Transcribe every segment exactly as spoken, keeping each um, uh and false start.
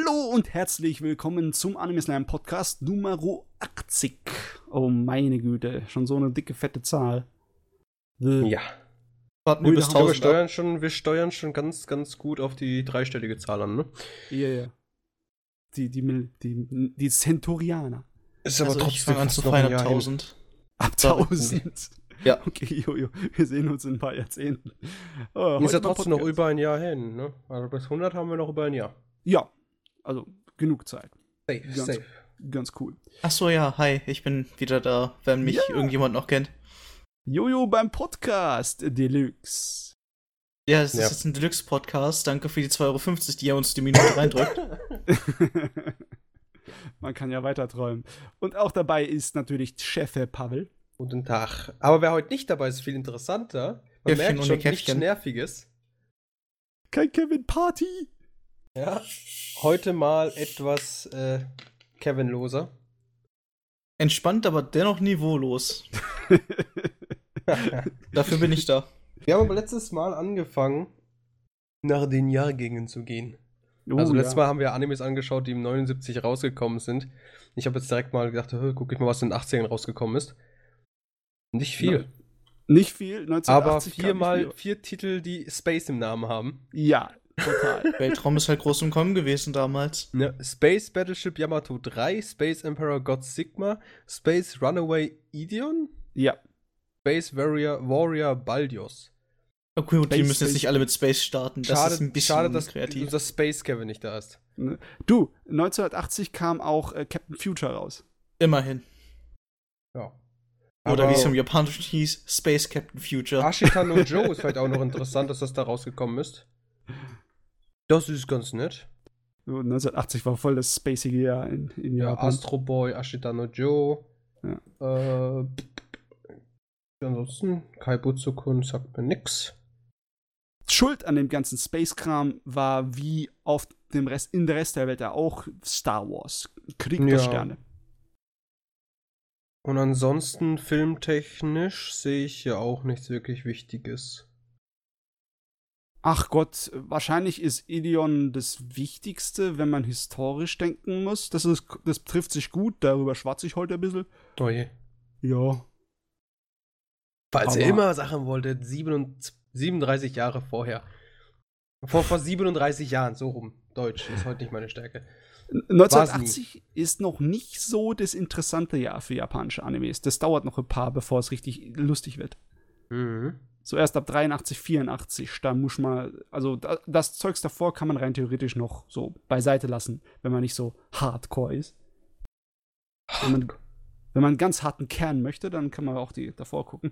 Hallo und herzlich willkommen zum Anime Slam Podcast Nummer achtzig. Oh meine Güte, schon so eine dicke, fette Zahl. The ja. Warten wir bis tausend. Wir steuern, schon, wir steuern schon ganz, ganz gut auf die dreistellige Zahl an, ne? Ja, ja. Die, die, die, die Centurianer. Ist aber also trotzdem an zu feiern ab tausend. Ab tausend? Ja. Okay, Jojo, wir sehen uns in ein paar Jahrzehnten. Oh, ist ja trotzdem noch über ein Jahr hin, ne? Also bis hundert haben wir noch über ein Jahr. Ja, also genug Zeit. Safe, ganz, safe. Ganz cool. Ach so, ja, hi, ich bin wieder da, wenn mich ja. irgendjemand noch kennt. Jojo beim Podcast Deluxe. Ja, es ist ja. jetzt ein Deluxe-Podcast. Danke für die zwei Euro fünfzig, die ihr uns die Minute reindrückt. Man kann ja weiter träumen. Und auch dabei ist natürlich Chef Pavel. Guten Tag. Aber wer heute nicht dabei ist, ist viel interessanter. Man Käffchen merkt schon nichts Nerviges. Kein Kevin Party. Ja, heute mal etwas äh, Kevin-loser. Entspannt, aber dennoch niveaulos. Dafür bin ich da. Wir haben aber letztes Mal angefangen, nach den Jahrgängen zu gehen. Oh, also letztes ja. Mal haben wir Animes angeschaut, die im neunundsiebzig rausgekommen sind. Ich habe jetzt direkt mal gedacht, guck ich mal, was in den achtzigern rausgekommen ist. Nicht viel. Ja. Nicht viel, neunzehnhundertachtzig. Aber viermal vier Titel, die Space im Namen haben. Ja, total. Weltraum ist halt groß im Kommen gewesen damals. Ja, Space Battleship Yamato drei, Space Emperor God Sigma, Space Runaway Ideon? Ja. Space Warrior, Warrior Baldios. Okay, gut, die müssen jetzt nicht alle mit Space starten. Das schade, ist ein bisschen schade, dass kreativ. unser Space Kevin nicht da ist. Du, neunzehnhundertachtzig kam auch äh, Captain Future raus. Immerhin. Ja. Oder wie es im Japanischen hieß, Space Captain Future. Ashita no Joe ist vielleicht auch noch interessant, dass das da rausgekommen ist. Das ist ganz nett. So, neunzehnhundertachtzig war voll das spacige Jahr in, in ja, Japan. Astro Boy, Ashita no Joe. Ja. Äh, ansonsten, Kaibutsu-kun sagt mir nix. Schuld an dem ganzen Space-Kram war wie auf dem Rest, in der Rest der Welt ja auch Star Wars. Krieg der ja. Sterne. Und ansonsten filmtechnisch sehe ich ja auch nichts wirklich Wichtiges. Ach Gott, wahrscheinlich ist Ideon das Wichtigste, wenn man historisch denken muss. Das, ist, das trifft sich gut, darüber schwatze ich heute ein bisschen. Oh je. Ja. Falls ihr immer Sachen wolltet, siebenunddreißig Jahre vorher. Vor, vor siebenunddreißig Jahren, so rum. Deutsch ist heute nicht meine Stärke. neunzehnhundertachtzig ist noch nicht so das interessante Jahr für japanische Animes. Das dauert noch ein paar, bevor es richtig lustig wird. Mhm. So erst ab dreiundachtzig, vierundachtzig, da muss man, also da, das Zeugs davor kann man rein theoretisch noch so beiseite lassen, wenn man nicht so hardcore ist. Wenn man, wenn man einen ganz harten Kern möchte, dann kann man auch die davor gucken.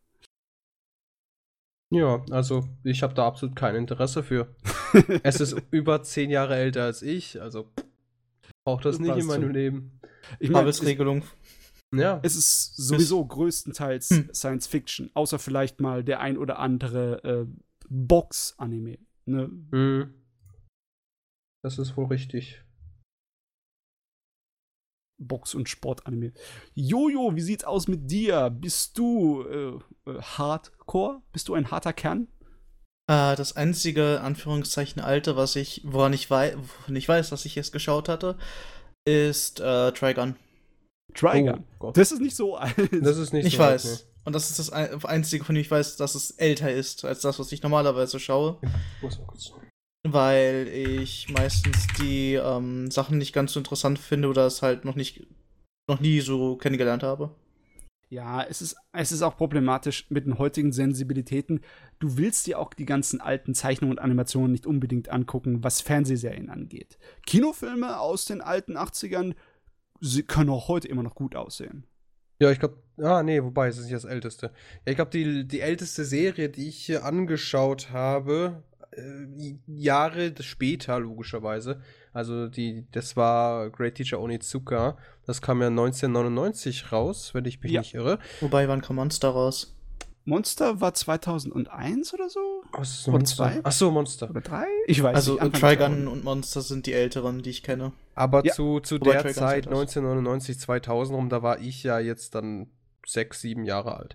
Ja, also ich habe da absolut kein Interesse für. Es ist über zehn Jahre älter als ich, also braucht das, das nicht in meinem schon. Leben. Ich meine, Regelung. Ja. Es ist sowieso es größtenteils hm. Science Fiction, außer vielleicht mal der ein oder andere äh, Box-Anime. Ne? Mhm. Das ist wohl richtig. Box- und Sport-Anime. Jojo, wie sieht's aus mit dir? Bist du äh, äh, Hardcore? Bist du ein harter Kern? Äh, das einzige, Anführungszeichen, Alte, was ich, woran ich, wei- woran ich weiß, was ich jetzt geschaut hatte, ist äh, Trigun. Trigun? Oh, das ist nicht so alt. Das ist nicht ich so alt. Ich weiß. Ne. Und das ist das Einzige, von dem ich weiß, dass es älter ist, als das, was ich normalerweise schaue. Ich muss mal kurz. Weil ich meistens die ähm, Sachen nicht ganz so interessant finde oder es halt noch nicht, noch nie so kennengelernt habe. Ja, es ist, es ist auch problematisch mit den heutigen Sensibilitäten. Du willst dir auch die ganzen alten Zeichnungen und Animationen nicht unbedingt angucken, was Fernsehserien angeht. Kinofilme aus den alten achtzigern sie können auch heute immer noch gut aussehen. Ja, ich glaube, ah nee, wobei, es ist nicht das Älteste. Ja, ich glaube, die, die älteste Serie, die ich hier angeschaut habe, äh, Jahre später, logischerweise, also die, das war Great Teacher Onizuka, das kam ja neunzehnhundertneunundneunzig raus, wenn ich mich ja. nicht irre. Wobei, wann kam Monster raus? Monster war zweitausendeins oder so? Was ist Monster? Zwei? Ach so, Monster. Oder drei? Ich weiß also, nicht. Also Trigun und Monster sind die älteren, die ich kenne. Aber ja. zu, zu der Trigun Zeit, neunzehnhundertneunundneunzig, zweitausend rum, da war ich ja jetzt dann sechs, sieben Jahre alt.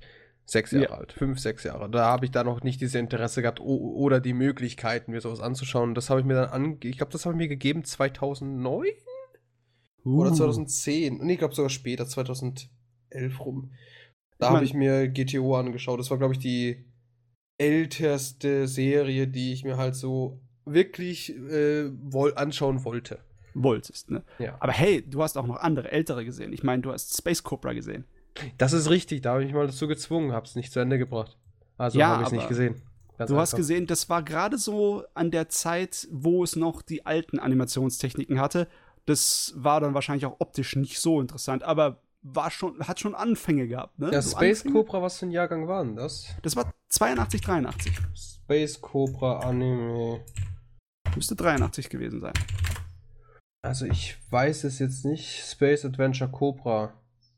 Sechs Jahre Ja. alt, fünf, sechs Jahre. Da habe ich da noch nicht diese Interesse gehabt o- oder die Möglichkeiten, mir sowas anzuschauen. Das habe ich mir dann an, ich glaube, das habe ich mir gegeben zweitausendneun oder Uh. zweitausendzehn. Nee, ich glaube sogar später, zweitausendelf rum. Da Ich habe mein- ich mir G T O angeschaut. Das war, glaube ich, die älteste Serie, die ich mir halt so wirklich äh, woll anschauen wollte. Wolltest, ne? Ja. Aber hey, du hast auch noch andere, ältere gesehen. Ich meine, du hast Space Cobra gesehen. Das ist richtig, da habe ich mich mal dazu gezwungen, habe es nicht zu Ende gebracht. Also Ja, habe ich es nicht aber gesehen. Ganz Du hast einfach. gesehen, das war gerade so an der Zeit, wo es noch die alten Animationstechniken hatte. Das war dann wahrscheinlich auch optisch nicht so interessant, aber war schon, hat schon Anfänge gehabt, ne? Ja, So Space Anfänge. Cobra, was für ein Jahrgang war denn das? Das war zweiundachtzig, dreiundachtzig. Space Cobra Anime. Müsste dreiundachtzig gewesen sein. Also ich weiß es jetzt nicht. Space Adventure Cobra.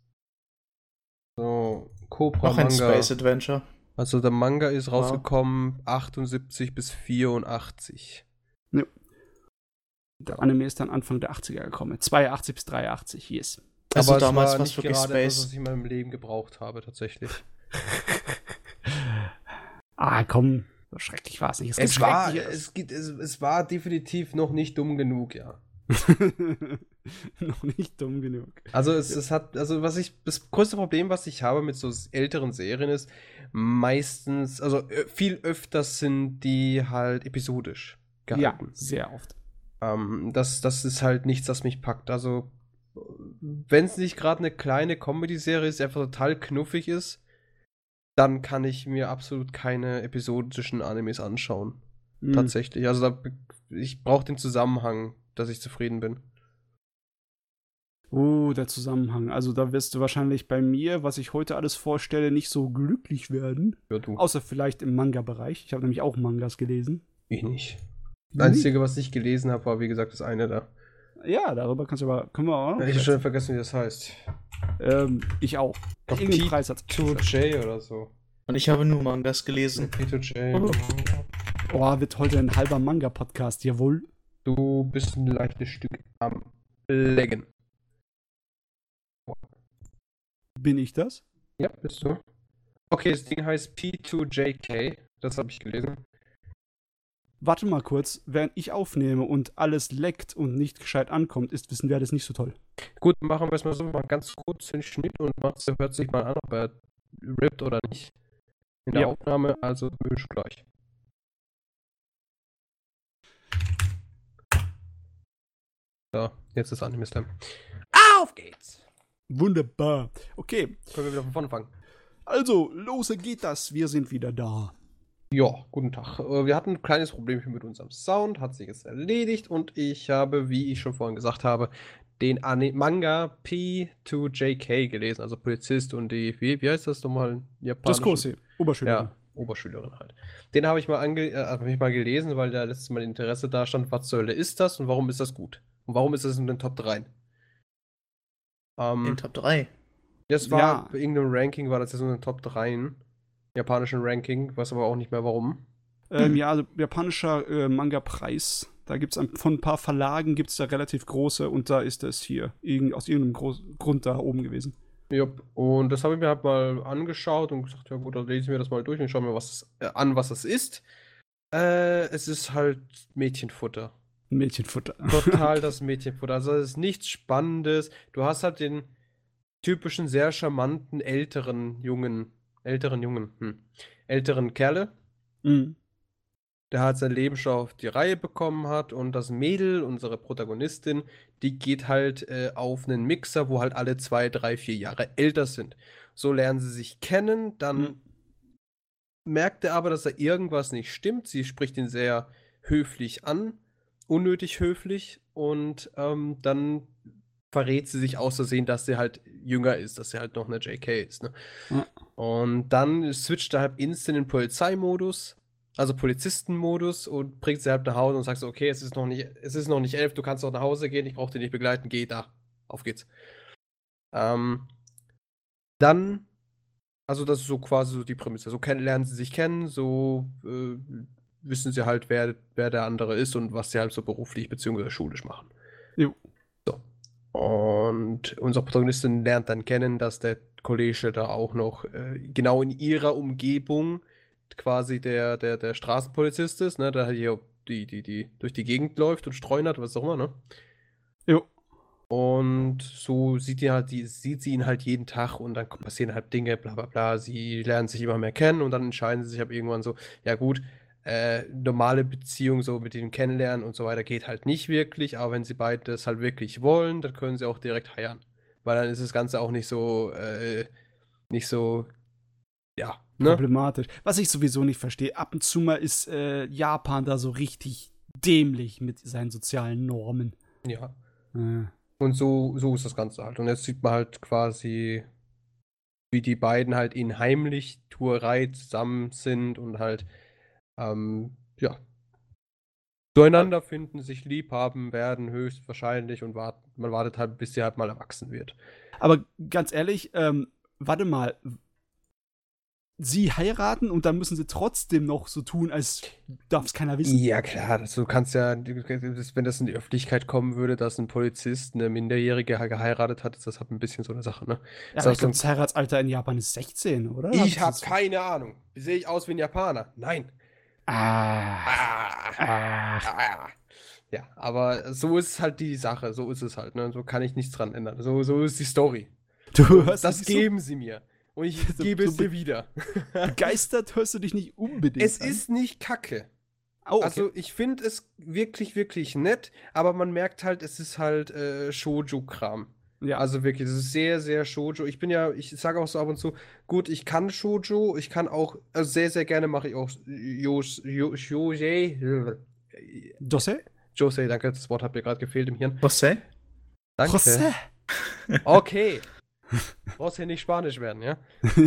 So, Cobra Noch ein Manga. Space Adventure. Also der Manga ist rausgekommen achtundsiebzig bis vierundachtzig. Der Anime ist dann Anfang der achtziger gekommen. zweiundachtzig bis dreiundachtzig, yes. Also Aber es damals war was nicht wirklich gerade etwas, Space. was ich in meinem Leben gebraucht habe, tatsächlich. Ah, komm, so schrecklich war es nicht. Es war, Schrecklicheres. es, gibt, es, es war definitiv noch nicht dumm genug, ja. Noch nicht dumm genug. Also es, es hat, also was ich, das größte Problem, was ich habe mit so älteren Serien ist, meistens, also ö- viel öfter sind die halt episodisch Ja, gehalten. sehr oft. Ähm, das, das ist halt nichts, das mich packt. Also wenn es nicht gerade eine kleine Comedy-Serie ist, die einfach total knuffig ist, dann kann ich mir absolut keine episodischen Animes anschauen. Mhm. Tatsächlich. Also da, ich brauche den Zusammenhang, dass ich zufrieden bin. Oh, der Zusammenhang. Also da wirst du wahrscheinlich bei mir, was ich heute alles vorstelle, nicht so glücklich werden. Ja, du. Außer vielleicht im Manga-Bereich. Ich habe nämlich auch Mangas gelesen. Ich nicht. Das Einzige, was ich gelesen habe, war wie gesagt das eine da. Ja, darüber kannst du aber, können wir auch noch Ich habe sprechen. schon vergessen, wie das heißt. ähm, ich auch. Doch, Irgendeinen P Preis hat's. zwei J oder so. Und ich habe nur Mangas gelesen. P zwei J. Oh, wird heute ein halber Manga-Podcast, jawohl. Du bist ein leichtes Stück am Leggen. Bin ich das? Ja, bist du. Okay, das Ding heißt P zwei J K. Das habe ich gelesen. Warte mal kurz, während ich aufnehme und alles leckt und nicht gescheit ankommt, ist Wissen wäre das nicht so toll. Gut, machen wir es mal so, wir machen ganz kurz den Schnitt und Matze hört sich mal an, ob er rippt oder nicht. In der Ja. Aufnahme, also bis gleich. So, jetzt ist Anime Slam. Auf geht's! Wunderbar. Okay, Können wir wieder von vorne fangen? also, los geht das. Wir sind wieder da. Ja, guten Tag. Äh, Wir hatten ein kleines Problemchen mit unserem Sound, hat sich jetzt erledigt und ich habe, wie ich schon vorhin gesagt habe, den Ani Manga P zwei J K gelesen, also Polizist und die, wie, wie heißt das nochmal? Das Kurse, Oberschülerin. Ja, Oberschülerin halt. Den habe ich mal ange äh, hab ich mal gelesen, weil da letztes Mal Interesse da stand, was zur Hölle ist das und warum ist das gut? Und warum ist das in den Top drei? Ähm, In Top drei. das war Ja. bei irgendeinem Ranking, war das jetzt in den Top drei. Japanischen Ranking, weiß aber auch nicht mehr warum. Ähm, ja, also japanischer äh, Manga-Preis. Da gibt es von ein paar Verlagen gibt es da relativ große und da ist es hier irgend, aus irgendeinem Groß Grund da oben gewesen. Jupp. Und das habe ich mir halt mal angeschaut und gesagt, ja gut, dann lese ich mir das mal durch und schaue mir was das, äh, an, was das ist. Äh, es ist halt Mädchenfutter. Mädchenfutter. Total das Mädchenfutter. Also es ist nichts Spannendes. Du hast halt den typischen, sehr charmanten, älteren Jungen, älteren Jungen, hm, älteren Kerle, Mhm. der halt sein Leben schon auf die Reihe bekommen hat und das Mädel, unsere Protagonistin, die geht halt äh, auf einen Mixer, wo halt alle zwei, drei, vier Jahre älter sind. So lernen sie sich kennen, dann Mhm. merkt er aber, dass da irgendwas nicht stimmt. Sie spricht ihn sehr höflich an, unnötig höflich und ähm, dann verrät sie sich aus Versehen, dass sie halt jünger ist, dass sie halt noch eine J K ist. Ne? Ja. Und dann switcht er halt instant in den Polizeimodus, also Polizistenmodus und bringt sie halt nach Hause und sagt so, okay, es ist noch nicht, es ist noch nicht elf, du kannst auch nach Hause gehen, ich brauche dich nicht begleiten, geh da, auf geht's. Ähm, dann, also das ist so quasi so die Prämisse, so kennen, lernen sie sich kennen, so äh, wissen sie halt, wer, wer der andere ist und was sie halt so beruflich bzw. schulisch machen. Jo. So. Und unsere Protagonistin lernt dann kennen, dass der Kollege da auch noch äh, genau in ihrer Umgebung quasi der, der, der Straßenpolizist ist, ne, der halt hier die, die, die durch die Gegend läuft und streunert, was auch immer, ne? Jo. Und so sieht, die halt, die, sieht sie ihn halt jeden Tag und dann passieren halt Dinge, bla bla bla. Sie lernen sich immer mehr kennen und dann entscheiden sie sich ab irgendwann so, ja gut, äh, normale Beziehung so mit dem Kennenlernen und so weiter geht halt nicht wirklich, aber wenn sie beide das halt wirklich wollen, dann können sie auch direkt heiraten. Weil dann ist das Ganze auch nicht so, äh, nicht so, ja, ne? Problematisch. Was ich sowieso nicht verstehe, ab und zu mal ist äh, Japan da so richtig dämlich mit seinen sozialen Normen. Ja. Äh. Und so, so ist das Ganze halt. Und jetzt sieht man halt quasi, wie die beiden halt in Heimlichtuerei zusammen sind und halt, ähm, ja, zueinander finden, sich lieb haben werden, höchstwahrscheinlich, und warten, man wartet halt, bis sie halt mal erwachsen wird. Aber ganz ehrlich, ähm, warte mal, sie heiraten und dann müssen sie trotzdem noch so tun, als darf es keiner wissen. Ja, klar, das, du kannst ja, das, wenn das in die Öffentlichkeit kommen würde, dass ein Polizist eine Minderjährige geheiratet hat, ist das halt ein bisschen so eine Sache, ne? Ja, aber ich glaube, das Heiratsalter in Japan ist sechzehn, oder? Ich habe keine Ahnung. Sehe ich aus wie ein Japaner? Nein. Ah. Ah. Ah. Ah. Ja, aber so ist halt die Sache, so ist es halt, ne? So kann ich nichts dran ändern. So, so ist die Story. Du hörst Das dich geben sie mir. Und ich so- gebe so es dir wieder. begeistert hörst du dich nicht unbedingt Es an. ist nicht kacke. Oh, okay. Also ich finde es wirklich, wirklich nett, aber man merkt halt, es ist halt äh, Shoujo-Kram. Ja. Also wirklich, es ist sehr, sehr Shoujo. Ich bin ja, ich sage auch so ab und zu, gut, ich kann Shoujo, ich kann auch, also sehr, sehr gerne mache ich auch Yos- Yo- Shoujo. Jose? Jose, danke, das Wort hat mir gerade gefehlt im Hirn. José? Danke. Jose? Okay. Brauchst ja nicht Spanisch werden, ja?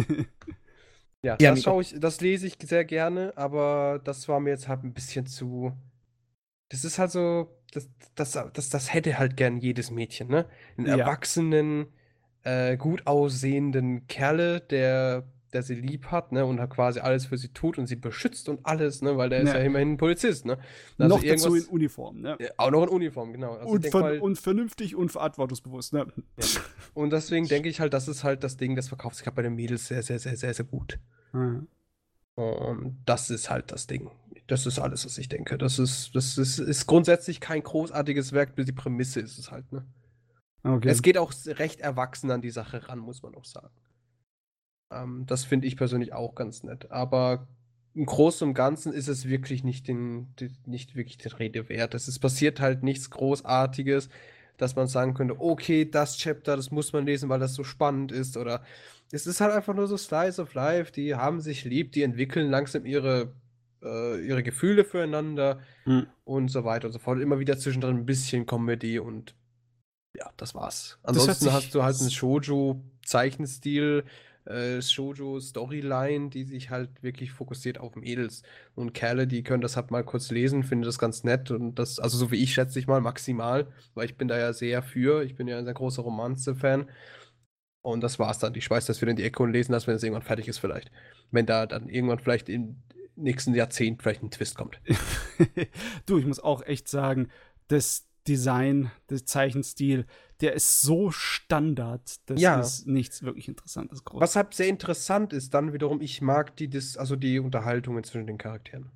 Ja, Ja, das Nico. schaue ich, das lese ich sehr gerne, aber das war mir jetzt halt ein bisschen zu. Das ist halt so, das, das, das, das hätte halt gern jedes Mädchen, ne? Einen Ja. erwachsenen, äh, gut aussehenden Kerle, der, der sie lieb hat, ne? Und halt quasi alles für sie tut und sie beschützt und alles, ne? Weil der ist Ja. ja immerhin ein Polizist, ne? Also Noch dazu in irgendwas- Uniform, ne? Ja, auch noch in Uniform, genau. Also ich Und, denk ver mal, und vernünftig und verantwortungsbewusst, ne? und deswegen denke ich halt, das ist halt das Ding, das verkauft sich halt bei den Mädels sehr, sehr, sehr, sehr, sehr gut. Ja. Und das ist halt das Ding. Das ist alles, was ich denke. Das ist, das ist, ist grundsätzlich kein großartiges Werk, die Prämisse ist es halt, ne? Okay. Es geht auch recht erwachsen an die Sache ran, muss man auch sagen. Ähm, das finde ich persönlich auch ganz nett. Aber im Großen und Ganzen ist es wirklich nicht, den, den, nicht wirklich der Rede wert. Es ist, passiert halt nichts Großartiges, dass man sagen könnte, okay, das Chapter, das muss man lesen, weil das so spannend ist. Oder es ist halt einfach nur so Slice of Life, die haben sich lieb, die entwickeln langsam ihre, äh, ihre Gefühle füreinander Hm. und so weiter und so fort. Immer wieder zwischendrin ein bisschen Comedy und ja, das war's. Das hört Ansonsten sich- hast du halt einen Shoujo-Zeichenstil, äh, Shoujo-Storyline, die sich halt wirklich fokussiert auf Mädels. Und Kerle, die können das halt mal kurz lesen, finden das ganz nett und das, also so wie ich schätze ich mal, maximal, weil ich bin da ja sehr für, ich bin ja ein sehr großer Romanze-Fan. Und das war's dann. Ich schmeiß das wieder in die Ecke und lesen das, wenn es irgendwann fertig ist, vielleicht. Wenn da dann irgendwann vielleicht im nächsten Jahrzehnt vielleicht ein Twist kommt. Du, ich muss auch echt sagen, das Design, der Zeichenstil, der ist so Standard, das Ja. ist nichts wirklich Interessantes. Groß. Was halt sehr interessant ist, dann wiederum, ich mag die, Dis also die Unterhaltungen zwischen den Charakteren.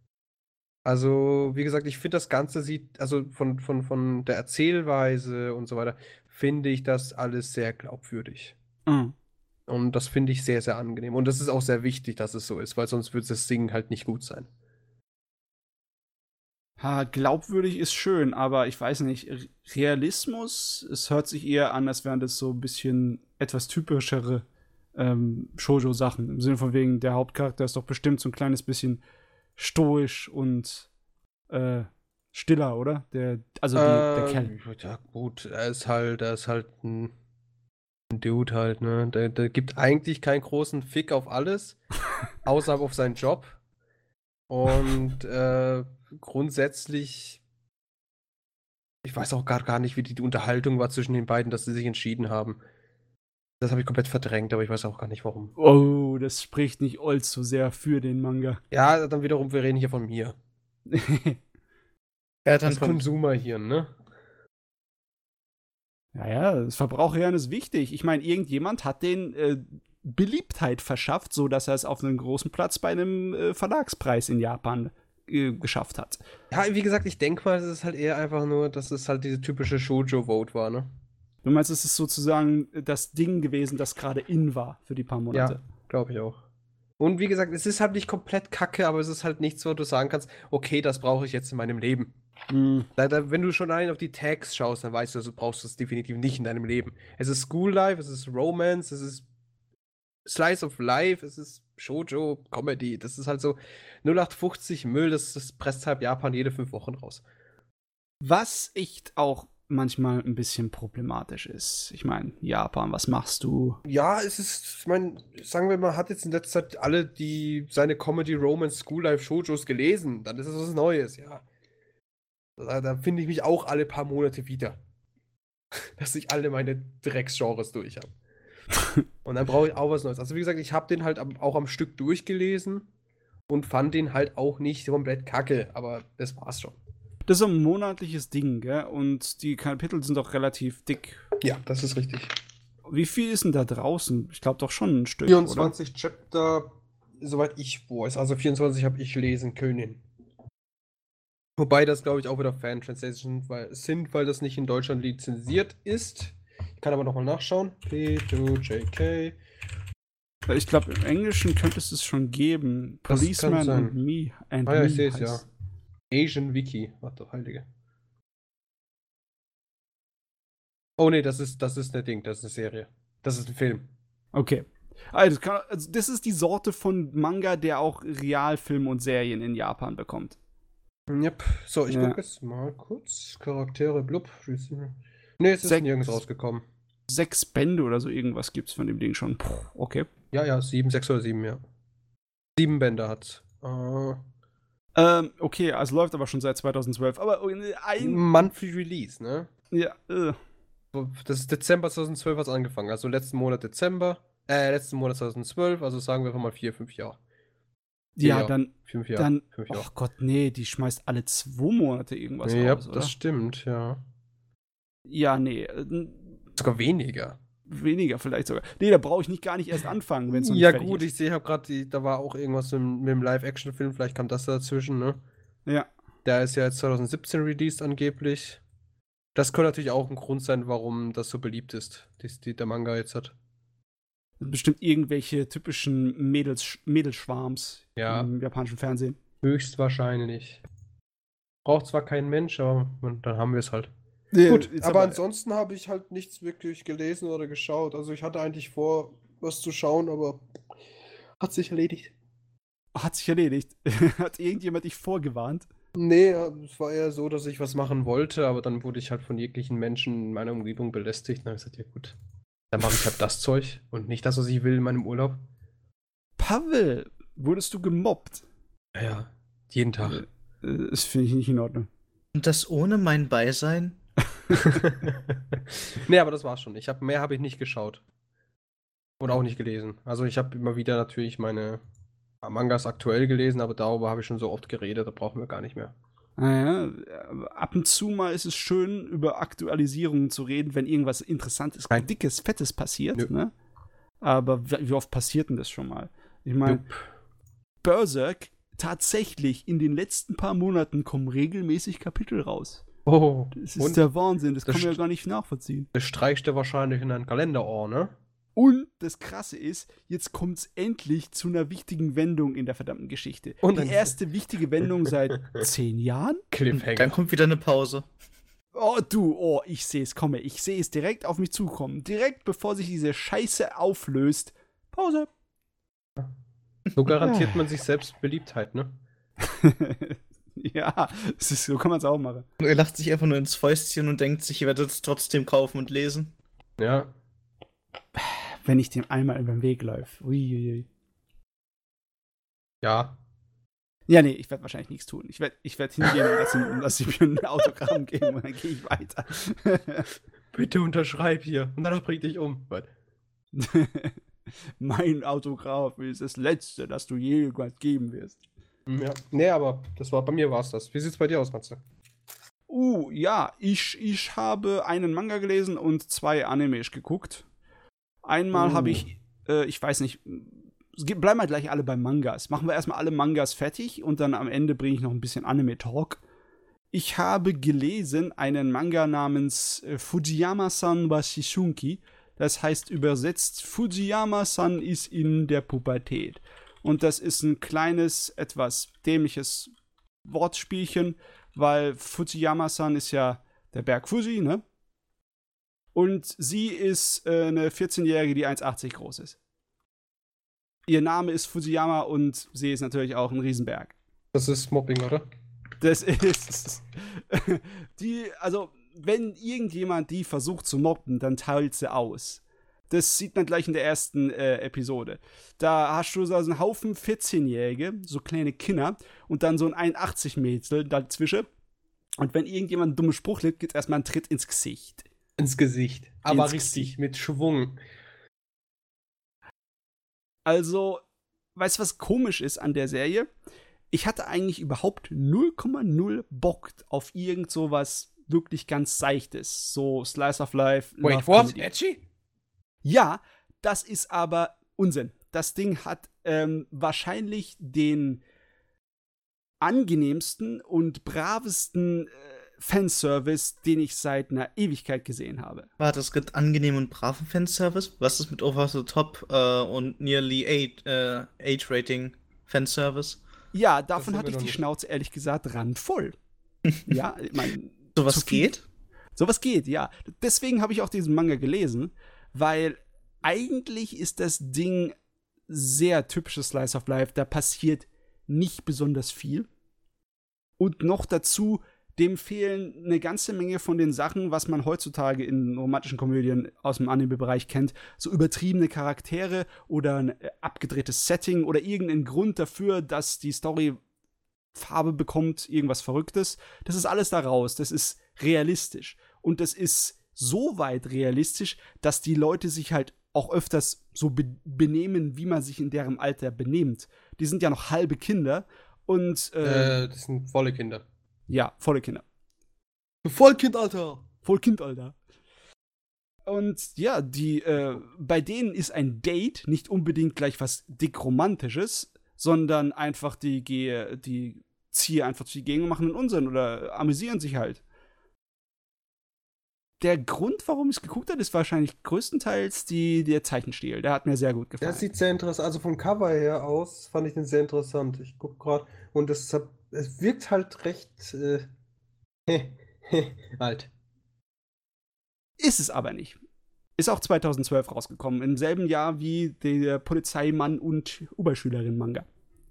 Also, wie gesagt, ich finde das Ganze sieht, also von, von, von der Erzählweise und so weiter, finde ich das alles sehr glaubwürdig. Mhm. Und das finde ich sehr, sehr angenehm. Und das ist auch sehr wichtig, dass es so ist, weil sonst würde das Singen halt nicht gut sein. Ha, glaubwürdig ist schön, aber ich weiß nicht, Re- Realismus, es hört sich eher an, als wären das so ein bisschen etwas typischere ähm, Shoujo-Sachen. Im Sinne von wegen, der Hauptcharakter ist doch bestimmt so ein kleines bisschen stoisch und äh, stiller, oder? Der, also die, der Kerl. Ähm, ja, gut, er ist halt, er ist halt ein, ein Dude halt, ne? Der, der gibt eigentlich keinen großen Fick auf alles, außer auf seinen Job. Und äh, grundsätzlich, ich weiß auch gar, gar nicht, wie die, die Unterhaltung war zwischen den beiden, dass sie sich entschieden haben. Das habe ich komplett verdrängt, aber ich weiß auch gar nicht warum. Oh, das spricht nicht allzu sehr für den Manga. Ja, dann wiederum, wir reden hier von mir. Er hat dann Als von, Konsumer hier, ne? Ja, ja, das Verbraucherhören ist wichtig. Ich meine, irgendjemand hat den äh, Beliebtheit verschafft, so dass er es auf einen großen Platz bei einem äh, Verlagspreis in Japan äh, geschafft hat. Ja, wie gesagt, ich denke mal, es ist halt eher einfach nur, dass es halt diese typische Shoujo-Vote war, ne? Du meinst, es ist sozusagen das Ding gewesen, das gerade in war für die paar Monate? Ja, glaube ich auch. Und wie gesagt, es ist halt nicht komplett kacke, aber es ist halt nichts, wo du sagen kannst, okay, das brauche ich jetzt in meinem Leben. Mhm. Da, da, wenn du schon allein auf die Tags schaust, dann weißt du, du brauchst es definitiv nicht in deinem Leben. Es ist School Life, es ist Romance, es ist Slice of Life, es ist Shoujo, Comedy. Das ist halt so null acht fünfzig Müll, das, das presst halt Japan jede fünf Wochen raus. Was echt auch manchmal ein bisschen problematisch ist. Ich meine, Japan, was machst du? Ja, es ist, ich meine, sagen wir mal, hat jetzt in letzter Zeit alle die seine Comedy, Romance, School Life, Shoujos gelesen, dann ist es was Neues, ja. Da, da finde ich mich auch alle paar Monate wieder. Dass ich alle meine Drecksgenres durch habe. Und dann brauche ich auch was Neues. Also wie gesagt, ich habe den halt am, auch am Stück durchgelesen und fand den halt auch nicht komplett kacke, aber das war's schon. Das ist ein monatliches Ding, gell? Und die Kapitel sind doch relativ dick. Ja, das ist richtig. Wie viel ist denn da draußen? Ich glaube doch schon ein Stück, vierundzwanzig oder? Chapter, soweit ich weiß. Also vierundzwanzig habe ich lesen können. Wobei das, glaube ich, auch wieder Fan-Translation weil, sind, weil das nicht in Deutschland lizenziert ist. Ich kann aber nochmal nachschauen. P zwei J K. Ich glaube, im Englischen könnte es es schon geben. Das Policeman kann sein. and Me. And Ah ja, Me ich sehe es ja. heißt- Asian Wiki. Warte, Heilige. Oh nee, das ist, das ist ein Ding, das ist eine Serie. Das ist ein Film. Okay. Also, das kann, also, das ist die Sorte von Manga, der auch Realfilme und Serien in Japan bekommt. Yep. So, ich Ja. gucke jetzt mal kurz. Charaktere, blub. Nee, es ist Sechs- nirgends rausgekommen. Sechs Bände oder so irgendwas gibt's von dem Ding schon. Puh, okay. Ja, ja, sieben, sechs oder sieben, ja. Sieben Bände hat's. Äh, Ähm, okay, also läuft aber schon seit zweitausendzwölf. Aber äh, ein. Monthly Release, ne? Ja, äh. Das ist Dezember zweitausendzwölf hat's angefangen. Also letzten Monat Dezember. Äh, letzten Monat zweitausendzwölf. Also sagen wir einfach mal vier, fünf Jahre. Ja, Jahre. dann. Fünf Jahre. dann Fünf Jahre. ach Gott, nee, die schmeißt alle zwei Monate irgendwas ja, raus, oder? das stimmt, ja. Ja, nee. äh, Sogar weniger. Weniger vielleicht sogar. Nee, da brauche ich nicht gar nicht erst anfangen, wenn es noch nicht Ja, fertig gut, ist. ich sehe, hab gerade, da war auch irgendwas mit, mit dem Live-Action-Film. Vielleicht kam das dazwischen, ne? Ja. Der ist ja jetzt zweitausendsiebzehn released angeblich. Das könnte natürlich auch ein Grund sein, warum das so beliebt ist, die, die der Manga jetzt hat. Bestimmt irgendwelche typischen Mädels, Mädelschwarms Ja. im japanischen Fernsehen. Höchstwahrscheinlich. Braucht zwar kein Mensch, aber man, dann haben wir es halt. Ja, Gut, ist aber ansonsten habe ich halt nichts wirklich gelesen oder geschaut. Also ich hatte eigentlich vor, was zu schauen, aber hat sich erledigt. Hat sich erledigt. Hat irgendjemand dich vorgewarnt? Nee, es war eher so, dass ich was machen wollte, aber dann wurde ich halt von jeglichen Menschen in meiner Umgebung belästigt. Und dann habe ich gesagt, ja gut, dann mache ich halt das Zeug und nicht das, was ich will in meinem Urlaub. Pavel, wurdest du gemobbt? Ja, ja, jeden Tag. Äh, Das finde ich nicht in Ordnung. Und das ohne mein Beisein? Nee, aber das war's schon. Ich hab, mehr habe ich nicht geschaut. Und auch nicht gelesen. Also ich habe immer wieder natürlich meine Mangas aktuell gelesen, aber darüber habe ich schon so oft geredet, da brauchen wir gar nicht mehr. Naja, ab und zu mal ist es schön, über Aktualisierungen zu reden, wenn irgendwas Interessantes, Nein. Dickes, Fettes passiert. Nö. Ne? Aber wie wie oft passiert denn das schon mal? Ich meine, Jupp. Berserk, tatsächlich in den letzten paar Monaten kommen regelmäßig Kapitel raus. Oh, Das ist und der Wahnsinn, das, das kann man ja st- gar nicht nachvollziehen. das streicht er wahrscheinlich in ein Kalenderohr, ne? Und das Krasse ist, jetzt kommt es endlich zu einer wichtigen Wendung in der verdammten Geschichte. Und Die dann- erste wichtige Wendung seit zehn Jahren? Und Cliffhanger. dann kommt wieder eine Pause. Oh, du, oh, ich sehe es, komme, ich sehe es direkt auf mich zukommen. Direkt bevor sich diese Scheiße auflöst. Pause. So garantiert man sich selbst Beliebtheit, ne? Ja, das ist, so kann man es auch machen. Und er lacht sich einfach nur ins Fäustchen und denkt sich, ihr werdet es trotzdem kaufen und lesen. Ja. Wenn ich dem einmal über den Weg läufe. Uiuiui. Ja. Ja, nee, ich werde wahrscheinlich nichts tun. Ich werde ich werd hingehen und lass ihm, und lass ihm ein Autogramm geben und dann gehe ich weiter. Bitte unterschreib hier. Und danach bring dich um. Was? Mein Autograph ist das Letzte, das du jemals geben wirst. Ja. Nee, aber das war, bei mir war's das. Wie sieht's bei dir aus, Matze? Uh, ja, ich, ich habe einen Manga gelesen und zwei Animes geguckt. Einmal Uh. habe ich, äh, ich weiß nicht, bleiben wir gleich alle bei Mangas. Machen wir erstmal alle Mangas fertig und dann am Ende bringe ich noch ein bisschen Anime-Talk. Ich habe gelesen einen Manga namens äh, Fujiyama-san wa Shishunki. Das heißt übersetzt, Fujiyama-san ist in der Pubertät. Und das ist ein kleines, etwas dämliches Wortspielchen, weil Fujiyama-san ist ja der Berg Fuji, ne? Und sie ist äh, eine vierzehnjährige, die eins Komma achtzig groß ist. Ihr Name ist Fujiyama und sie ist natürlich auch ein Riesenberg. Das ist Mobbing, oder? Das ist die, also wenn irgendjemand die versucht zu mobben, dann teilt sie aus. Das sieht man gleich in der ersten äh, Episode. Da hast du so einen Haufen vierzehnjährige, so kleine Kinder und dann so ein einundachtzig-Mädel dazwischen. Und wenn irgendjemand einen dummen Spruch legt, gibt es erstmal einen Tritt ins Gesicht. Ins Gesicht. Aber Ins richtig, Gesicht. mit Schwung. Also, weißt du, was komisch ist an der Serie? Ich hatte eigentlich überhaupt null Komma null Bock auf irgend sowas wirklich ganz Seichtes. So Slice of Life. Wait, Love what? Comedy. Edgy? Ja, das ist aber Unsinn. Das Ding hat ähm, wahrscheinlich den angenehmsten und bravesten äh, Fanservice, den ich seit einer Ewigkeit gesehen habe. Warte, es gibt angenehmen und braven Fanservice. Was ist mit Over the Top äh, und Nearly eight, äh, Age-Rating Fanservice? Ja, davon sind hatte wir ich noch die nicht. Schnauze ehrlich gesagt randvoll. Ja, ich mein, Sowas zu viel- geht? Sowas geht, ja. Deswegen habe ich auch diesen Manga gelesen, weil eigentlich ist das Ding sehr typisches Slice of Life. Da passiert nicht besonders viel. Und noch dazu, dem fehlen eine ganze Menge von den Sachen, was man heutzutage in romantischen Komödien aus dem Anime-Bereich kennt. So übertriebene Charaktere oder ein äh, abgedrehtes Setting oder irgendein Grund dafür, dass die Story Farbe bekommt, irgendwas Verrücktes. Das ist alles da raus. Das ist realistisch. Und das ist so weit realistisch, dass die Leute sich halt auch öfters so be- benehmen, wie man sich in deren Alter benehmt. Die sind ja noch halbe Kinder und äh, Äh, das sind volle Kinder. ja, volle Kinder. Vollkind, Alter! Voll Kind, Alter. Und ja, die, äh, bei denen ist ein Date nicht unbedingt gleich was dickromantisches, sondern einfach die, gehe, die ziehen einfach durch die Gegend und machen einen Unsinn oder amüsieren sich halt. Der Grund, warum ich es geguckt habe, ist wahrscheinlich größtenteils die, der Zeichenstil. Der hat mir sehr gut gefallen. Das sieht sehr interessant, also vom Cover her aus, fand ich den sehr interessant. Ich guck gerade und es, hat- es wirkt halt recht äh, alt. Ist es aber nicht. Ist auch zweitausendzwölf rausgekommen, im selben Jahr wie der Polizeimann und Oberschülerin-Manga.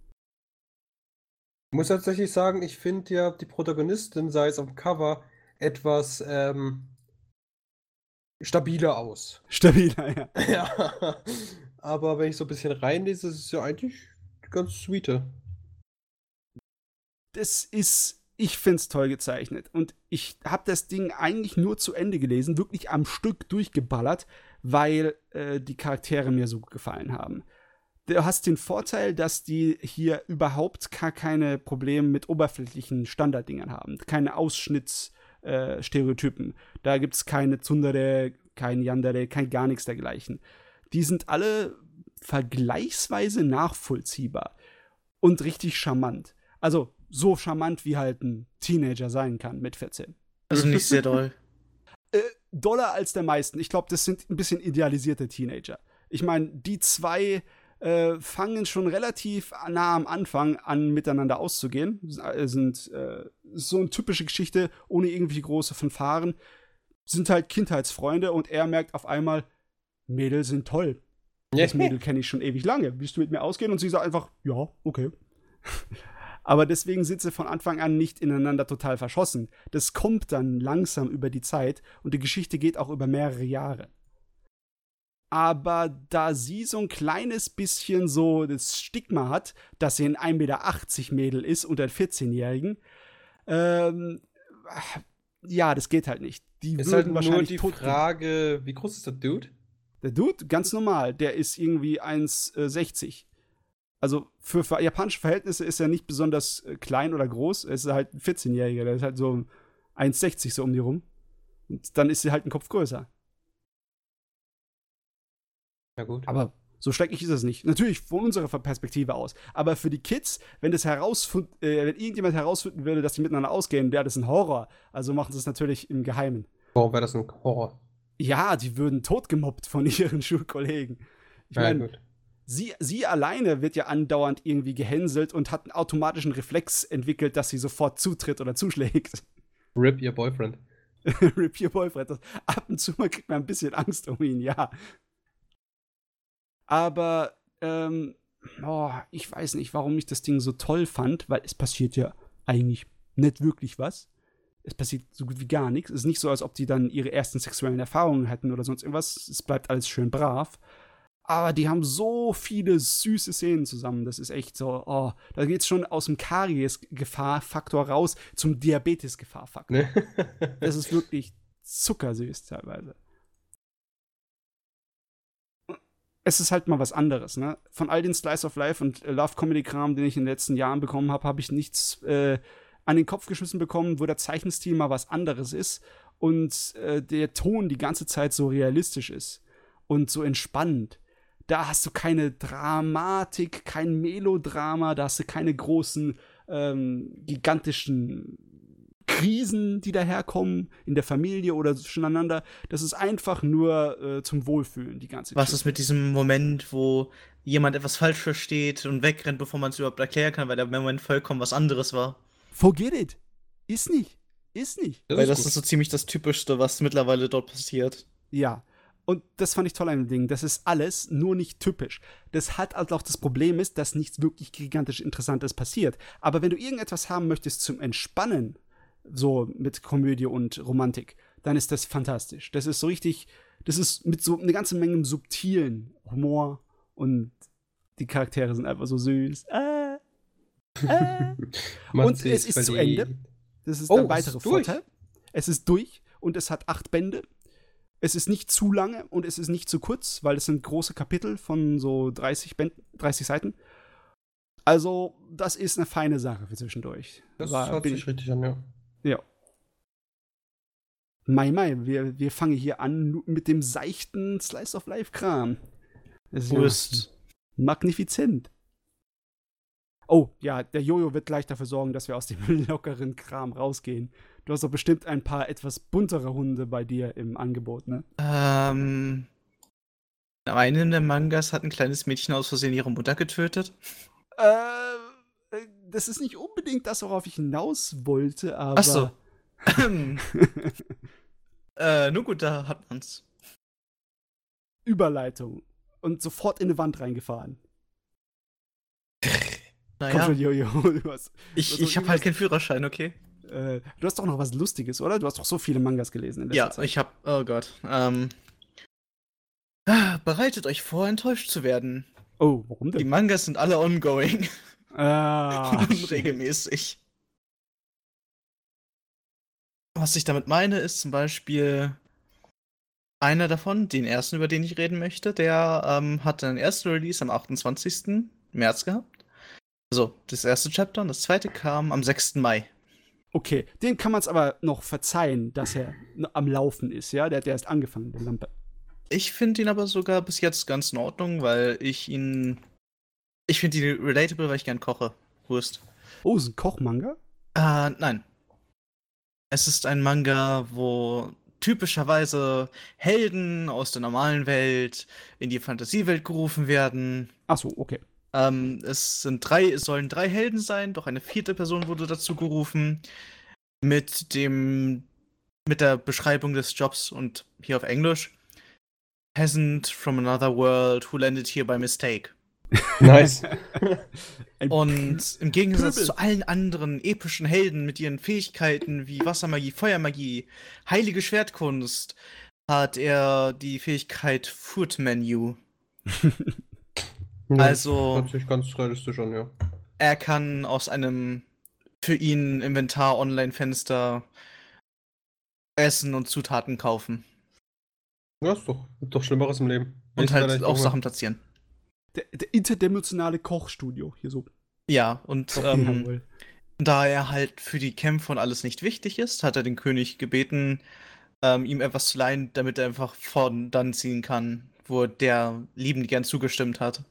Ich muss tatsächlich sagen, ich finde ja die Protagonistin, sei es auf dem Cover, etwas ähm, stabiler aus. Stabiler, ja. Ja. Aber wenn ich so ein bisschen reinlese, ist es ja eigentlich ganz sweet. Das ist, ich find's toll gezeichnet. Und ich habe das Ding eigentlich nur zu Ende gelesen, wirklich am Stück durchgeballert, weil äh, die Charaktere mir so gut gefallen haben. Du hast den Vorteil, dass die hier überhaupt gar keine Probleme mit oberflächlichen Standarddingern haben. Keine Ausschnittsstereotypen. Da gibt's keine Tsundere, kein Yandere, kein gar nichts dergleichen. Die sind alle vergleichsweise nachvollziehbar und richtig charmant. Also so charmant, wie halt ein Teenager sein kann mit vierzehn. Also nicht sehr doll. Äh, doller als der meisten. Ich glaube, das sind ein bisschen idealisierte Teenager. Ich meine, die zwei äh, fangen schon relativ nah am Anfang an, miteinander auszugehen. Äh, sind äh, so eine typische Geschichte, ohne irgendwelche große Fanfaren. Sind halt Kindheitsfreunde und er merkt auf einmal, Mädel sind toll. Das Mädel kenne ich schon ewig lange. Willst du mit mir ausgehen? Und sie sagt einfach, ja, okay. Aber deswegen sind sie von Anfang an nicht ineinander total verschossen. Das kommt dann langsam über die Zeit und die Geschichte geht auch über mehrere Jahre. Aber da sie so ein kleines bisschen so das Stigma hat, dass sie ein ein Meter achtzig Mädel ist unter vierzehnjährigen, ähm, ja, das geht halt nicht. Die Ist würden halt nur wahrscheinlich die tot gehen. Frage, wie groß ist der Dude? Der Dude, ganz normal, der ist irgendwie eins Komma sechzig. Also für ver- japanische Verhältnisse ist er nicht besonders äh, klein oder groß. Er ist halt ein vierzehnjähriger. Der ist halt so eins sechzig so um die rum. Und dann ist sie halt ein Kopf größer. Ja, gut. Aber so schrecklich ist es nicht. Natürlich von unserer Perspektive aus. Aber für die Kids, wenn das herausfund, äh, wenn irgendjemand herausfinden würde, dass die miteinander ausgehen, wäre das ein Horror. Also machen sie es natürlich im Geheimen. Warum wäre das ein Horror? Ja, die würden totgemobbt von ihren Schulkollegen. Ich Ja, meine, gut. sie, sie alleine wird ja andauernd irgendwie gehänselt und hat einen automatischen Reflex entwickelt, dass sie sofort zutritt oder zuschlägt. Rip ihr Boyfriend. Rip your boyfriend. Das, ab und zu mal kriegt man ein bisschen Angst um ihn, ja. Aber, ähm, oh, ich weiß nicht, warum ich das Ding so toll fand, weil es passiert ja eigentlich nicht wirklich was. Es passiert so gut wie gar nichts. Es ist nicht so, als ob die dann ihre ersten sexuellen Erfahrungen hätten oder sonst irgendwas. Es bleibt alles schön brav. Aber die haben so viele süße Szenen zusammen. Das ist echt so, oh, da geht's schon aus dem Karies-Gefahrfaktor raus zum Diabetes-Gefahrfaktor. Ne? Das ist wirklich zuckersüß teilweise. Es ist halt mal was anderes, ne? Von all den Slice of Life und Love-Comedy-Kram, den ich in den letzten Jahren bekommen habe, habe ich nichts äh, an den Kopf geschmissen bekommen, wo der Zeichenstil mal was anderes ist und äh, der Ton die ganze Zeit so realistisch ist und so entspannend. Da hast du keine Dramatik, kein Melodrama, da hast du keine großen, ähm, gigantischen Krisen, die daherkommen in der Familie oder zwischeneinander. Das ist einfach nur äh, zum Wohlfühlen, die ganze Was Geschichte. ist mit diesem Moment, wo jemand etwas falsch versteht und wegrennt, bevor man es überhaupt erklären kann, weil der Moment vollkommen was anderes war? Forget it. Ist nicht. Ist nicht. Das weil ist das gut. ist so ziemlich das Typischste, was mittlerweile dort passiert. Ja. Und das fand ich toll an dem Ding. Das ist alles nur nicht typisch. Das hat halt auch das Problem ist, dass nichts wirklich gigantisch Interessantes passiert. Aber wenn du irgendetwas haben möchtest zum Entspannen, so mit Komödie und Romantik, dann ist das fantastisch. Das ist so richtig, das ist mit so eine ganze Menge subtilen Humor und die Charaktere sind einfach so süß. Äh, äh. Man Und sich es ist zu verliebt. Ende. Das ist Oh, der es weitere ist durch. Vorteil. Es ist durch und es hat acht Bände. Es ist nicht zu lange und es ist nicht zu kurz, weil es sind große Kapitel von so dreißig, Bänden, dreißig Seiten. Also, das ist eine feine Sache für zwischendurch. Das War- hört bin sich ich- richtig an, ja. Ja. Mai, mai, wir, wir fangen hier an nu- mit dem seichten Slice of Life-Kram. Das ist ja Wurst. magnifizent. Oh, ja, der Jojo wird gleich dafür sorgen, dass wir aus dem lockeren Kram rausgehen. Du hast doch bestimmt ein paar etwas buntere Hunde bei dir im Angebot, ne? Ähm. In einem der Mangas hat ein kleines Mädchen aus Versehen ihre Mutter getötet. Äh, das ist nicht unbedingt das, worauf ich hinaus wollte, aber. Ach so. äh, nun gut, da hat man's. Überleitung. Und sofort in eine Wand reingefahren. Komm Naja, schon, Jojo. Du hast, ich, also ich habe halt keinen Führerschein, okay? äh, du hast doch noch was Lustiges, oder? Du hast doch so viele Mangas gelesen in letzter Ja, Zeit. ich hab, oh Gott. Ähm. ah, Bereitet euch vor, enttäuscht zu werden. Oh, warum Die denn? Mangas sind alle ongoing. Ah, shit. Unregelmäßig. Was ich damit meine, ist zum Beispiel einer davon, den ersten, über den ich reden möchte, der ähm, hat einen ersten Release am achtundzwanzigsten März gehabt. Also, das erste Chapter und das zweite kam am sechsten Mai. Okay, den kann man es aber noch verzeihen, dass er n- am Laufen ist, ja? Der hat ja erst angefangen, der Lampe. Ich finde ihn aber sogar bis jetzt ganz in Ordnung, weil ich ihn. Ich finde ihn relatable, weil ich gern koche. Wurst. Oh, ist ein Kochmanga? Äh, nein. Es ist ein Manga, wo typischerweise Helden aus der normalen Welt in die Fantasiewelt gerufen werden. Ach so, okay. Ähm, es sind drei, es sollen drei Helden sein, doch eine vierte Person wurde dazu gerufen. Mit dem, mit der Beschreibung des Jobs und hier auf Englisch. Peasant from another world who landed here by mistake. Nice. Ein Und im Gegensatz Pöbel. zu allen anderen epischen Helden mit ihren Fähigkeiten wie Wassermagie, Feuermagie, heilige Schwertkunst, hat er die Fähigkeit Food Menu. Ja, Also- Hört sich ganz realistisch an, ja. Er kann aus einem für ihn Inventar-Online-Fenster Essen und Zutaten kaufen. Ja, ist doch, gibt doch Schlimmeres im Leben. Und Ich werde halt nicht auch Hunger. Sachen platzieren. Der, der interdimensionale Kochstudio, hier so. Ja, und ähm, Jawohl. Da er halt für die Kämpfe und alles nicht wichtig ist, hat er den König gebeten, ähm, ihm etwas zu leihen, damit er einfach von dann ziehen kann, wo der liebend gern zugestimmt hat.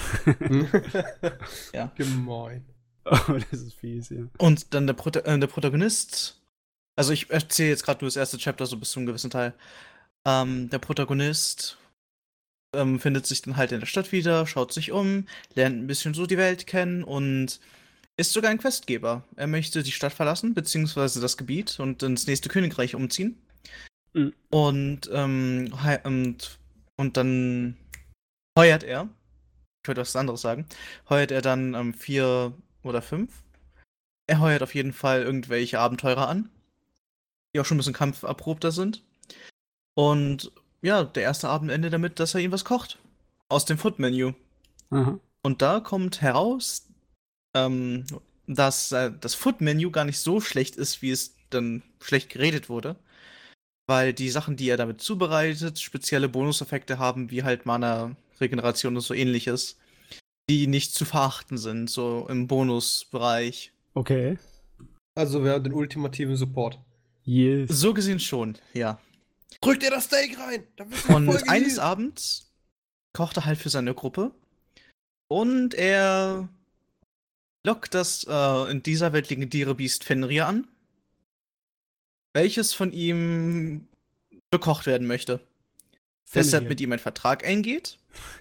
Ja. Gemein. Oh, das ist fies, ja. Und dann der, Prota äh, der Protagonist, also ich erzähle jetzt gerade nur das erste Chapter so bis zu einem gewissen Teil. Ähm, der Protagonist ähm, findet sich dann halt in der Stadt wieder, schaut sich um, lernt ein bisschen so die Welt kennen und ist sogar ein Questgeber. Er möchte die Stadt verlassen, beziehungsweise das Gebiet und ins nächste Königreich umziehen. Mhm. Und, ähm, und, und dann heuert er, ich wollte was anderes sagen, heuert er dann ähm, vier oder fünf. Er heuert auf jeden Fall irgendwelche Abenteurer an, die auch schon ein bisschen kampferprobter sind. Und ja, der erste Abend endet damit, dass er ihm was kocht. Aus dem Food-Menü. Aha. Und da kommt heraus, ähm, dass äh, das Food-Menü gar nicht so schlecht ist, wie es dann schlecht geredet wurde. Weil die Sachen, die er damit zubereitet, spezielle Bonuseffekte haben, wie halt Mana-Regeneration und so ähnliches, die nicht zu verachten sind, so im Bonusbereich. Okay. Also wir haben den ultimativen Support. Yes. So gesehen schon, ja. Drück dir das Steak rein! Dann wirst du voll Und eines geheilt. Abends kocht er halt für seine Gruppe und er lockt das äh, in dieser Welt legendäre Biest Fenrir an, welches von ihm bekocht werden möchte. Deshalb mit ihm einen Vertrag eingeht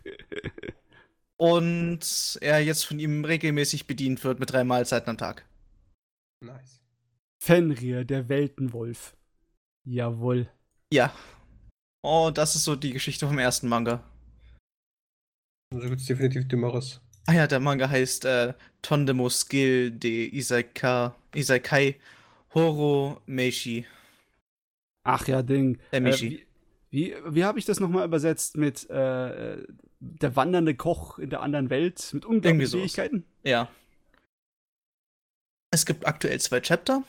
und er jetzt von ihm regelmäßig bedient wird mit drei Mahlzeiten am Tag. Nice. Fenrir, der Weltenwolf. Jawohl. Ja. Oh, das ist so die Geschichte vom ersten Manga. Also gibt's definitiv Dümmeres. Ah ja, der Manga heißt äh, Tondemo Skill de Isekai, Isekai Horo Meishi. Ach ja, Ding. Der Äh, Mishi. wie wie, wie habe ich das nochmal übersetzt mit äh, der wandernde Koch in der anderen Welt mit Irgendwie unglaublichen sowas. Fähigkeiten? Ja. Es gibt aktuell zwei Chapter.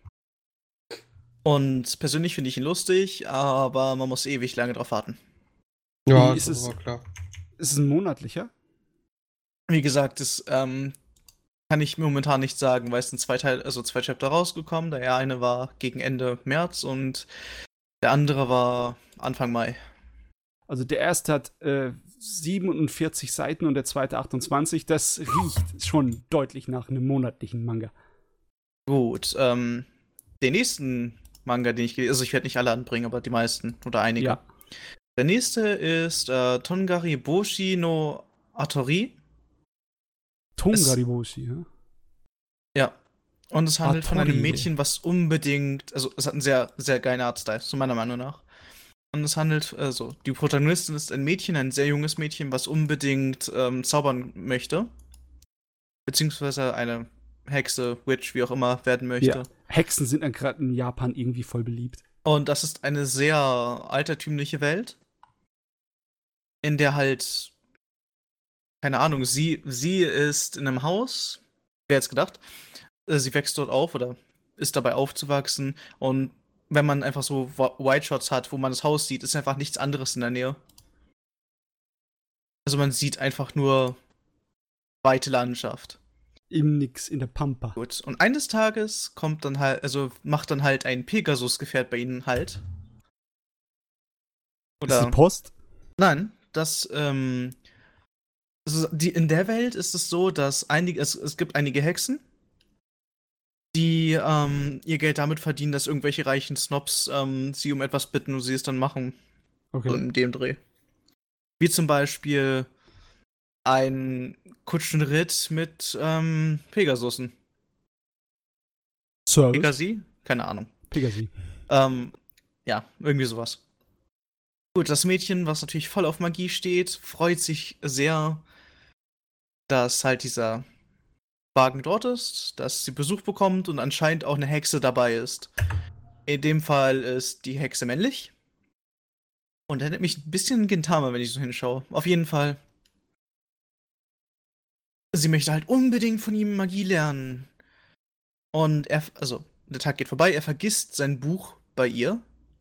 Und persönlich finde ich ihn lustig, aber man muss ewig lange drauf warten. Ja, Wie ist ist es- aber klar. Ist es ein monatlicher? Wie gesagt, das ähm, kann ich momentan nicht sagen, weil es sind zwei Teile, also zwei Chapter rausgekommen. Der eine war gegen Ende März und der andere war Anfang Mai. Also der erste hat äh, siebenundvierzig Seiten und der zweite achtundzwanzig. Das riecht schon deutlich nach einem monatlichen Manga. Gut, ähm, den nächsten Manga, den ich gelesen, also ich werde nicht alle anbringen, aber die meisten oder einige. Ja. Der nächste ist äh, Tongari Boshi no Atori. Tongariboshi, ja? Ja. Und es handelt von einem Atori. Mädchen, was unbedingt, also es hat einen sehr, sehr geilen Artstyle, zu meiner Meinung nach. Und es handelt, also die Protagonistin ist ein Mädchen, ein sehr junges Mädchen, was unbedingt ähm, zaubern möchte. Beziehungsweise eine Hexe, Witch, wie auch immer, werden möchte. Ja. Hexen sind ja gerade in Japan irgendwie voll beliebt. Und das ist eine sehr altertümliche Welt, in der halt, keine Ahnung, sie, sie ist in einem Haus, wer hätte es gedacht, äh, sie wächst dort auf oder ist dabei aufzuwachsen und wenn man einfach so White Shots hat, wo man das Haus sieht, ist einfach nichts anderes in der Nähe. Also man sieht einfach nur weite Landschaft. Im Nix, in der Pampa. Gut. Und eines Tages kommt dann halt, also macht dann halt ein Pegasus-Gefährt bei ihnen halt. Ist die Oder. Post? Nein, das, ähm. Also die, in der Welt ist es so, dass einige, es, es gibt einige Hexen, die ähm, ihr Geld damit verdienen, dass irgendwelche reichen Snobs ähm, sie um etwas bitten und sie es dann machen. Okay. So in dem Dreh. Wie zum Beispiel ein Kutschenritt mit ähm, Pegasussen. Service? Pegasi? Keine Ahnung. Pegasi. Ähm, ja, irgendwie sowas. Gut, das Mädchen, was natürlich voll auf Magie steht, freut sich sehr, dass halt dieser Wagen dort ist, dass sie Besuch bekommt und anscheinend auch eine Hexe dabei ist. In dem Fall ist die Hexe männlich. Und erinnert mich ein bisschen an Gintama, wenn ich so hinschaue. Auf jeden Fall. Sie möchte halt unbedingt von ihm Magie lernen. Und er, also, der Tag geht vorbei, er vergisst sein Buch bei ihr.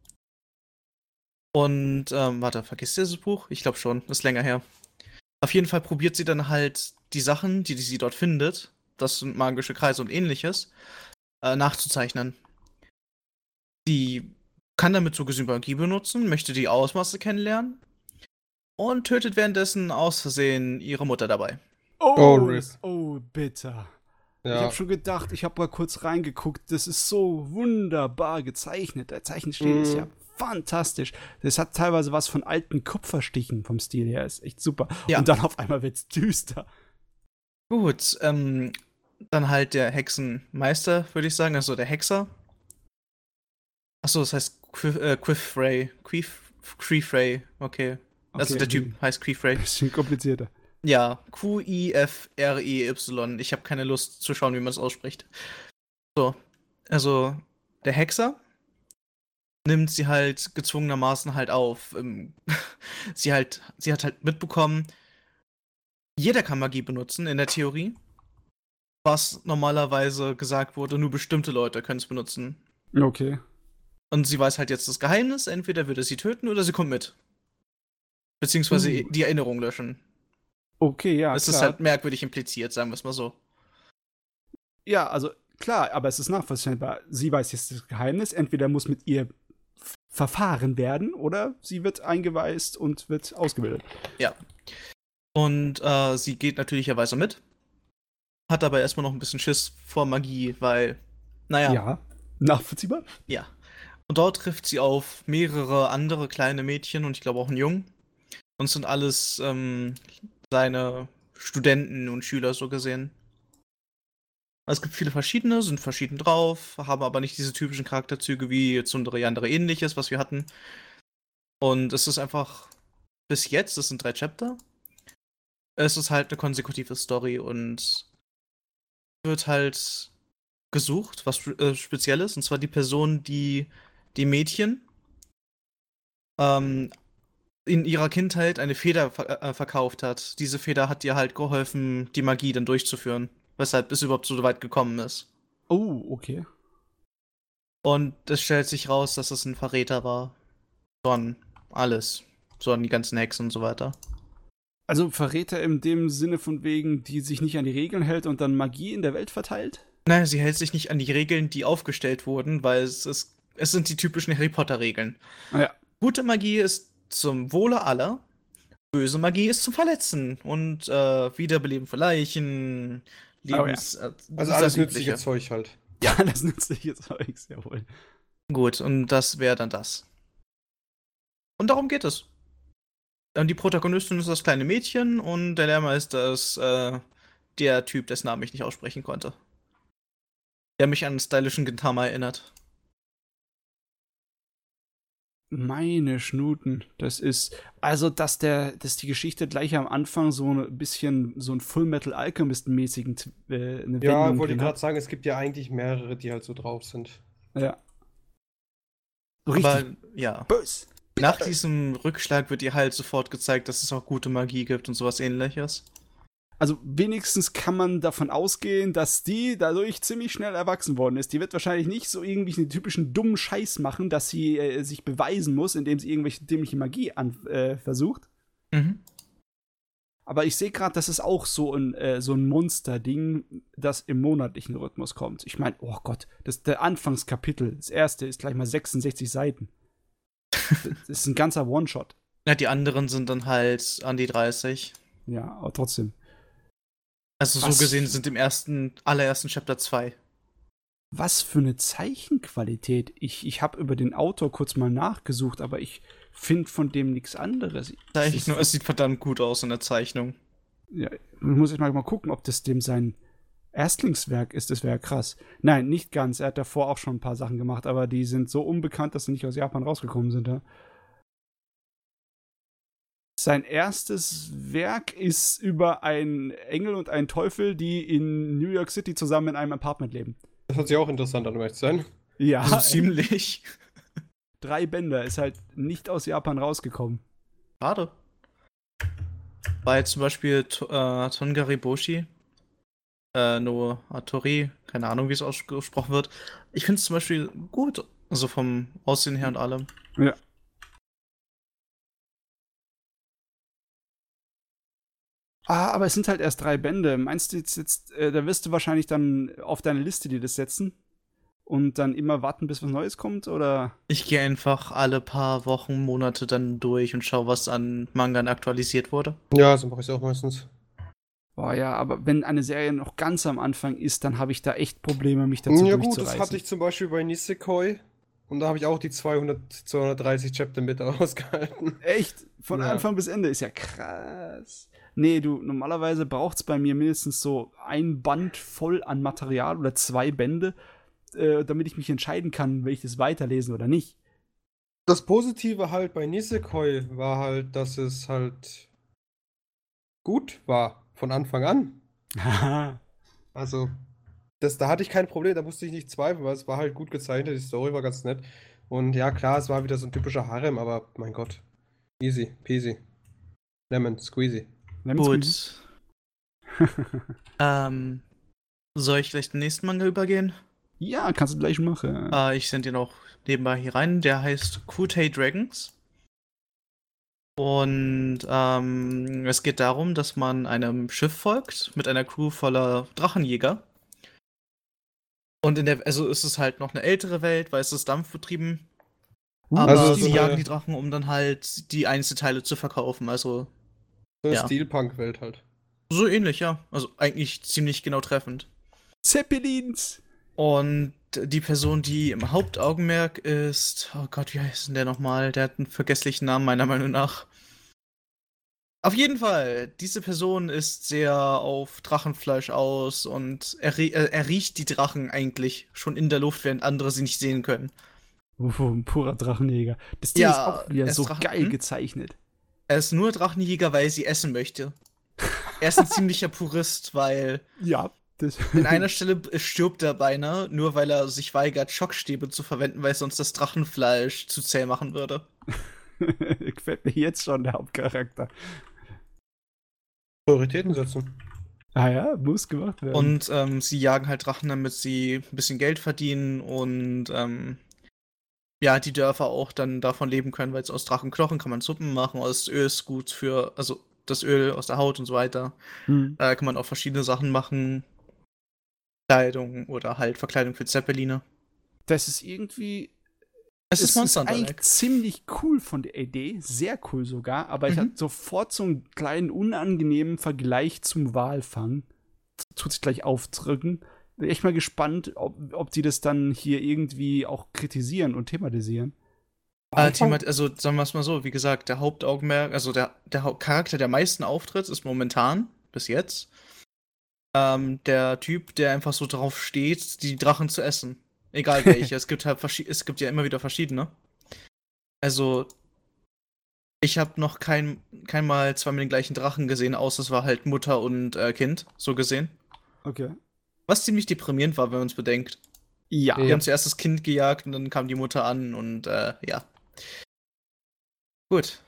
Und, ähm, warte, vergisst er das Buch? Ich glaube schon, ist länger her. Auf jeden Fall probiert sie dann halt die Sachen, die, die sie dort findet, das sind magische Kreise und ähnliches, äh, nachzuzeichnen. Die kann damit so gesehen Magie benutzen, möchte die Ausmaße kennenlernen und tötet währenddessen aus Versehen ihre Mutter dabei. Oh, Oh, oh, Rip. oh bitter. Ich Ja. habe schon gedacht, ich habe mal kurz reingeguckt, das ist so wunderbar gezeichnet. Der Zeichenstil ist Mhm. ja fantastisch. Das hat teilweise was von alten Kupferstichen vom Stil her, ist echt super. Ja. Und dann auf einmal wird's düster. Gut, ähm, dann halt der Hexenmeister, würde ich sagen, also der Hexer. Achso, das heißt Quif- äh, Quifrey. Quif Quifrey, okay. Also Okay, der Typ heißt Quifrey. Bisschen komplizierter. Ja, Q I F R E Y. Ich habe keine Lust zu schauen, wie man es ausspricht. So, also der Hexer nimmt sie halt gezwungenermaßen halt auf. Ähm, sie halt, sie hat halt mitbekommen, jeder kann Magie benutzen in der Theorie. Was normalerweise gesagt wurde, nur bestimmte Leute können es benutzen. Okay. Und sie weiß halt jetzt das Geheimnis, entweder wird er sie töten oder sie kommt mit. Beziehungsweise Uh. die Erinnerung löschen. Okay, ja, Es klar. ist halt merkwürdig impliziert, sagen wir es mal so. Ja, also klar, aber es ist nachvollziehbar. Sie weiß jetzt das Geheimnis. Entweder muss mit ihr f- verfahren werden oder sie wird eingeweist und wird ausgebildet. Ja. Und äh, sie geht natürlicherweise mit. Hat aber erstmal noch ein bisschen Schiss vor Magie, weil, naja, Ja, nachvollziehbar. ja. Und dort trifft sie auf mehrere andere kleine Mädchen und ich glaube auch einen Jungen. Und es sind alles ähm, seine Studenten und Schüler so gesehen. Es gibt viele verschiedene, sind verschieden drauf, haben aber nicht diese typischen Charakterzüge wie Tsundere Yandere ähnliches, was wir hatten. Und es ist einfach bis jetzt, das sind drei Chapter, es ist halt eine konsekutive Story und wird halt gesucht, was äh, Spezielles, und zwar die Person, die die Mädchen ähm, in ihrer Kindheit eine Feder ver äh, verkauft hat. Diese Feder hat ihr halt geholfen, die Magie dann durchzuführen, weshalb es überhaupt so weit gekommen ist. Oh, okay. Und es stellt sich raus, dass es ein Verräter war. So an alles. So an die ganzen Hexen und so weiter. Also Verräter in dem Sinne von wegen, die sich nicht an die Regeln hält und dann Magie in der Welt verteilt? Naja, sie hält sich nicht an die Regeln, die aufgestellt wurden, weil es ist, es sind die typischen Harry Potter-Regeln. Ah, ja. Gute Magie ist zum Wohle aller, böse Magie ist zum Verletzen und äh, Wiederbeleben für Leichen, Lebens... Oh, äh, Also das alles Übliche. nützliche Zeug halt. Ja, das nützliche Zeugs, jawohl. Gut, und das wäre dann das. Und darum geht es. Und die Protagonistin ist das kleine Mädchen und der Lehrmeister ist äh, der Typ, dessen Namen ich nicht aussprechen konnte. Der mich an einen stylischen Gintama erinnert. Meine Schnuten, das ist, also, dass der, dass die Geschichte gleich am Anfang so ein bisschen so ein Full-Metal Alchemist-mäßigen äh, eine Ja, Wendung wollte ich drin gerade hat. sagen, es gibt ja eigentlich mehrere, die halt so drauf sind. Ja. So richtig Aber ja, bös. nach diesem Rückschlag wird ihr halt sofort gezeigt, dass es auch gute Magie gibt und sowas ähnliches. Also wenigstens kann man davon ausgehen, dass die dadurch ziemlich schnell erwachsen worden ist. Die wird wahrscheinlich nicht so irgendwie einen typischen dummen Scheiß machen, dass sie äh, sich beweisen muss, indem sie irgendwelche dämliche Magie an, äh, versucht. Mhm. Aber ich sehe gerade, das ist auch so ein, äh, so ein Monster-Ding, das im monatlichen Rhythmus kommt. Ich meine, oh Gott, das der Anfangskapitel, das erste ist gleich mal sechsundsechzig Seiten. Das ist ein ganzer One-Shot. Ja, die anderen sind dann halt an die dreißig. Ja, aber trotzdem. Also so Was? gesehen sind im ersten, allerersten Chapter zwei. Was für eine Zeichenqualität. Ich, ich habe über den Autor kurz mal nachgesucht, aber ich finde von dem nichts anderes. Zeichnung, nur, es sieht verdammt gut aus in der Zeichnung. Ja, muss ich mal, mal gucken, ob das dem sein Erstlingswerk ist. Das wäre krass. Nein, nicht ganz. Er hat davor auch schon ein paar Sachen gemacht, aber die sind so unbekannt, dass sie nicht aus Japan rausgekommen sind. Ja? Sein erstes Werk ist über einen Engel und einen Teufel, die in New York City zusammen in einem Apartment leben. Das hört sich auch interessant an, um ehrlich zu sein. Ja, Also ziemlich. drei Bänder, ist halt nicht aus Japan rausgekommen. Schade. Bei zum Beispiel To- äh, Tongariboshi, äh, no Atori, keine Ahnung, wie es ausgesprochen wird. Ich finde es zum Beispiel gut, also vom Aussehen her und allem. Ja. Ah, aber es sind halt erst drei Bände. Meinst du jetzt, jetzt äh, da wirst du wahrscheinlich dann auf deine Liste dir das setzen und dann immer warten, bis was Neues kommt, oder? Ich gehe einfach alle paar Wochen, Monate dann durch und schaue, was an Mangan aktualisiert wurde. Ja, so mache ich es auch meistens. Boah, ja, aber wenn eine Serie noch ganz am Anfang ist, dann habe ich da echt Probleme, mich dazu Ja gut, durchzureißen. das hatte ich zum Beispiel bei Nisekoi. Und da habe ich auch die zweihundert, zweihundertdreißig Chapter mit ausgehalten. Echt? Von Ja. Anfang bis Ende ist ja krass. Nee, du, normalerweise braucht es bei mir mindestens so ein Band voll an Material oder zwei Bände, äh, damit ich mich entscheiden kann, will ich das weiterlesen oder nicht. Das Positive halt bei Nisekoi war halt, dass es halt gut war. Von Anfang an. Haha. Also, das, da hatte ich kein Problem, da musste ich nicht zweifeln, weil es war halt gut gezeichnet, die Story war ganz nett. Und ja, klar, es war wieder so ein typischer Harem, aber mein Gott. Easy, peasy. Lemon, squeezy. Lemon Squeezy. Gut. ähm, soll ich gleich den nächsten Manga übergehen? Ja, kannst du gleich machen. Äh, ich sende ihn auch nebenbei hier rein. Der heißt Kutei Dragons. Und ähm, es geht darum, dass man einem Schiff folgt mit einer Crew voller Drachenjäger. Und in der, also ist es halt noch eine ältere Welt, weil es ist dampfbetrieben. Uh, Aber Also sie so eine- jagen die Drachen, um dann halt die Einzelteile zu verkaufen. Also So eine Ja. Steelpunk-Welt halt. so ähnlich, ja. Also eigentlich ziemlich genau treffend. Zeppelins. Und die Person, die im Hauptaugenmerk ist, oh Gott, wie heißt denn der nochmal? Der hat einen vergesslichen Namen, meiner Meinung nach. Auf jeden Fall, diese Person ist sehr auf Drachenfleisch aus und er, rie- äh, er riecht die Drachen eigentlich schon in der Luft, während andere sie nicht sehen können. Uh, ein purer Drachenjäger. Das Ding Ja, ist auch wieder er ist so Drachen- geil hm? gezeichnet. Er ist nur Drachenjäger, weil er sie essen möchte. Er ist ein ziemlicher Purist, weil Ja, das in einer Stelle stirbt er beinahe, nur weil er sich weigert, Schockstäbe zu verwenden, weil sonst das Drachenfleisch zu zäh machen würde. gefällt mir jetzt schon, der Hauptcharakter. Prioritäten setzen. Ah ja, muss gemacht werden. Und ähm, sie jagen halt Drachen, damit sie ein bisschen Geld verdienen und ähm, ja, die Dörfer auch dann davon leben können, weil aus Drachenknochen kann man Suppen machen, aus Öl ist gut für, also das Öl aus der Haut und so weiter. Hm. Da kann man auch verschiedene Sachen machen. Kleidung oder halt Verkleidung für Zeppeline. Das ist irgendwie. Es ist Monster Hunter eigentlich like. ziemlich cool von der Idee, sehr cool sogar, aber ich Mhm. hatte sofort so einen kleinen unangenehmen Vergleich zum Walfang. Tut sich gleich aufdrücken. Bin echt mal gespannt, ob, ob die das dann hier irgendwie auch kritisieren und thematisieren. Äh, Thema, also sagen wir es mal so, wie gesagt, der Hauptaugenmerk, also der, der Hauptcharakter, der am meisten auftritt, ist momentan, bis jetzt, ähm, der Typ, der einfach so drauf steht, die Drachen zu essen. Egal welche. es gibt halt verschi- es gibt ja immer wieder verschiedene. Also, ich habe noch kein, kein Mal zweimal den gleichen Drachen gesehen, außer es war halt Mutter und äh, Kind, so gesehen. Okay. Was ziemlich deprimierend war, wenn man es bedenkt. Ja. Die haben zuerst das Kind gejagt und dann kam die Mutter an und äh, ja. Gut.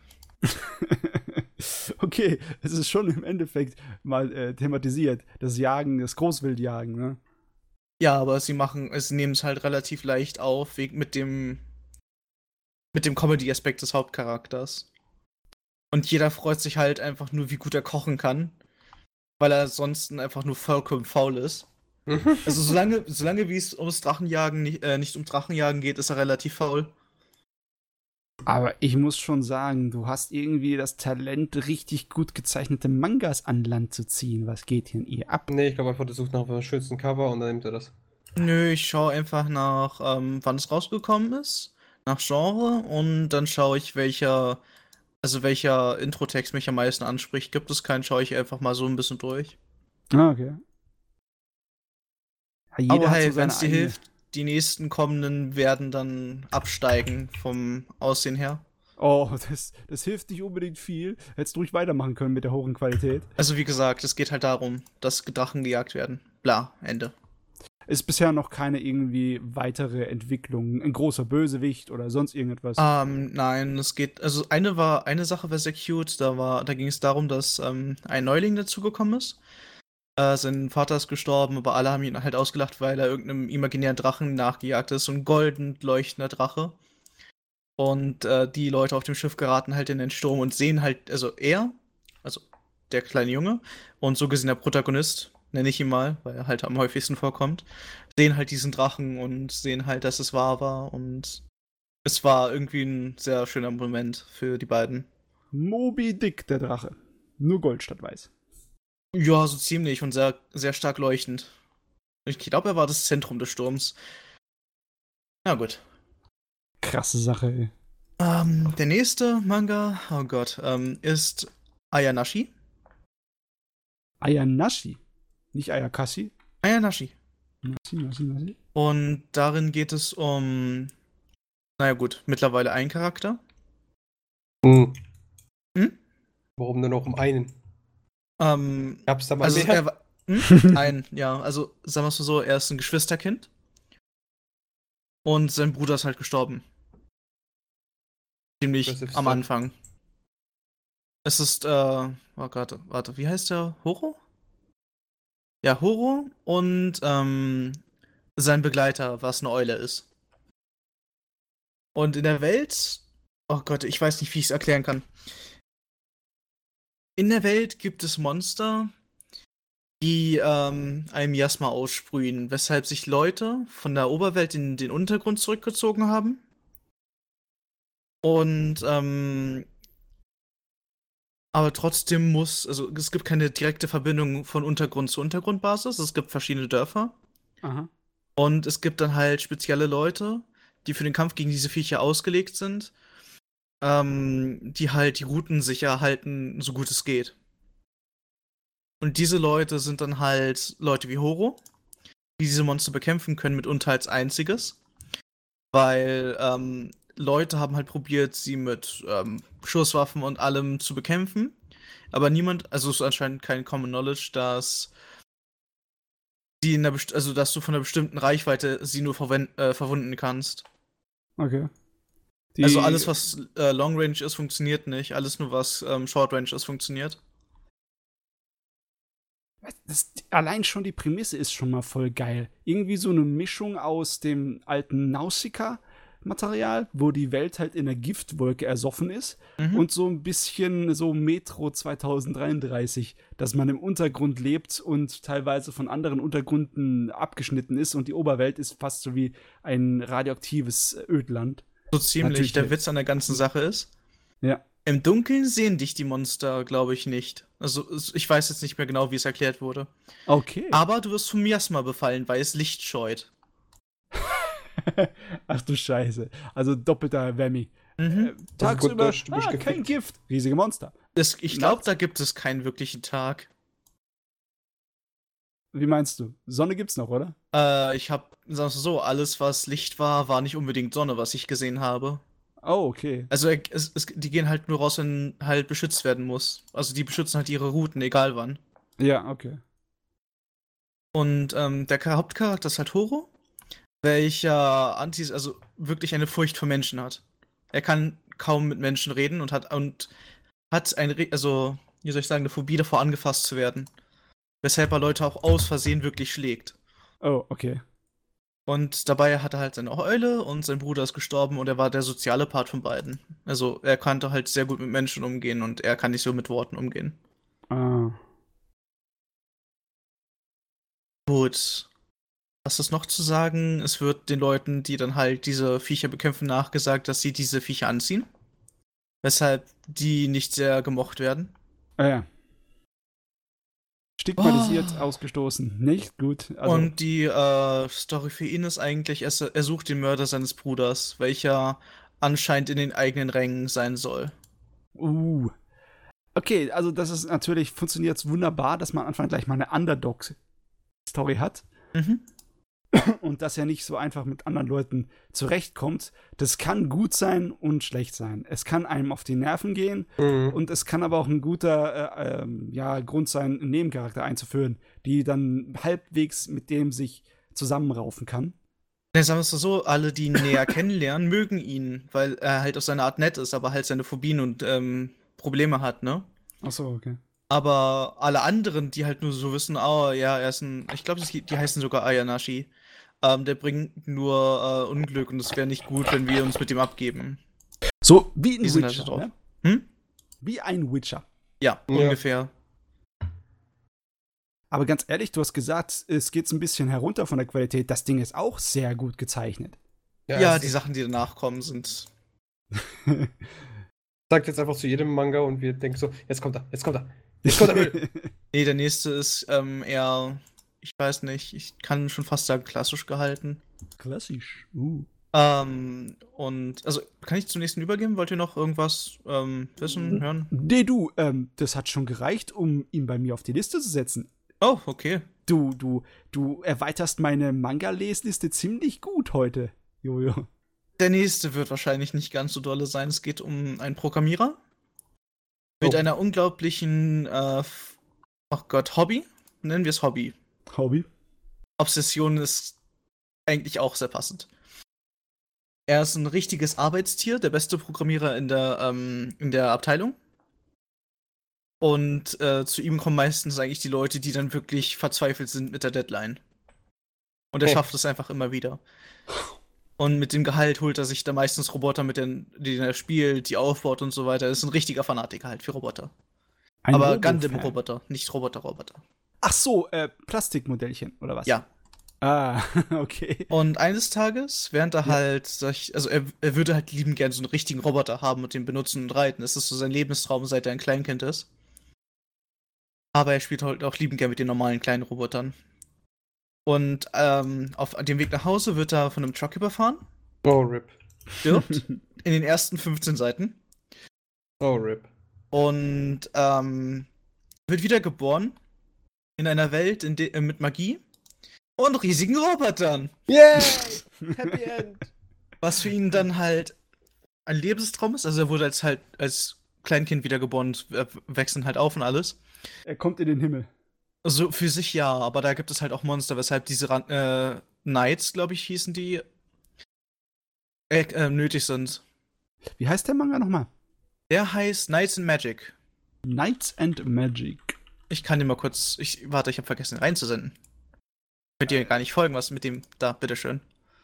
Okay, es ist schon im Endeffekt mal äh, thematisiert. Das Jagen, das Großwildjagen, ne? Ja, aber sie machen, sie nehmen es halt relativ leicht auf, wegen mit dem mit dem Comedy-Aspekt des Hauptcharakters. Und jeder freut sich halt einfach nur, wie gut er kochen kann, weil er sonst einfach nur vollkommen faul ist. Also solange, solange wie es ums Drachenjagen nicht, äh, nicht um Drachenjagen geht, ist er relativ faul. Aber ich muss schon sagen, du hast irgendwie das Talent, richtig gut gezeichnete Mangas an Land zu ziehen. Was geht hier in ihr ab? Nee, ich glaube einfach, der sucht nach dem schönsten Cover und dann nimmt er das. Nö, ich schaue einfach nach, ähm, wann es rausgekommen ist, nach Genre und dann schaue ich, welcher, also welcher Introtext mich am meisten anspricht. Gibt es keinen, schaue ich einfach mal so ein bisschen durch. Ah, okay. Ja, jeder Aber hat so hey, seine wenn es dir eigene- hilft, die nächsten kommenden werden dann absteigen vom Aussehen her. Oh, das, das hilft nicht unbedingt viel. Hättest du ruhig weitermachen können mit der hohen Qualität. Also wie gesagt, es geht halt darum, dass Drachen gejagt werden. Bla, Ende. Ist bisher noch keine irgendwie weitere Entwicklung, ein großer Bösewicht oder sonst irgendetwas. Ähm, nein, es geht, also eine war, eine Sache war sehr cute, da war, da ging es darum, dass ähm, ein Neuling dazugekommen ist. Äh, sein Vater ist gestorben, aber alle haben ihn halt ausgelacht, weil er irgendeinem imaginären Drachen nachgejagt ist, so ein golden leuchtender Drache. Und äh, die Leute auf dem Schiff geraten halt in den Sturm und sehen halt, also er, also der kleine Junge und so gesehen der Protagonist, nenne ich ihn mal, weil er halt am häufigsten vorkommt, sehen halt diesen Drachen und sehen halt, dass es wahr war und es war irgendwie ein sehr schöner Moment für die beiden. Moby Dick, der Drache. Nur Gold statt Weiß. Ja, so ziemlich und sehr, sehr stark leuchtend. Ich glaube, er war das Zentrum des Sturms. Na gut. Krasse Sache, ey. Ähm, der nächste Manga, oh Gott, ähm, ist Ayanashi. Ayanashi. Nicht Ayakashi. Ayanashi. Nashi, Nashi, Nashi. Und darin geht es um, naja gut, mittlerweile ein Charakter. Hm. Hm? Warum nur noch um einen? Ähm, Gab's da mal also mehr? er war, hm? Ein, ja, also sagen wir es mal so, er ist ein Geschwisterkind. Und sein Bruder ist halt gestorben. Ziemlich Was ist am das? Anfang. Es ist, äh, oh Gott, warte, wie heißt der? Horo? Ja, Horo und ähm, sein Begleiter, was eine Eule ist. Und in der Welt, oh Gott, ich weiß nicht, wie ich es erklären kann. In der Welt gibt es Monster, die ähm, ein Miasma aussprühen, weshalb sich Leute von der Oberwelt in den Untergrund zurückgezogen haben. Und ähm, aber trotzdem muss, also es gibt keine direkte Verbindung von Untergrund zu Untergrundbasis. Es gibt verschiedene Dörfer. Aha. Und es gibt dann halt spezielle Leute, die für den Kampf gegen diese Viecher ausgelegt sind, ähm, die halt die Routen sicher halten, so gut es geht. Und diese Leute sind dann halt Leute wie Horo, die diese Monster bekämpfen können, mitunter als einziges. Weil ähm, Leute haben halt probiert, sie mit ähm, Schusswaffen und allem zu bekämpfen. Aber niemand, also es ist anscheinend kein Common Knowledge, dass die in der Best- also dass du von einer bestimmten Reichweite sie nur verwen- äh, verwunden kannst. Okay. Die, Also alles, was äh, Long Range ist, funktioniert nicht. Alles nur, was ähm, Short Range ist, funktioniert. Das, allein schon die Prämisse ist schon mal voll geil. Irgendwie so eine Mischung aus dem alten Nausicaa-Material, wo die Welt halt in einer Giftwolke ersoffen ist, Mhm. und so ein bisschen so Metro zweitausenddreiunddreißig, dass man im Untergrund lebt und teilweise von anderen Untergründen abgeschnitten ist und die Oberwelt ist fast so wie ein radioaktives Ödland. So ziemlich. Natürlich Der nicht. Witz an der ganzen Sache ist, Ja. im Dunkeln sehen dich die Monster, glaube ich, nicht. Also es- ich weiß jetzt nicht mehr genau, wie es erklärt wurde. Okay. Aber du wirst vom Miasma befallen, weil es Licht scheut. Ach du Scheiße. Also doppelter Whammy. Mhm. Äh, tagsüber, Deutsch, du bist ah, kein gefickt. Gift. Riesige Monster. Das, ich glaube, Nachts- da gibt es keinen wirklichen Tag. Wie meinst du? Sonne gibt's noch, oder? Äh, ich habe, sagen wir so, alles, was Licht war, war nicht unbedingt Sonne, was ich gesehen habe. Oh, okay. Also er- es, es, die gehen halt nur raus, wenn halt beschützt werden muss. Also die beschützen halt ihre Routen, egal wann. Ja, okay. Und ähm, der Char- Hauptcharakter ist halt Horo, welcher Antis, also wirklich eine Furcht vor Menschen hat. Er kann kaum mit Menschen reden und hat und hat ein, Re- also wie soll ich sagen, eine Phobie davor, angefasst zu werden. Weshalb er Leute auch aus Versehen wirklich schlägt. Oh, okay. Und dabei hat er halt seine Eule und sein Bruder ist gestorben und er war der soziale Part von beiden. Also er konnte halt sehr gut mit Menschen umgehen und er kann nicht so mit Worten umgehen. Ah. Gut. Was ist noch zu sagen? Es wird den Leuten, die dann halt diese Viecher bekämpfen, nachgesagt, dass sie diese Viecher anziehen. Weshalb die nicht sehr gemocht werden. Ah, ja. Stigmatisiert, Oh. ausgestoßen. Nicht gut. Also, Und die äh, Story für ihn ist eigentlich, er, er sucht den Mörder seines Bruders, welcher anscheinend in den eigenen Rängen sein soll. uh. Okay, also das ist natürlich, funktioniert wunderbar, dass man am Anfang gleich mal eine Underdog-Story hat. Mhm. Und dass er nicht so einfach mit anderen Leuten zurechtkommt. Das kann gut sein und schlecht sein. Es kann einem auf die Nerven gehen Mhm. und es kann aber auch ein guter äh, ähm, ja, Grund sein, einen Nebencharakter einzuführen, die dann halbwegs mit dem sich zusammenraufen kann. Ja, sagen wir es so, alle, die ihn näher kennenlernen, mögen ihn, weil er halt auf seine Art nett ist, aber halt seine Phobien und ähm, Probleme hat, ne? Achso, okay. Aber alle anderen, die halt nur so wissen, oh ja, er ist ein, ich glaube, die heißen sogar Ayanashi, ähm, der bringt nur äh, Unglück und es wäre nicht gut, wenn wir uns mit ihm abgeben. So wie ein Die sind Witcher, also drauf. ne? Hm? Wie ein Witcher. Ja, Ja. ungefähr. Aber ganz ehrlich, du hast gesagt, es geht ein bisschen herunter von der Qualität. Das Ding ist auch sehr gut gezeichnet. Ja, ja die Sachen, die danach kommen, sind. Sagt jetzt einfach zu jedem Manga und wir denken so, jetzt kommt er, jetzt kommt er, jetzt kommt er. Nee, der nächste ist ähm, eher, ich weiß nicht, ich kann schon fast sagen, klassisch gehalten. Klassisch. Uh. Ähm, und, also, kann ich zum nächsten übergehen? Wollt ihr noch irgendwas ähm, wissen, hören? Nee, du, ähm, das hat schon gereicht, um ihn bei mir auf die Liste zu setzen. Oh, okay. Du, du, du erweiterst meine Manga-Lesliste ziemlich gut heute, Jojo. Der nächste wird wahrscheinlich nicht ganz so dolle sein. Es geht um einen Programmierer mit Oh. einer unglaublichen, äh, ach Gott, Hobby? Nennen wir es Hobby. Hobby? Obsession ist eigentlich auch sehr passend. Er ist ein richtiges Arbeitstier, der beste Programmierer in der, ähm, in der Abteilung. Und äh, zu ihm kommen meistens eigentlich die Leute, die dann wirklich verzweifelt sind mit der Deadline. Und er Oh. schafft es einfach immer wieder. Und mit dem Gehalt holt er sich da meistens Roboter, mit denen, denen er spielt, die aufbaut und so weiter. Er ist ein richtiger Fanatiker halt für Roboter. Ein Aber Robo-Fan. Gundam-Roboter, nicht Roboter-Roboter. Ach so, äh, Plastikmodellchen, oder was? Ja. Ah, okay. Und eines Tages, während er Ja. halt, solch, also er, er würde halt lieben gern so einen richtigen Roboter haben und den benutzen und reiten. Das ist so sein Lebenstraum, seit er ein Kleinkind ist. Aber er spielt halt auch lieben gern mit den normalen kleinen Robotern. Und ähm, auf dem Weg nach Hause wird er von einem Truck überfahren, Oh, R I P. stirbt in den ersten fünfzehn Seiten Oh, R I P. und ähm, wird wiedergeboren in einer Welt in de- äh, mit Magie und riesigen Robotern. Yay! Happy End! Was für ihn dann halt ein Lebenstraum ist. Also er wurde als halt als Kleinkind wiedergeboren, äh, wechseln halt auf und alles. Er kommt in den Himmel. Also für sich ja, aber da gibt es halt auch Monster, weshalb diese Ran äh, Knights, glaube ich, hießen die, äh, äh, nötig sind. Wie heißt der Manga nochmal? Der heißt Knights and Magic. Knights and Magic. Ich kann dir mal kurz, ich warte, ich habe vergessen ihn reinzusenden. Könnt ihr gar nicht folgen, was mit dem, da, bitteschön.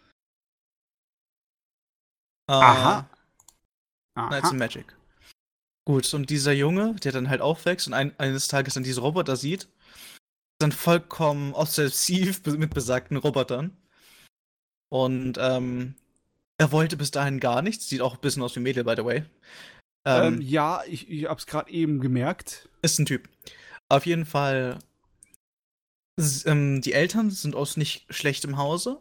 Äh, Aha. Knights Aha. and Magic. Gut, und dieser Junge, der dann halt aufwächst und ein, eines Tages dann diese Roboter sieht, ist dann vollkommen obsessiv be- mit besagten Robotern. Und ähm, er wollte bis dahin gar nichts. Sieht auch ein bisschen aus wie Mädel, by the way. Ähm, Ähm, ja, ich, ich hab's gerade eben gemerkt. Ist ein Typ. Auf jeden Fall, s- ähm, die Eltern sind aus nicht schlechtem Hause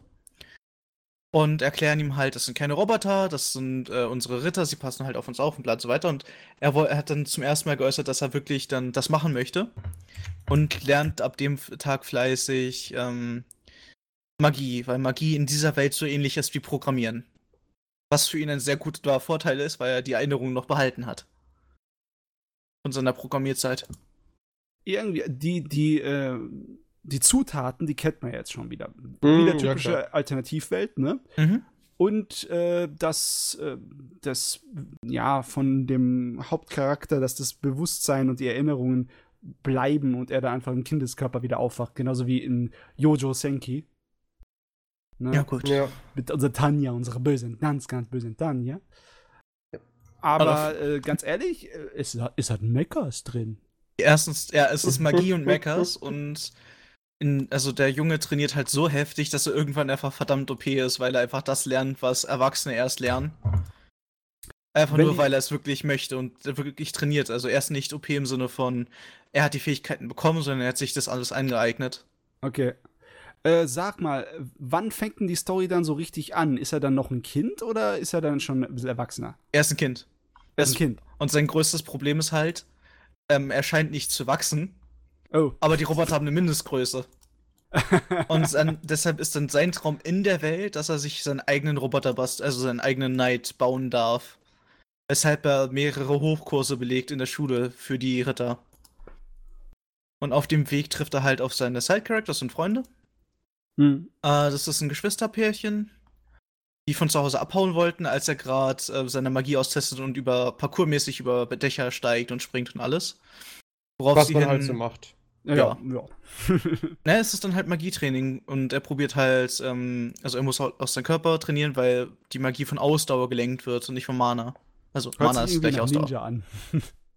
und erklären ihm halt, das sind keine Roboter, das sind äh, unsere Ritter, sie passen halt auf uns auf und bla und so weiter. Und er, woll- er hat dann zum ersten Mal geäußert, dass er wirklich dann das machen möchte und lernt ab dem F- Tag fleißig ähm, Magie, weil Magie in dieser Welt so ähnlich ist wie Programmieren. Was für ihn ein sehr guter Vorteil ist, weil er die Erinnerungen noch behalten hat. Von seiner Programmierzeit. Irgendwie, die, die, äh, die Zutaten, die kennt man jetzt schon wieder. Mm, wieder ja, typische klar. Alternativwelt, ne? Mhm. Und äh, das, äh, das, ja, von dem Hauptcharakter, dass das Bewusstsein und die Erinnerungen bleiben und er da einfach im Kindeskörper wieder aufwacht. Genauso wie in Jojo Senki. Ne? Ja, gut. Ja. Mit unserer Tanja, unserer bösen, ganz, ganz bösen Tanja. Aber äh, ganz ehrlich, äh, es, es hat Mechas drin. Erstens, ja, es ist Magie und Mechas und in, also der Junge trainiert halt so heftig, dass er irgendwann einfach verdammt O P ist, weil er einfach das lernt, was Erwachsene erst lernen. Einfach Wenn nur, ich- weil er es wirklich möchte und er wirklich trainiert. Also er ist nicht O P im Sinne von, er hat die Fähigkeiten bekommen, sondern er hat sich das alles angeeignet. Okay. Äh, sag mal, wann fängt denn die Story dann so richtig an? Ist er dann noch ein Kind oder ist er dann schon ein bisschen erwachsener? Er ist ein Kind. Er ist Also- ein Kind. Und sein größtes Problem ist halt, ähm, er scheint nicht zu wachsen, Oh. aber die Roboter haben eine Mindestgröße. Und dann, deshalb ist dann sein Traum in der Welt, dass er sich seinen eigenen Roboter bast, also seinen eigenen Knight bauen darf. Weshalb er mehrere Hochkurse belegt in der Schule für die Ritter. Und auf dem Weg trifft er halt auf seine Side-Characters und Freunde. Hm. Äh, das ist ein Geschwisterpärchen, die von zu Hause abhauen wollten, als er gerade äh, seine Magie austestet und über parkourmäßig über Dächer steigt und springt und alles. Worauf Was sie man hin, halt so macht. Ja, Ja. ja. Ne, es ist dann halt Magietraining und er probiert halt, ähm, also er muss halt aus seinem Körper trainieren, weil die Magie von Ausdauer gelenkt wird und nicht von Mana. Also Hört Mana sich ist irgendwie gleich nach Ausdauer. Ninja an.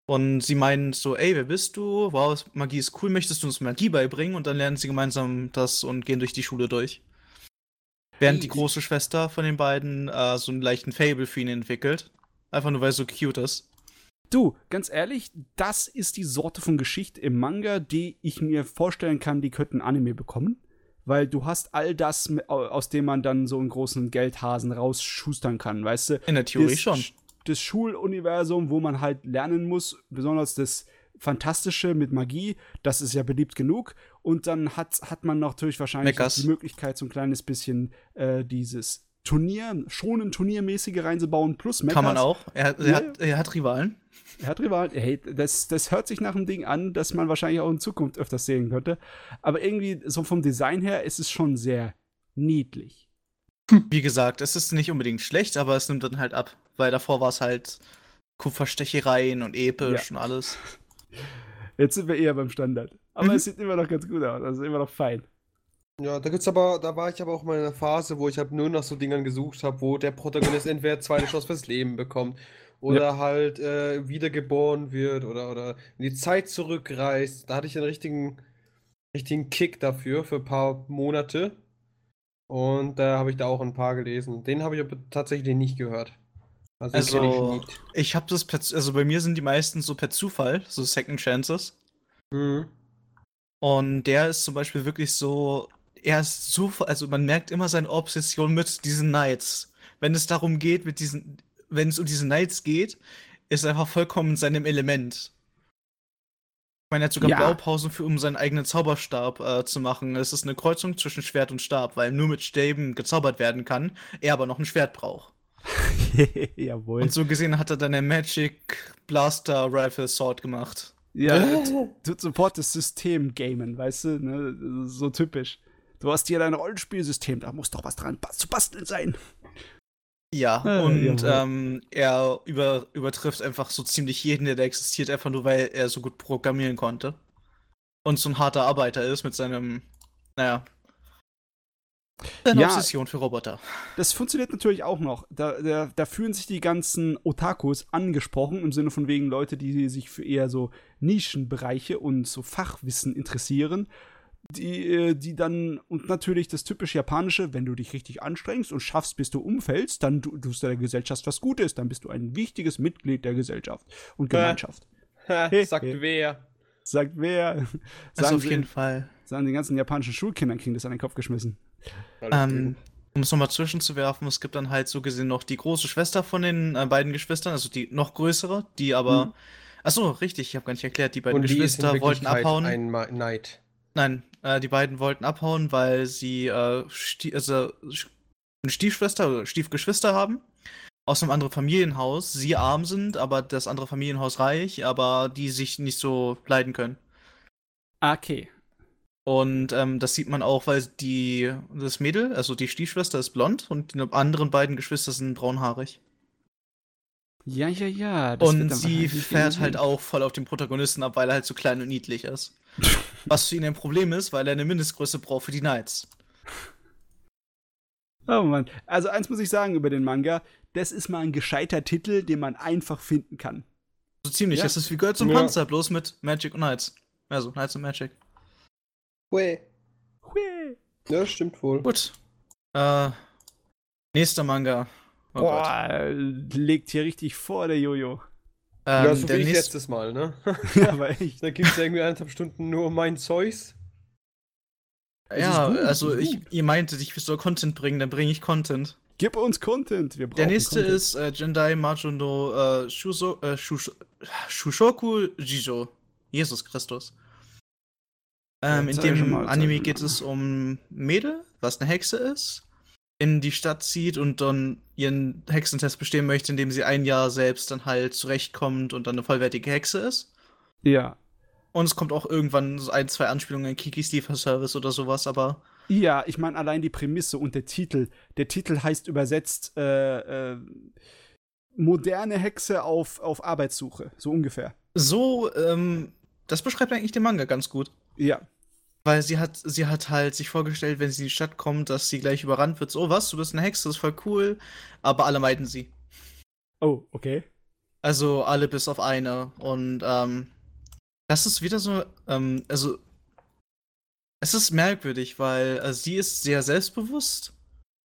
Und sie meinen so, ey, wer bist du? Wow, Magie ist cool, möchtest du uns Magie beibringen? Und dann lernen sie gemeinsam das und gehen durch die Schule durch. Während die große Schwester von den beiden äh, so einen leichten Fable für ihn entwickelt. Einfach nur, weil er so cute ist. Du, ganz ehrlich, das ist die Sorte von Geschichte im Manga, die ich mir vorstellen kann, die könnten Anime bekommen. Weil du hast all das, aus dem man dann so einen großen Geldhasen rausschustern kann, weißt du? In der Theorie das, schon. Das Schuluniversum, wo man halt lernen muss, besonders das Fantastische mit Magie, das ist ja beliebt genug. Und dann hat, hat man natürlich wahrscheinlich Meckers. die Möglichkeit, so ein kleines bisschen äh, dieses Turnier, schon ein Turniermäßige reinzubauen, plus Mechas. Kann man auch. Er, er, Ja. hat, er hat Rivalen. Er hat Rivalen. Hey, das, das hört sich nach einem Ding an, das man wahrscheinlich auch in Zukunft öfters sehen könnte. Aber irgendwie, so vom Design her, ist es schon sehr niedlich. Wie gesagt, es ist nicht unbedingt schlecht, aber es nimmt dann halt ab. Weil davor war es halt Kupferstechereien und episch Ja. und alles. Jetzt sind wir eher beim Standard. Aber Mhm. es sieht immer noch ganz gut aus. Also immer noch fein. Ja, da gibt's aber, da war ich aber auch mal in einer Phase, wo ich halt nur nach so Dingern gesucht habe, wo der Protagonist entweder zweite Chance fürs Leben bekommt oder halt äh, wiedergeboren wird oder, oder in die Zeit zurückreist. Da hatte ich einen richtigen, richtigen Kick dafür, für ein paar Monate. Und da habe ich da auch ein paar gelesen. Den habe ich aber tatsächlich nicht gehört. Also, den kenn Also, ich nicht. ich habe das per, also bei mir sind die meisten so per Zufall, so Second Chances. Mhm. Und der ist zum Beispiel wirklich so, er ist so, also man merkt immer seine Obsession mit diesen Knights. Wenn es darum geht, mit diesen, wenn es um diese Knights geht, ist er einfach vollkommen in seinem Element. Ich meine, er hat sogar Ja. Blaupausen für, um seinen eigenen Zauberstab äh, zu machen. Es ist eine Kreuzung zwischen Schwert und Stab, weil nur mit Stäben gezaubert werden kann, er aber noch ein Schwert braucht. Jawohl. Und so gesehen hat er dann eine Magic Blaster Rifle Sword gemacht. Ja, tut sofort das System gamen, weißt du? Ne? So typisch. Du hast hier dein Rollenspielsystem, da muss doch was dran bas- zu basteln sein. Ja, Ah, und jawohl. ähm, er über, übertrifft einfach so ziemlich jeden, der da existiert, einfach nur weil er so gut programmieren konnte. Und so ein harter Arbeiter ist mit seinem, naja, seiner Ja. Obsession für Roboter. Das funktioniert natürlich auch noch. Da, da, da fühlen sich die ganzen Otakus angesprochen, im Sinne von wegen Leute, die sich für eher so Nischenbereiche und so Fachwissen interessieren. Die, äh, die dann, und natürlich das typisch Japanische, wenn du dich richtig anstrengst und schaffst, bis du umfällst, dann tu- tust du der Gesellschaft was Gutes, dann bist du ein wichtiges Mitglied der Gesellschaft und Gemeinschaft. Ha, Hey, sagt hey. wer? Sagt wer? Also Sagen, auf sie, jeden Fall. sagen die ganzen japanischen Schulkindern, kriegen das an den Kopf geschmissen. Ähm, um es nochmal zwischenzuwerfen, es gibt dann halt so gesehen noch die große Schwester von den äh, beiden Geschwistern, also die noch größere, die aber. Mhm. Achso, richtig, ich habe gar nicht erklärt, die beiden Und die ist in Geschwister wollten Wirklichkeit abhauen. ein Ma- Knight. Nein, äh, die beiden wollten abhauen, weil sie äh, Stie also, Sch- eine Stiefschwester oder Stiefgeschwister haben. Aus einem anderen Familienhaus. Sie arm sind, aber das andere Familienhaus reich, aber die sich nicht so leiden können. Okay. Und ähm, das sieht man auch, weil die, das Mädel, also die Stiefschwester, ist blond und die anderen beiden Geschwister sind braunhaarig. Ja, ja, ja. das wird Und dann sie wahrscheinlich fährt halt gehen. auch voll auf den Protagonisten ab, weil er halt so klein und niedlich ist. Was für ihn ein Problem ist, weil er eine Mindestgröße braucht für die Knights. Oh Mann. Also eins muss ich sagen über den Manga, das ist mal ein gescheiter Titel, den man einfach finden kann. So ziemlich, Ja. das ist wie Girls und Ja. Panzer, bloß mit Magic und Knights. Also, Knights und Magic. Hui. Hui. Ja, stimmt wohl. Gut. Äh, nächster Manga. Oh Gott. Boah, legt hier richtig vor, der Jojo. Ähm, ja, so der wie ich nächste, letztes Mal, ne? Ja, aber echt. Da gibt es ja irgendwie eineinhalb Stunden nur mein Zeugs. ja, ist gut, also es ist ich, ihr meintet, ich soll Content bringen, dann bringe ich Content. Gib uns Content. Wir brauchen Der nächste Content. ist äh, Jendai Majo no äh, Shuso, äh, Shusho, Shushoku Jijo. Jesus Christus. Ähm, Ja, in zeig schon dem mal, zeig Anime schon geht mal. es um Mädel, was eine Hexe ist, in die Stadt zieht und dann ihren Hexentest bestehen möchte, indem sie ein Jahr selbst dann halt zurechtkommt und dann eine vollwertige Hexe ist. Ja. Und es kommt auch irgendwann so ein, zwei Anspielungen in Kikis Lieferservice oder sowas, aber Ja, ich meine allein die Prämisse und der Titel. Der Titel heißt übersetzt äh, äh, moderne Hexe auf, auf Arbeitssuche, so ungefähr. so, ähm, das beschreibt eigentlich den Manga ganz gut. Ja. Weil sie hat, sie hat halt sich vorgestellt, wenn sie in die Stadt kommt, dass sie gleich überrannt wird. So, was? Du bist eine Hexe, das ist voll cool. Aber alle meiden sie. Oh, okay. Also alle bis auf eine. Und ähm, das ist wieder so, ähm, also es ist merkwürdig, weil äh, sie ist sehr selbstbewusst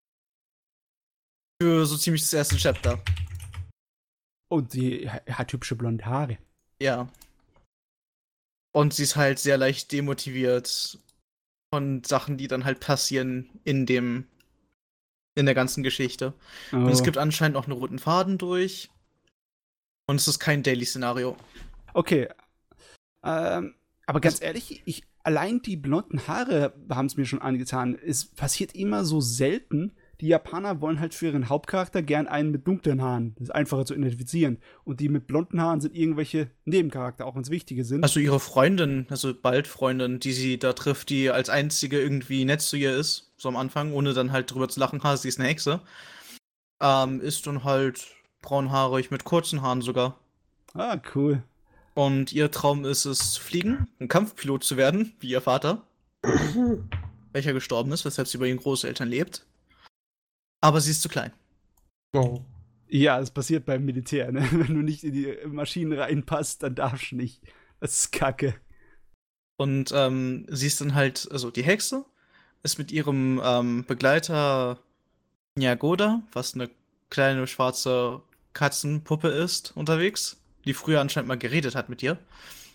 für so ziemlich das erste Chapter. Und sie hat hübsche blonde Haare. Ja. Und sie ist halt sehr leicht demotiviert von Sachen, die dann halt passieren in dem, in der ganzen Geschichte. Oh. Und es gibt anscheinend auch einen roten Faden durch. Und es ist kein Daily-Szenario. Okay. Ähm, aber ganz ehrlich, ich, allein die blonden Haare haben es mir schon angetan. Es passiert immer so selten. Die Japaner wollen halt für ihren Hauptcharakter gern einen mit dunklen Haaren. Das ist einfacher zu identifizieren. Und die mit blonden Haaren sind irgendwelche Nebencharakter, auch wenn es wichtige sind. Also ihre Freundin, also bald Freundin, die sie da trifft, die als einzige irgendwie nett zu ihr ist, so am Anfang, ohne dann halt drüber zu lachen, ha, sie ist eine Hexe, ähm, ist dann halt braunhaarig mit kurzen Haaren sogar. Ah, cool. Und ihr Traum ist es, zu fliegen, ein Kampfpilot zu werden, wie ihr Vater, welcher gestorben ist, weshalb sie bei ihren Großeltern lebt. Aber sie ist zu klein. Oh. Ja, das passiert beim Militär, ne? Wenn du nicht in die Maschinen reinpasst, dann darfst du nicht. Das ist Kacke. Und ähm, sie ist dann halt, also die Hexe ist mit ihrem ähm, Begleiter Nyagoda, was eine kleine schwarze Katzenpuppe ist, unterwegs, die früher anscheinend mal geredet hat mit ihr.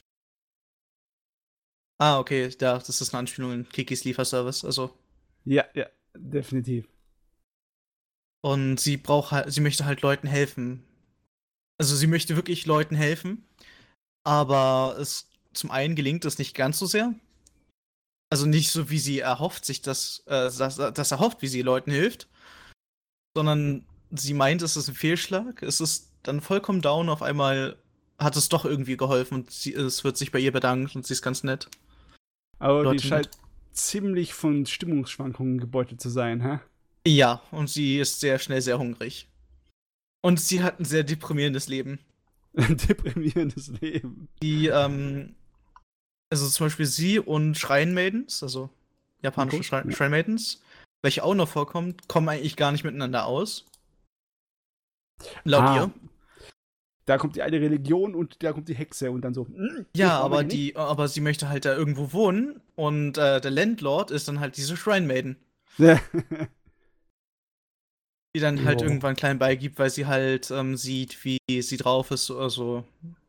Ah, okay, ja, das ist eine Anspielung in Kikis Lieferservice, also. Ja, ja, definitiv. Und sie braucht halt, sie möchte halt Leuten helfen. Also sie möchte wirklich Leuten helfen, aber es zum einen gelingt es nicht ganz so sehr. Also nicht so, wie sie erhofft, sich das, äh, das, das erhofft, wie sie Leuten hilft, sondern sie meint, es ist ein Fehlschlag. Es ist dann vollkommen down, auf einmal hat es doch irgendwie geholfen und sie, es wird sich bei ihr bedankt und sie ist ganz nett. Aber Leute die scheint ziemlich von Stimmungsschwankungen gebeutelt zu sein, hä? Ja, und sie ist sehr schnell sehr hungrig. Und sie hat ein sehr deprimierendes Leben. Ein deprimierendes Leben. Die, ähm, also zum Beispiel sie und Shrine Maidens, also japanische Okay, Shrine, ja. Shrine Maidens, welche auch noch vorkommen, kommen eigentlich gar nicht miteinander aus. Laut Ah, ihr. Da kommt die eine Religion und da kommt die Hexe und dann so. mm, Ja, das wollen wir aber hier die, aber sie möchte halt da irgendwo wohnen und äh, der Landlord ist dann halt diese Shrine Maiden, nicht. die dann halt Jo. irgendwann klein beigibt, weil sie halt ähm, sieht, wie sie drauf ist, also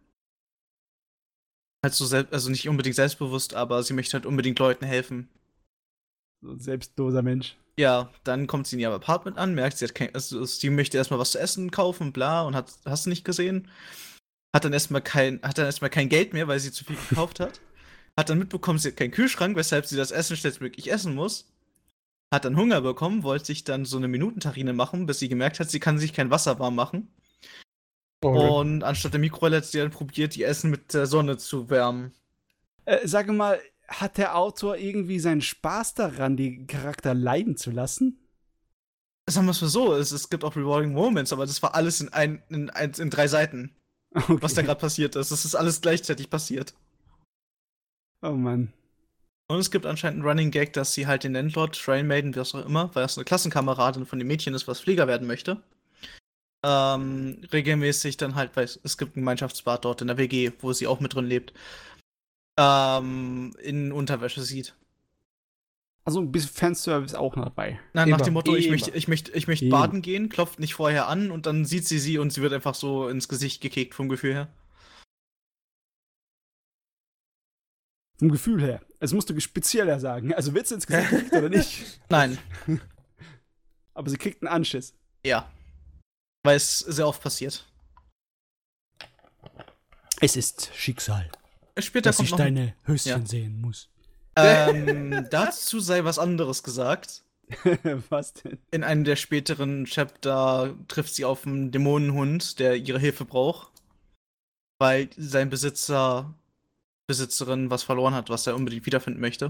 halt so selbst, also nicht unbedingt selbstbewusst, aber sie möchte halt unbedingt Leuten helfen. So ein selbstloser Mensch. Ja, dann kommt sie in ihr Apartment an, merkt, sie hat kein, also sie möchte erstmal was zu essen kaufen, bla, und hat, hast du nicht gesehen? Hat dann erstmal kein, hat dann erstmal kein Geld mehr, weil sie zu viel gekauft hat. Hat dann mitbekommen, sie hat keinen Kühlschrank, weshalb sie das Essen schnellstmöglich essen muss. Hat dann Hunger bekommen, wollte sich dann so eine Minutentarine machen, bis sie gemerkt hat, sie kann sich kein Wasser warm machen. Oh. Und anstatt der Mikrowelle hat sie dann probiert, ihr Essen mit der Sonne zu wärmen. Äh, sage mal, hat der Autor irgendwie seinen Spaß daran, die Charakter leiden zu lassen? Sagen wir es mal so, es, es gibt auch rewarding Moments, aber das war alles in, ein, in, ein, in drei Seiten, Okay. was da gerade passiert ist. Das ist alles gleichzeitig passiert. Oh Mann. Und es gibt anscheinend einen Running Gag, dass sie halt den Landlord, Shrine Maiden, wie auch immer, weil es eine Klassenkameradin von dem Mädchen ist, was Flieger werden möchte, ähm, regelmäßig dann halt, weil es, es gibt ein Gemeinschaftsbad dort in der W G, wo sie auch mit drin lebt, ähm, in Unterwäsche sieht. Also ein bisschen Fanservice auch noch dabei. Na, nach Immer. dem Motto, ich Immer. möchte, ich möchte, ich möchte Immer. baden gehen, klopft nicht vorher an und dann sieht sie sie und sie wird einfach so ins Gesicht gekickt vom Gefühl her. Vom Gefühl her. Es musst du spezieller sagen. Also wird sie ins Gesicht gekriegt oder nicht? Nein, Aber sie kriegt einen Anschiss. ja. Weil es sehr oft passiert. Es ist Schicksal, Später kommt noch deine Höschen Ja. sehen muss. Ähm, dazu sei was anderes gesagt. Was denn? In einem der späteren Chapter trifft sie auf einen Dämonenhund, der ihre Hilfe braucht. Weil sein Besitzer, Besitzerin was verloren hat, was er unbedingt wiederfinden möchte.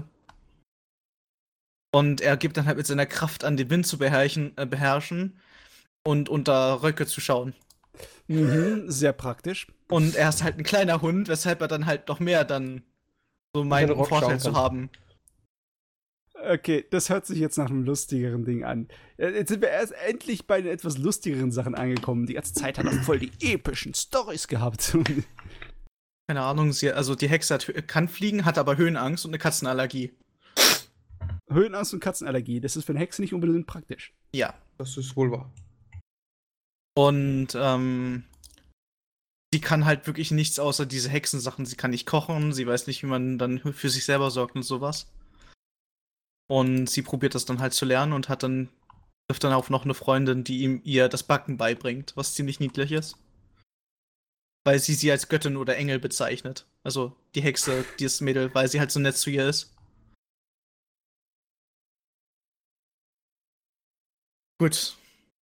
Und er gibt dann halt mit seiner Kraft an, den Wind zu beherrschen, äh, beherrschen und unter Röcke zu schauen. Mhm, sehr praktisch. Und er ist halt ein kleiner Hund, weshalb er dann halt noch mehr dann so meint, den einen Rock Vorteil schauen zu kann. haben. Okay, das hört sich jetzt nach einem lustigeren Ding an. Äh, Jetzt sind wir erst endlich bei den etwas lustigeren Sachen angekommen. Die ganze Zeit hat er voll die epischen Storys gehabt. Keine Ahnung, sie, also die Hexe hat, kann fliegen, hat aber Höhenangst und eine Katzenallergie. Höhenangst und Katzenallergie, das ist für eine Hexe nicht unbedingt praktisch. Ja. Das ist wohl wahr. Und ähm, sie kann halt wirklich nichts außer diese Hexensachen. Sie kann nicht kochen, sie weiß nicht, wie man dann für sich selber sorgt und sowas. Und sie probiert das dann halt zu lernen und hat dann, trifft dann auch noch eine Freundin, die ihm ihr das Backen beibringt, was ziemlich niedlich ist. Weil sie sie als Göttin oder Engel bezeichnet. Also die Hexe, dieses Mädel, weil sie halt so nett zu ihr ist. Gut.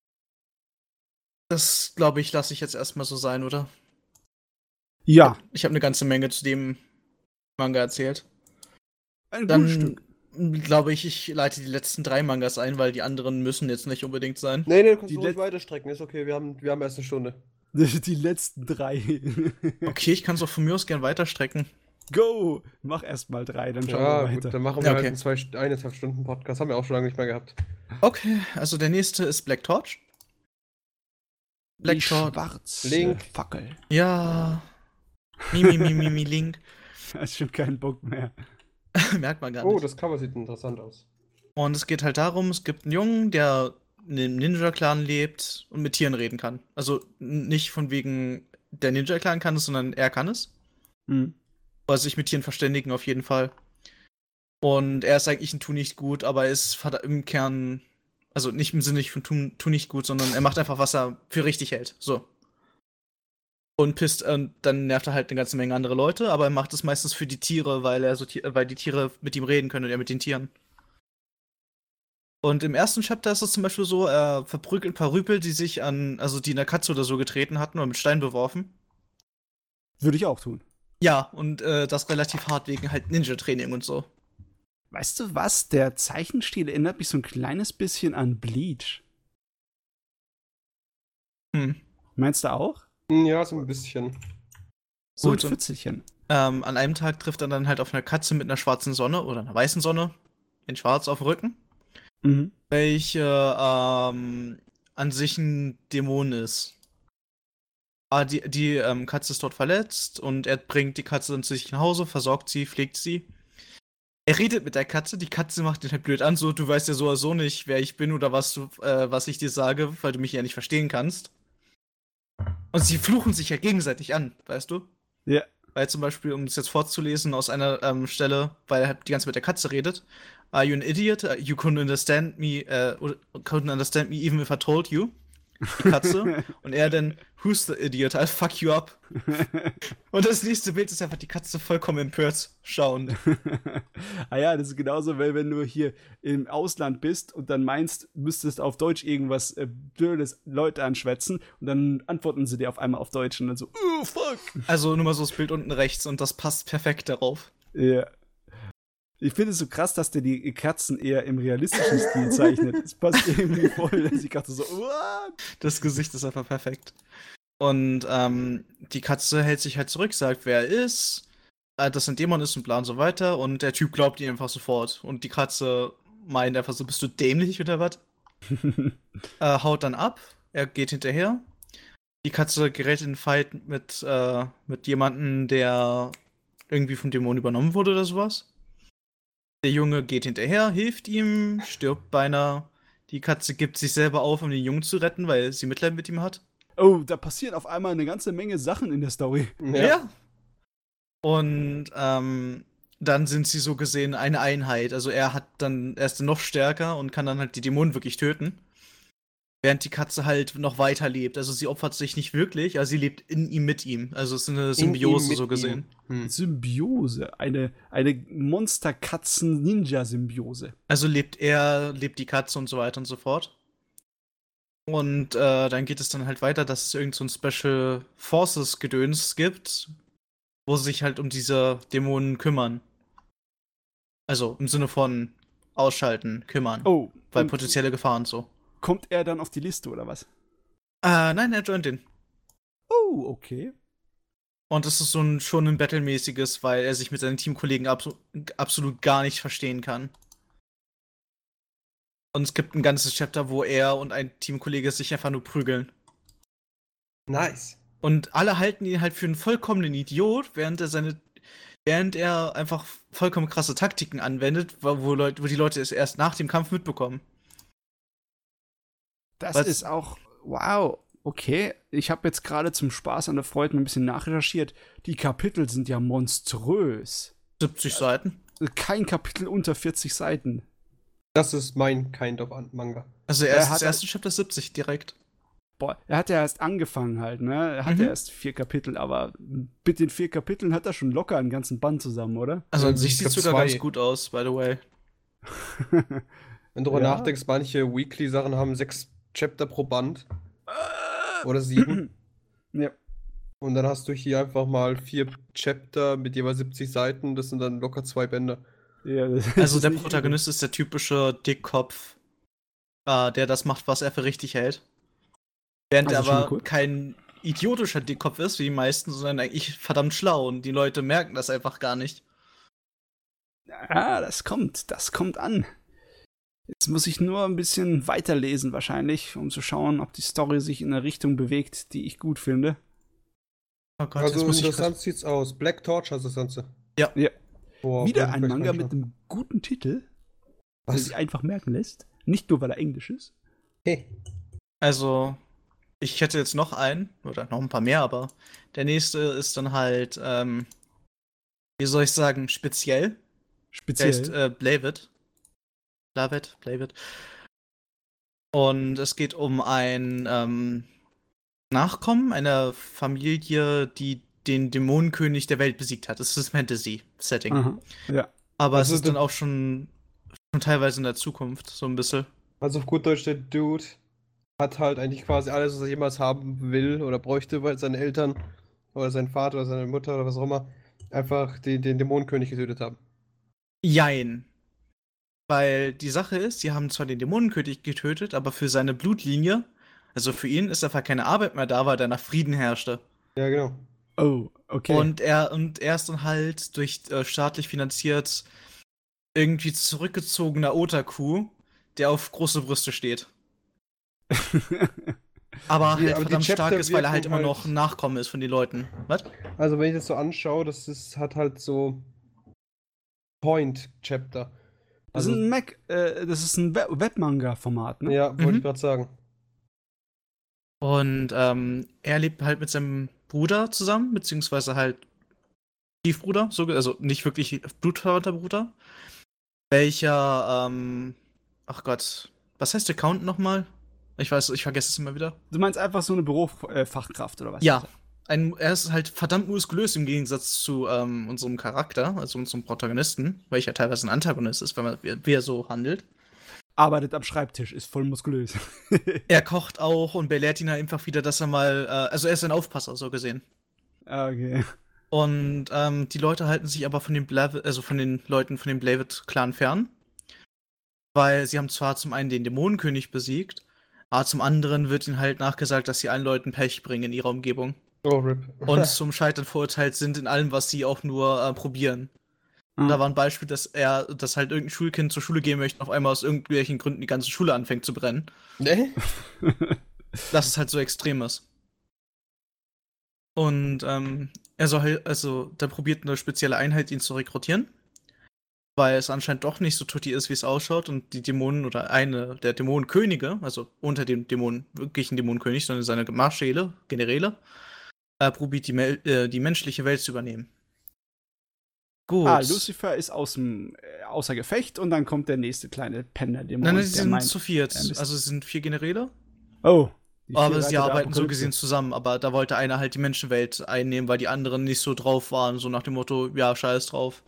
Das, glaube ich, lasse ich jetzt erstmal so sein, oder? Ja, Ich habe eine ganze Menge zu dem Manga erzählt. ein gutes Dann Stück. glaube ich, ich leite die letzten drei Mangas ein, weil die anderen müssen jetzt nicht unbedingt sein. Nee, nee, du kannst Die ruhig Let- weiter strecken. Ist okay, wir haben, wir haben erst eine Stunde. Die letzten drei. Okay, ich kann es auch von mir aus gern weiterstrecken. Go! Mach erst mal drei, dann schauen Ja, wir gut, weiter. dann machen wir Ja, halt okay. einen zwei, eineinhalb Stunden Podcast. Haben wir auch schon lange nicht mehr gehabt. Okay, also der nächste ist Black Torch. Black Die Torch. schwarze Link. Fackel. Ja. Mimi, Mimi, Mimi, Link. Hast schon keinen Bock mehr. Merkt man gar Oh, nicht. das Cover sieht interessant aus. Und es geht halt darum, es gibt einen Jungen, der in einem Ninja-Clan lebt und mit Tieren reden kann. Also n- nicht von wegen der Ninja-Clan kann es, sondern er kann es. Hm. Oder sich mit Tieren verständigen auf jeden Fall. Und er ist eigentlich ein Tu nicht gut, aber er ist verd- im Kern, also nicht im Sinne von tu, tu nicht gut, sondern er macht einfach, was er für richtig hält. So. Und pisst, und dann nervt er halt eine ganze Menge andere Leute, aber er macht es meistens für die Tiere, weil er so Ti- weil die Tiere mit ihm reden können und er mit den Tieren. Und im ersten Chapter ist es zum Beispiel so, er verprügelt ein paar Rüpel, die sich an, also die in der Katze oder so getreten hatten oder mit Stein beworfen. Würde ich auch tun. Ja, und äh, das relativ hart wegen halt Ninja-Training und so. Weißt du was? Der Zeichenstil erinnert mich so ein kleines bisschen an Bleach. Hm. Meinst du auch? Hm, Ja, so ein bisschen. So Gut, ein und- Pfützelchen. Ähm, an einem Tag trifft er dann halt auf eine Katze mit einer schwarzen Sonne oder einer weißen Sonne in schwarz auf dem Rücken, Mhm. welche ähm, an sich ein Dämon ist. Ah, die die ähm, Katze ist dort verletzt und er bringt die Katze dann zu sich nach Hause, versorgt sie, pflegt sie. Er redet mit der Katze, die Katze macht ihn halt blöd an, so, du weißt ja so oder so nicht, wer ich bin oder was, du, äh, was ich dir sage, weil du mich ja nicht verstehen kannst. Und sie fluchen sich ja gegenseitig an, weißt du? Ja. Weil zum Beispiel, um es jetzt vorzulesen aus einer ähm, Stelle, weil er halt die ganze Zeit mit der Katze redet. Are you an idiot? You couldn't understand me, äh, or couldn't understand me even if I told you. Die Katze. Und er dann, who's the idiot? I'll fuck you up. Und das nächste Bild ist einfach die Katze vollkommen empört schauend. Ah ja, das ist genauso, weil wenn du hier im Ausland bist und dann meinst, müsstest auf Deutsch irgendwas äh, blödes Leute anschwätzen und dann antworten sie dir auf einmal auf Deutsch und dann so, oh fuck. Also nur mal so das Bild unten rechts und das passt perfekt darauf. Ja. Ich finde es so krass, dass der die Katzen eher im realistischen Stil zeichnet. Es passt irgendwie voll, dass ich dachte so, what? Das Gesicht ist einfach perfekt. Und ähm, die Katze hält sich halt zurück, sagt, wer er ist, äh, dass ein Dämon ist und bla und so weiter. Und der Typ glaubt ihm einfach sofort. Und die Katze meint einfach so, bist du dämlich oder was? äh, haut dann ab, er geht hinterher. Die Katze gerät in einen Fight mit, äh, mit jemandem, der irgendwie vom Dämon übernommen wurde oder sowas. Der Junge geht hinterher, hilft ihm, stirbt beinahe. Die Katze gibt sich selber auf, um den Jungen zu retten, weil sie Mitleid mit ihm hat. Oh, da passieren auf einmal eine ganze Menge Sachen in der Story. Ja. Und ähm, dann sind sie so gesehen eine Einheit. Also er hat dann, er ist dann noch stärker und kann dann halt die Dämonen wirklich töten. Während die Katze halt noch weiter lebt. Also sie opfert sich nicht wirklich, aber sie lebt in ihm mit ihm. Also es ist eine Symbiose mit so ihm. gesehen. Hm. Symbiose. Eine, eine Monster-Katzen-Ninja-Symbiose. Also lebt er, lebt die Katze und so weiter und so fort. Und äh, dann geht es dann halt weiter, dass es irgend so ein Special Forces Gedöns gibt, wo sie sich halt um diese Dämonen kümmern. Also im Sinne von ausschalten, kümmern. Oh, Weil und potenzielle Gefahren so. kommt er dann auf die Liste oder was? Äh, nein, er joint den. Oh, okay. Und es ist so ein schon ein Battle-mäßiges, weil er sich mit seinen Teamkollegen abso absolut gar nicht verstehen kann. Und es gibt ein ganzes Chapter, wo er und ein Teamkollege sich einfach nur prügeln. Nice. Und alle halten ihn halt für einen vollkommenen Idiot, während er seine, während er einfach vollkommen krasse Taktiken anwendet, wo, wo, Leute, wo die Leute es erst nach dem Kampf mitbekommen. Das Was- ist auch, wow, okay. Ich habe jetzt gerade zum Spaß an der Freude ein bisschen nachrecherchiert. Die Kapitel sind ja monströs. siebzig Seiten. Kein Kapitel unter vierzig Seiten. Das ist mein Kind of Manga. Also Er erst hat- das erste Chapter siebzig direkt. Boah, er hat ja erst angefangen halt, ne? Er hat Mhm. ja erst vier Kapitel, aber mit den vier Kapiteln hat er schon locker einen ganzen Band zusammen, oder? Also an Ich sich sieht es glaub, sogar zwei. ganz gut aus, by the way. Wenn du darüber Ja. nachdenkst, manche Weekly-Sachen haben sechs Chapter pro Band. Oder sieben. Ja. Und dann hast du hier einfach mal vier Chapter mit jeweils siebzig Seiten. Das sind dann locker zwei Bände. Ja, das Also ist der nicht Protagonist ist der typische Dickkopf, äh, der das macht, was er für richtig hält. Während Also er schon mal aber cool. kein idiotischer Dickkopf ist, wie die meisten, sondern eigentlich verdammt schlau und die Leute merken das einfach gar nicht. übel. Ah, das kommt, das kommt an. Jetzt muss ich nur ein bisschen weiterlesen wahrscheinlich, um zu schauen, ob die Story sich in eine Richtung bewegt, die ich gut finde. Oh Gott, Also jetzt muss ich interessant sieht's aus. Black Torch heißt das Ganze. Ja. Ja. Boah, Wieder muss ich ein gleich Manga reinschauen. mit einem guten Titel, der Was? sich einfach merken lässt. Nicht nur, weil er Englisch ist. Hey. Also, ich hätte jetzt noch einen, oder noch ein paar mehr, aber der nächste ist dann halt, ähm, wie soll ich sagen, speziell. Der Speziell. heißt äh, Blavit. Blavit, Blavit. Und es geht um ein ähm, Nachkommen einer Familie, die den Dämonenkönig der Welt besiegt hat. Das ist Fantasy-Setting. Aha. Ja. Aber Also es ist du- dann auch schon, schon teilweise in der Zukunft, so ein bisschen. Also auf gut Deutsch, der Dude hat halt eigentlich quasi alles, was er jemals haben will oder bräuchte, weil seine Eltern oder sein Vater oder seine Mutter oder was auch immer einfach den, den Dämonenkönig getötet haben. Jein. Weil die Sache ist, sie haben zwar den Dämonenkönig getötet, aber für seine Blutlinie, also für ihn, ist einfach keine Arbeit mehr da, weil danach Frieden herrschte. Ja, genau. Oh, okay. Und er und er ist dann halt durch äh, staatlich finanziert irgendwie zurückgezogener Otaku, der auf große Brüste steht. Aber Die- halt aber die verdammt stark Chapter ist, weil er halt wirken immer halt- noch ein Nachkomme ist von den Leuten. Was? Also wenn ich das so anschaue, das ist, hat halt so Point-Chapter. Das Also, ist ein Mac, äh, das ist ein Web- Webmanga-Format, ne? ja, wollte Mhm. ich gerade sagen. Und ähm, er lebt halt mit seinem Bruder zusammen, beziehungsweise halt Stiefbruder, so, ge- also nicht wirklich blutverwandter Bruder, welcher, ähm, ach Gott, was heißt Account nochmal? Ich weiß, ich vergesse es immer wieder. Du meinst einfach so eine Bürofachkraft oder was? Ja, ein, er ist halt verdammt muskulös im Gegensatz zu ähm, unserem Charakter, also unserem Protagonisten, welcher teilweise ein Antagonist ist, wenn man wie, wie er so handelt. Arbeitet am Schreibtisch, ist voll muskulös. Er kocht auch und belehrt ihn halt einfach wieder, dass er mal, äh, also er ist ein Aufpasser, so gesehen. Ah, okay. Und ähm, die Leute halten sich aber von den Blav also von den Leuten von dem Blavit-Clan fern. Weil sie haben zwar zum einen den Dämonenkönig besiegt, aber zum anderen wird ihnen halt nachgesagt, dass sie allen Leuten Pech bringen in ihrer Umgebung. Oh, R I P. Und zum Scheitern verurteilt sind in allem, was sie auch nur äh, probieren. Ah. Da war ein Beispiel, dass er, dass halt irgendein Schulkind zur Schule gehen möchte und auf einmal aus irgendwelchen Gründen die ganze Schule anfängt zu brennen. Ne? Dass es halt so extrem ist. Und ähm, er soll halt, also da probiert eine spezielle Einheit, ihn zu rekrutieren. Weil es anscheinend doch nicht so tutti ist, wie es ausschaut. Und die Dämonen oder eine der Dämonenkönige, also unter dem Dämonen, wirklichen Dämonenkönig, sondern seine Marschäle, Generäle, äh, probiert die, Mel äh, die menschliche Welt zu übernehmen. Gut. Ah, Lucifer ist aus dem, äh, außer Gefecht und dann kommt der nächste kleine Penner-Dämon. Nein, nein, sie der sind meint- zu viert. er ist- Also es sind vier Generäle. Oh. die Aber vier sie Reiter der arbeiten so Apokalypse. gesehen zusammen. Aber da wollte einer halt die Menschenwelt einnehmen, weil die anderen nicht so drauf waren. So nach dem Motto, ja, scheiß drauf.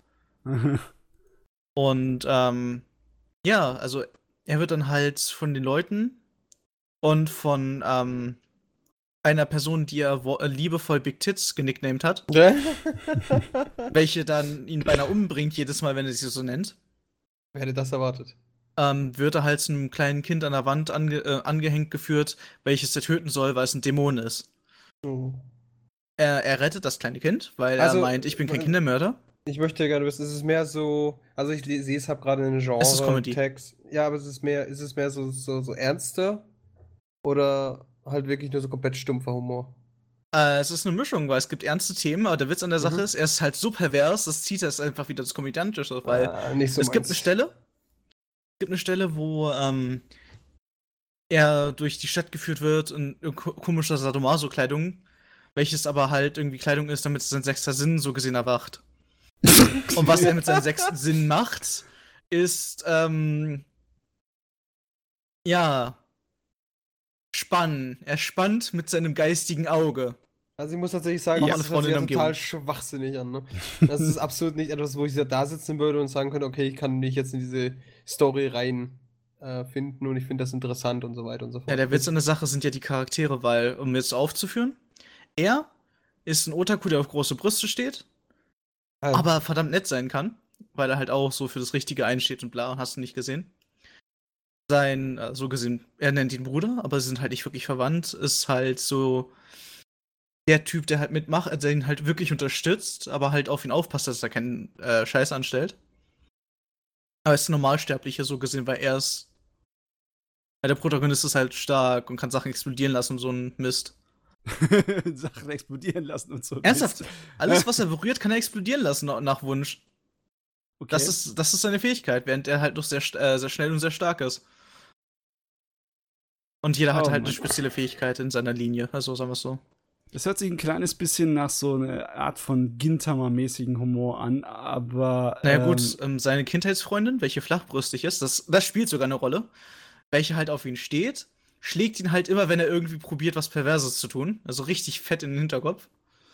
Und ähm, ja, also er wird dann halt von den Leuten und von ähm, einer Person, die er wo- äh, liebevoll Big Tits genicknamed hat, welche dann ihn beinahe umbringt, jedes Mal, wenn er sie so nennt, Wer hätte das erwartet? ähm, wird er halt zu einem kleinen Kind an der Wand ange äh, angehängt geführt, welches er töten soll, weil es ein Dämon ist. Oh. Er, er rettet das kleine Kind, weil Also, er meint, ich bin kein äh, Kindermörder. Ich möchte gerne wissen, ist es mehr so, also ich le- sehe es hab gerade einen Es ist Comedy. Genre-Text. Ja, aber ist es mehr, ist es mehr so, so, so ernster oder halt wirklich nur so komplett stumpfer Humor? Äh, es ist eine Mischung, weil es gibt ernste Themen, aber der Witz an der Sache Mhm. ist, er ist halt so pervers, das zieht das einfach wieder das Komödiantische, weil Ah, nicht so es gibt meins. eine Stelle, es gibt eine Stelle, wo ähm, er durch die Stadt geführt wird in ko- komischer Sadomaso-Kleidung, welches aber halt irgendwie Kleidung ist, damit sein sechster Sinn so gesehen erwacht. Und was er mit seinem sechsten Sinn macht, ist, ähm, ja, spannen. Er spannt mit seinem geistigen Auge. Also ich muss tatsächlich sagen, Auch das alle hört sich Freunde ja in der total Umgebung. schwachsinnig an, ne? Das ist absolut nicht etwas, wo ich da sitzen würde und sagen könnte, okay, ich kann mich jetzt in diese Story rein äh, finden und ich finde das interessant und so weiter und so Ja, fort. der Witz an der Sache sind ja die Charaktere, weil, um jetzt aufzuführen, er ist ein Otaku, der auf große Brüste steht, Ah, aber verdammt nett sein kann, weil er halt auch so für das Richtige einsteht und bla, hast du nicht gesehen. Sein, äh, so gesehen, er nennt ihn Bruder, aber sie sind halt nicht wirklich verwandt, ist halt so der Typ, der halt mitmacht, der ihn halt wirklich unterstützt, aber halt auf ihn aufpasst, dass er keinen äh, Scheiß anstellt. Aber er ist ein Normalsterblicher, so gesehen, weil er ist, weil der Protagonist ist halt stark und kann Sachen explodieren lassen und so ein Mist. Sachen explodieren lassen und so. Ernsthaft, Mist. alles, was er berührt, kann er explodieren lassen na- nach Wunsch. Okay. Das ist, das ist seine Fähigkeit, während er halt noch sehr, st- äh, sehr schnell und sehr stark ist. Und jeder hat Oh halt eine Mann. spezielle Fähigkeit in seiner Linie, also sagen wir es so. Das hört sich ein kleines bisschen nach so einer Art von Gintama-mäßigen Humor an, aber. Naja, ähm, gut, ähm, seine Kindheitsfreundin, welche flachbrüstig ist, das, das spielt sogar eine Rolle, welche halt auf ihn steht, schlägt ihn halt immer, wenn er irgendwie probiert, was Perverses zu tun. Also richtig fett in den Hinterkopf.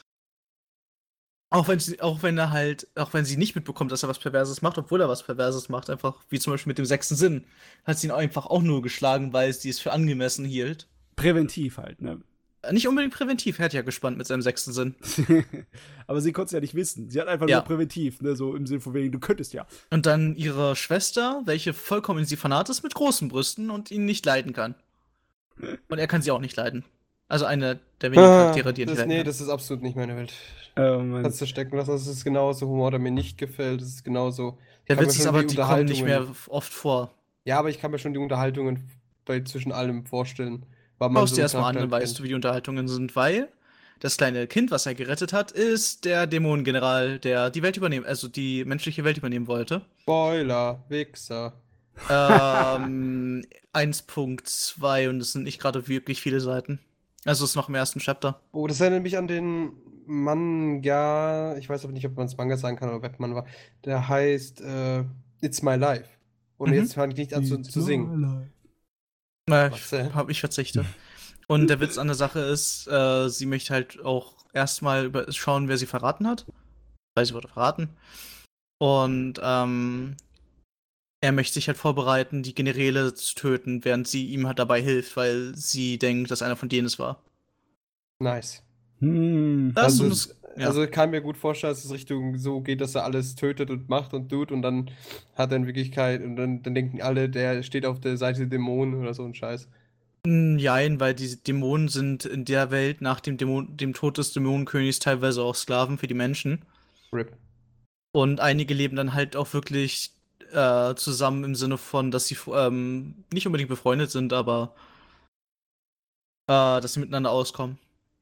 Auch wenn sie, auch wenn er halt, auch wenn sie nicht mitbekommt, dass er was Perverses macht, obwohl er was Perverses macht, einfach wie zum Beispiel mit dem sechsten Sinn, hat sie ihn einfach auch nur geschlagen, weil sie es für angemessen hielt. Präventiv halt, ne? Äh, Nicht unbedingt präventiv, er hat ja gespannt mit seinem sechsten Sinn. Aber sie konnte es ja nicht wissen. Sie hat einfach Ja. nur präventiv, ne? So im Sinne von wegen, du könntest ja. Und dann ihre Schwester, welche vollkommen in sie fanat ist, mit großen Brüsten und ihn nicht leiden kann. Und er kann sie auch nicht leiden. Also eine der wenigen Ah, Charaktere, die er nicht das, leiden nee, kann. das ist absolut nicht meine Welt. Oh Mann. Kannst du stecken lassen, das ist genauso Humor, der mir nicht gefällt. Das ist genauso. ich Der kann mir Witz ist schon aber, die die kommen nicht mehr Unterhaltungen- oft vor. Ja, aber ich kann mir schon die Unterhaltungen bei zwischen allem vorstellen. Weil man Schaust dir erstmal an, Charaktere dann weißt kennt. du, wie die Unterhaltungen sind, weil das kleine Kind, was er gerettet hat, ist der Dämonengeneral, der die Welt übernehmen, also die menschliche Welt übernehmen wollte. Spoiler, Wichser. ähm, eins Punkt zwei und es sind nicht gerade wirklich viele Seiten. Also es ist noch im ersten Chapter. Oh, das erinnert mich an den Manga. Ich weiß aber nicht, ob man es Manga sagen kann oder Webman war. Der heißt äh, It's My Life. Und Mhm. jetzt fange ich nicht an zu, zu singen. Äh, Was, ich, äh? hab, ich verzichte. Und der Witz an der Sache ist, äh, sie möchte halt auch erstmal über- schauen, wer sie verraten hat. Weil sie wurde verraten. Und ähm, er möchte sich halt vorbereiten, die Generäle zu töten, während sie ihm halt dabei hilft, weil sie denkt, dass einer von denen es war. Nice. Hm. Das Also, und es, das, ja. also ich kann mir gut vorstellen, dass es Richtung so geht, dass er alles tötet und macht und tut und dann hat er in Wirklichkeit und dann, dann denken alle, der steht auf der Seite der Dämonen oder so ein Scheiß. Nein, weil die Dämonen sind in der Welt nach dem, Dämon dem Tod des Dämonenkönigs teilweise auch Sklaven für die Menschen. Rip. Und einige leben dann halt auch wirklich äh, zusammen im Sinne von, dass sie ähm, nicht unbedingt befreundet sind, aber äh, dass sie miteinander auskommen.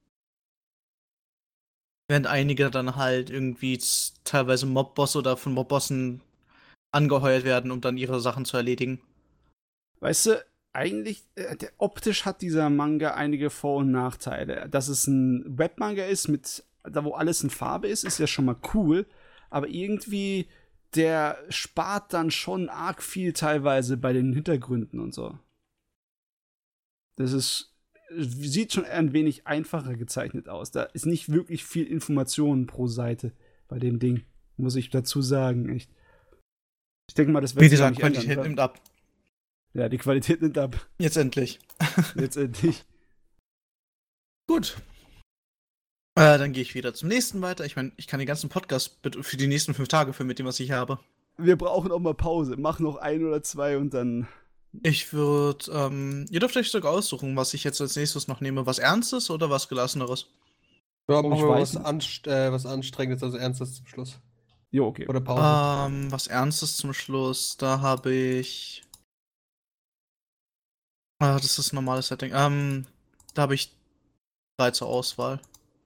Während einige dann halt irgendwie z- teilweise Mobbosse oder von Mobbossen angeheuert werden, um dann ihre Sachen zu erledigen. Weißt du, eigentlich, äh, der, optisch hat dieser Manga einige Vor- und Nachteile. Dass es ein Webmanga ist, mit, da wo alles in Farbe ist, ist ja schon mal cool. Aber irgendwie, der spart dann schon arg viel teilweise bei den Hintergründen und so. Das ist, sieht schon ein wenig einfacher gezeichnet aus. Da ist nicht wirklich viel Information pro Seite bei dem Ding, muss ich dazu sagen, echt. Ich denke mal, das wird Wie sich auch gesagt, nicht Qualität ändern. nimmt ab. Ja, die Qualität nimmt ab, Jetzt endlich. letztendlich. Gut. Äh, dann gehe ich wieder zum nächsten weiter. Ich meine, ich kann den ganzen Podcast bet- für die nächsten fünf Tage für mit dem, was ich habe. Wir brauchen auch mal Pause. Mach noch ein oder zwei und dann. Ich würde, ähm, ihr dürft euch sogar aussuchen, was ich jetzt als nächstes noch nehme. Was Ernstes oder was Gelasseneres? Ja, Oh, machen ich wir weiß was, anst äh, was Anstrengendes, also Ernstes zum Schluss. Jo, okay. Oder Pause. Ähm, was Ernstes zum Schluss. Da habe ich. Ah, das ist ein normales Setting. Ähm, da habe ich drei zur Auswahl.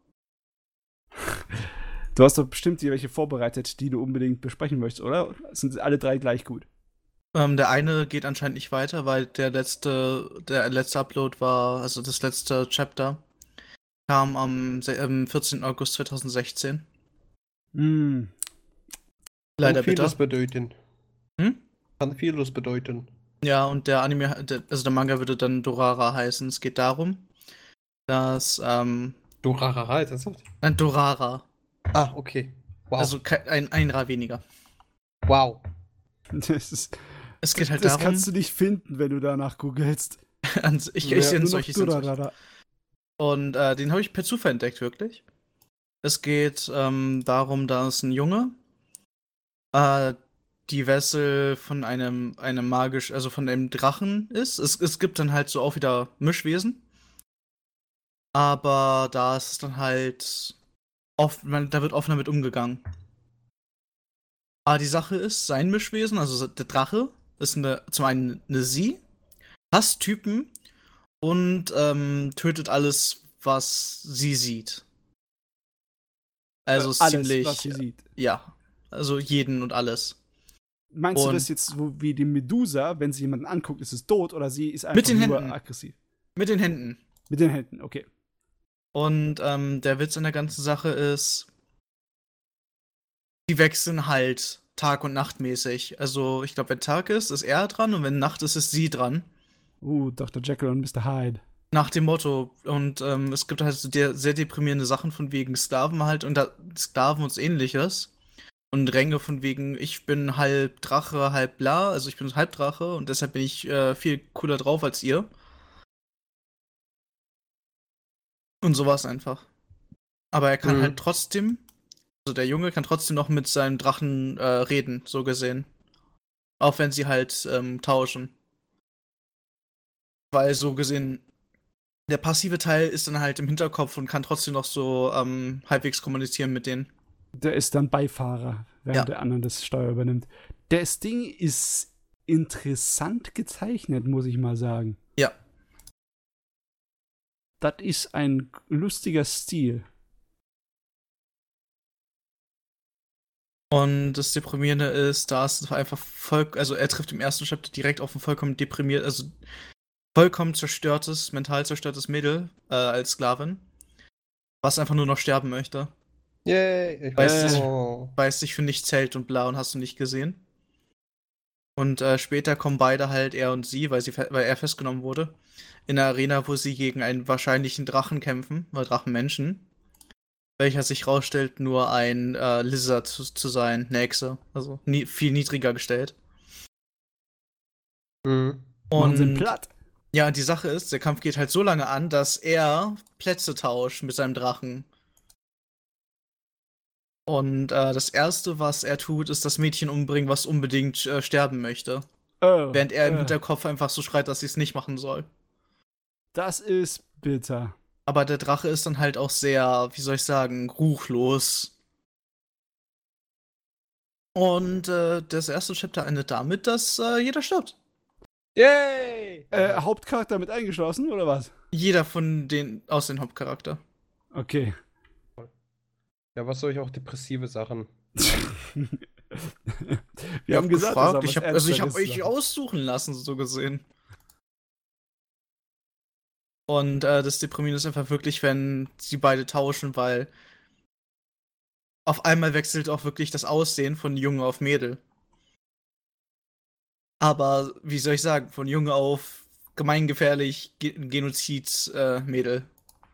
Du hast doch bestimmt dir welche vorbereitet, die du unbedingt besprechen möchtest, oder? Sind alle drei gleich gut? Ähm, der eine geht anscheinend nicht weiter, weil der letzte, der letzte Upload war, also das letzte Chapter, kam am, se- am vierzehnten August zweitausendsechzehn. Hm. Leider Kann vieles bitter. bedeuten. Hm? Kann vieles bedeuten. Ja, und der Anime, der, also der Manga würde dann Dorara heißen. Es geht darum, dass, ähm, Durarara, ist das? ein Dorara, Ah, okay. Wow. also kei- ein, ein Ra weniger. wow. Das, ist, Es geht halt das darum, kannst du nicht finden, wenn du danach googelst. an, ich, Ja, ich sehe Nur es noch euch, ich sehe es euch. Durarara. Und äh, den habe ich per Zufall entdeckt, wirklich. Es geht ähm, darum, dass ein Junge äh, die Wessel von einem, einem magisch, also von einem Drachen ist. Es, es gibt dann halt so auch wieder Mischwesen. Aber da ist es dann halt oft, man, da wird offener mit umgegangen. Aber die Sache ist, sein Mischwesen, also der Drache, ist eine, zum einen eine Sie, hasst Typen und ähm, tötet alles, was sie sieht. Also Äh, ist alles, ziemlich, was sie sieht. ja, also jeden und alles. Meinst du Und- das jetzt so wie die Medusa, wenn sie jemanden anguckt, ist es tot oder sie ist einfach Mit den nur Händen. aggressiv? Mit den Händen. Mit den Händen, okay. Und ähm, der Witz an der ganzen Sache ist, die wechseln halt Tag- und Nachtmäßig. Also ich glaube, wenn Tag ist, ist er dran und wenn Nacht ist, ist sie dran. Uh, Doktor Jekyll und Mister Hyde. Nach dem Motto. Und ähm, es gibt halt so der, sehr deprimierende Sachen von wegen Sklaven halt und da, Sklaven und ähnliches. Und Ränge von wegen, ich bin halb Drache, halb bla, also ich bin halb Drache und deshalb bin ich äh, viel cooler drauf als ihr. Und sowas einfach. Aber er kann Mhm. halt trotzdem, also der Junge kann trotzdem noch mit seinem Drachen äh, reden, so gesehen. Auch wenn sie halt ähm, tauschen. Weil so gesehen, der passive Teil ist dann halt im Hinterkopf und kann trotzdem noch so ähm, halbwegs kommunizieren mit denen. Der ist dann Beifahrer, während Ja. der andere das Steuer übernimmt. Das Ding ist interessant gezeichnet, muss ich mal sagen. Ja. Das ist ein lustiger Stil. Und das Deprimierende ist, da ist es einfach voll, also er trifft im ersten Chapter direkt auf ein vollkommen deprimiert, also vollkommen zerstörtes, mental zerstörtes Mädel äh, als Sklavin, was einfach nur noch sterben möchte. Yay. Ich Weiß weiß nicht. oh. Weiß sich für nichts hält und bla und hast du nicht gesehen. Und äh, später kommen beide halt, er und sie, weil, sie, fe- weil er festgenommen wurde, in einer Arena, wo sie gegen einen wahrscheinlichen Drachen kämpfen, oder Drachenmenschen, welcher sich rausstellt, nur ein äh, Lizard zu, zu sein, eine Echse, also nie, viel niedriger gestellt. Mhm. Machen sie ihn Und platt. ja, die Sache ist, der Kampf geht halt so lange an, dass er Plätze tauscht mit seinem Drachen. Und äh, das Erste, was er tut, ist das Mädchen umbringen, was unbedingt äh, sterben möchte. Oh, Während er im äh, Hinterkopf einfach so schreit, dass sie es nicht machen soll. Das ist bitter. Aber der Drache ist dann halt auch sehr, wie soll ich sagen, ruchlos. Und äh, das erste Chapter endet damit, dass äh, jeder stirbt. Yay. Äh, Hauptcharakter mit eingeschlossen, oder was? Jeder von den, aus dem Hauptcharakter. Okay. Ja, was soll ich auch depressive Sachen? Wir haben gesagt, das gefragt, ich hab, also ich habe Ernsteres euch Sachen. aussuchen lassen, so gesehen. Und äh, das Deprimierende ist einfach wirklich, wenn sie beide tauschen, weil auf einmal wechselt auch wirklich das Aussehen von Junge auf Mädel. Aber, wie soll ich sagen, von Junge auf gemeingefährlich Ge Genozid-Mädel.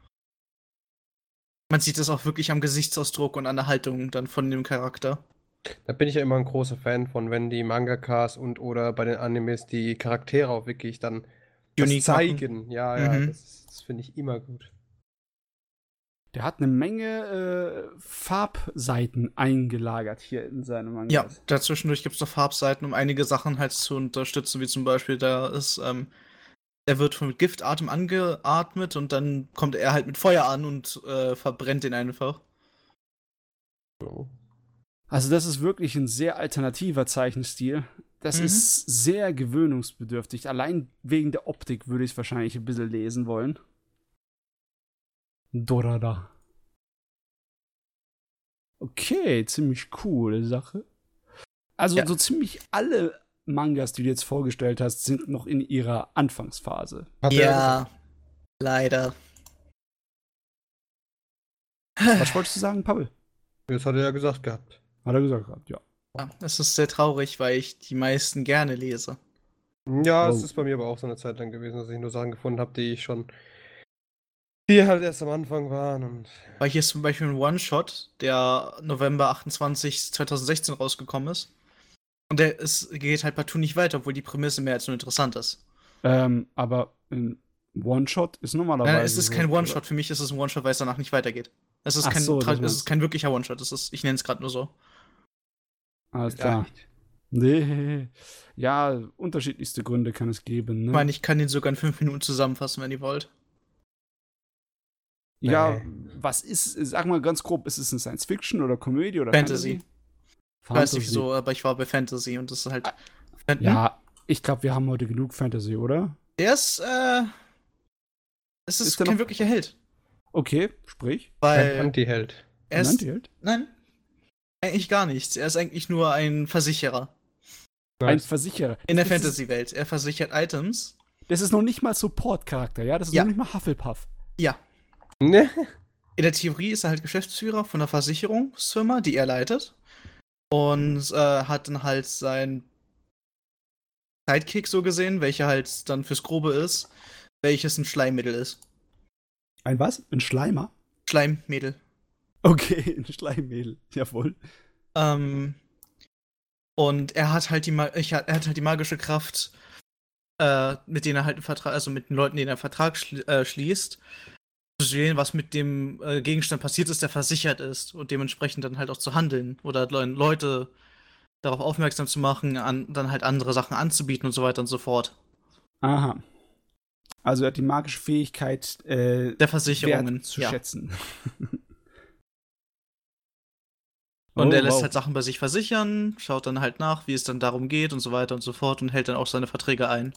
Man sieht das auch wirklich am Gesichtsausdruck und an der Haltung dann von dem Charakter. Da bin ich ja immer ein großer Fan von, wenn die Mangakas und oder bei den Animes die Charaktere auch wirklich dann das Unique zeigen. Ja, ja, Mhm. das, das finde ich immer gut. Der hat eine Menge äh, Farbseiten eingelagert hier in seinem Manga. Ja, dazwischendurch gibt es noch Farbseiten, um einige Sachen halt zu unterstützen, wie zum Beispiel, da ist, ähm, er wird von Giftatem angeatmet und dann kommt er halt mit Feuer an und äh, verbrennt ihn einfach. So. Also das ist wirklich ein sehr alternativer Zeichenstil. Das Mhm. ist sehr gewöhnungsbedürftig. Allein wegen der Optik würde ich es wahrscheinlich ein bisschen lesen wollen. Dorada. Okay, ziemlich coole Sache. Also Ja. so ziemlich alle Mangas, die du jetzt vorgestellt hast, sind noch in ihrer Anfangsphase. Hat er Ja, leider. Was wolltest du sagen, Pavel? das hat er ja gesagt gehabt. Hat er gesagt gehabt, ja. Ja, das ist sehr traurig, weil ich die meisten gerne lese. Ja, Oh. es ist bei mir aber auch so eine Zeit lang gewesen, dass ich nur Sachen gefunden habe, die ich schon. die halt erst am Anfang waren und. Weil hier ist zum Beispiel ein One-Shot, der November achtundzwanzigsten zweitausendsechzehn rausgekommen ist. Und der ist, geht halt partout nicht weiter, obwohl die Prämisse mehr als nur interessant ist. Ähm, aber ein One-Shot ist normalerweise. Nein, es ist so, kein oder? One-Shot. Für mich ist es ein One-Shot, weil es danach nicht weitergeht. Es ist Ach kein, so, das Tra- es meinst ist du. kein wirklicher One-Shot. Es ist, ich nenne es gerade nur so. Alles klar. Vielleicht. Nee. Ja, unterschiedlichste Gründe kann es geben. Ne? Ich meine, ich kann den sogar in fünf Minuten zusammenfassen, wenn ihr wollt. ja, Nee. was ist, sag mal ganz grob, ist es eine Science-Fiction oder Komödie oder Fantasy. Fantasy? Ich weiß nicht wieso, aber ich war bei Fantasy und das ist halt. Fan- Ja, ich glaube, wir haben heute genug Fantasy, oder? Der ist, äh. Es ist, Ist der kein noch- wirklicher Held. Okay, sprich. Ein Weil Anti-Held. er Ein ist. Antiheld? Nein. Eigentlich gar nichts. Er ist eigentlich nur ein Versicherer. Ein Nice. Versicherer. In der Das ist- Fantasy-Welt. Er versichert Items. Das ist noch nicht mal Support-Charakter, ja? Das ist Ja. noch nicht mal Hufflepuff. Ja. Ne? In der Theorie ist er halt Geschäftsführer von einer Versicherungsfirma, die er leitet. Und äh, hat dann halt seinen Sidekick so gesehen, welcher halt dann fürs Grobe ist, welches ein Schleimmittel ist. Ein was? Ein Schleimer? Schleimmädel. Okay, ein Schleimmädel. Jawohl. Ähm, und er hat halt die Ma ich, er hat halt die magische Kraft, äh, mit denen er halt einen Vertrag, also mit den Leuten, denen er einen Vertrag schli äh, schließt, zu sehen, was mit dem äh, Gegenstand passiert ist, der versichert ist und dementsprechend dann halt auch zu handeln oder Le Leute darauf aufmerksam zu machen, an, dann halt andere Sachen anzubieten und so weiter und so fort. Aha. Also er hat die magische Fähigkeit, äh, Der Versicherungen. Wert zu ja. schätzen. Und Oh, er lässt wow. halt Sachen bei sich versichern, schaut dann halt nach, wie es dann darum geht und so weiter und so fort und hält dann auch seine Verträge ein.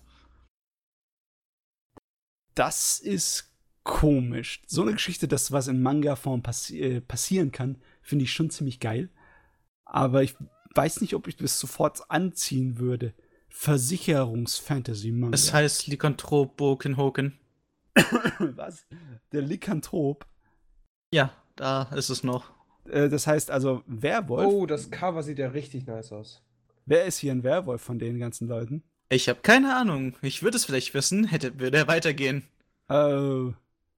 Das ist komisch. So eine Geschichte, dass was in Manga-Form passi äh, passieren kann, finde ich schon ziemlich geil. Aber ich weiß nicht, ob ich das sofort anziehen würde. Versicherungs-Fantasy-Manga. Es heißt Lycanthrope Boken Hoken. Was? Der Lykanthrope. Ja, da ist es noch. Äh, das heißt also Werwolf. Oh, das Cover sieht ja richtig nice aus. Wer ist hier ein Werwolf von den ganzen Leuten? Ich habe keine Ahnung. Ich würde es vielleicht wissen, hätte, würde er weitergehen. Oh.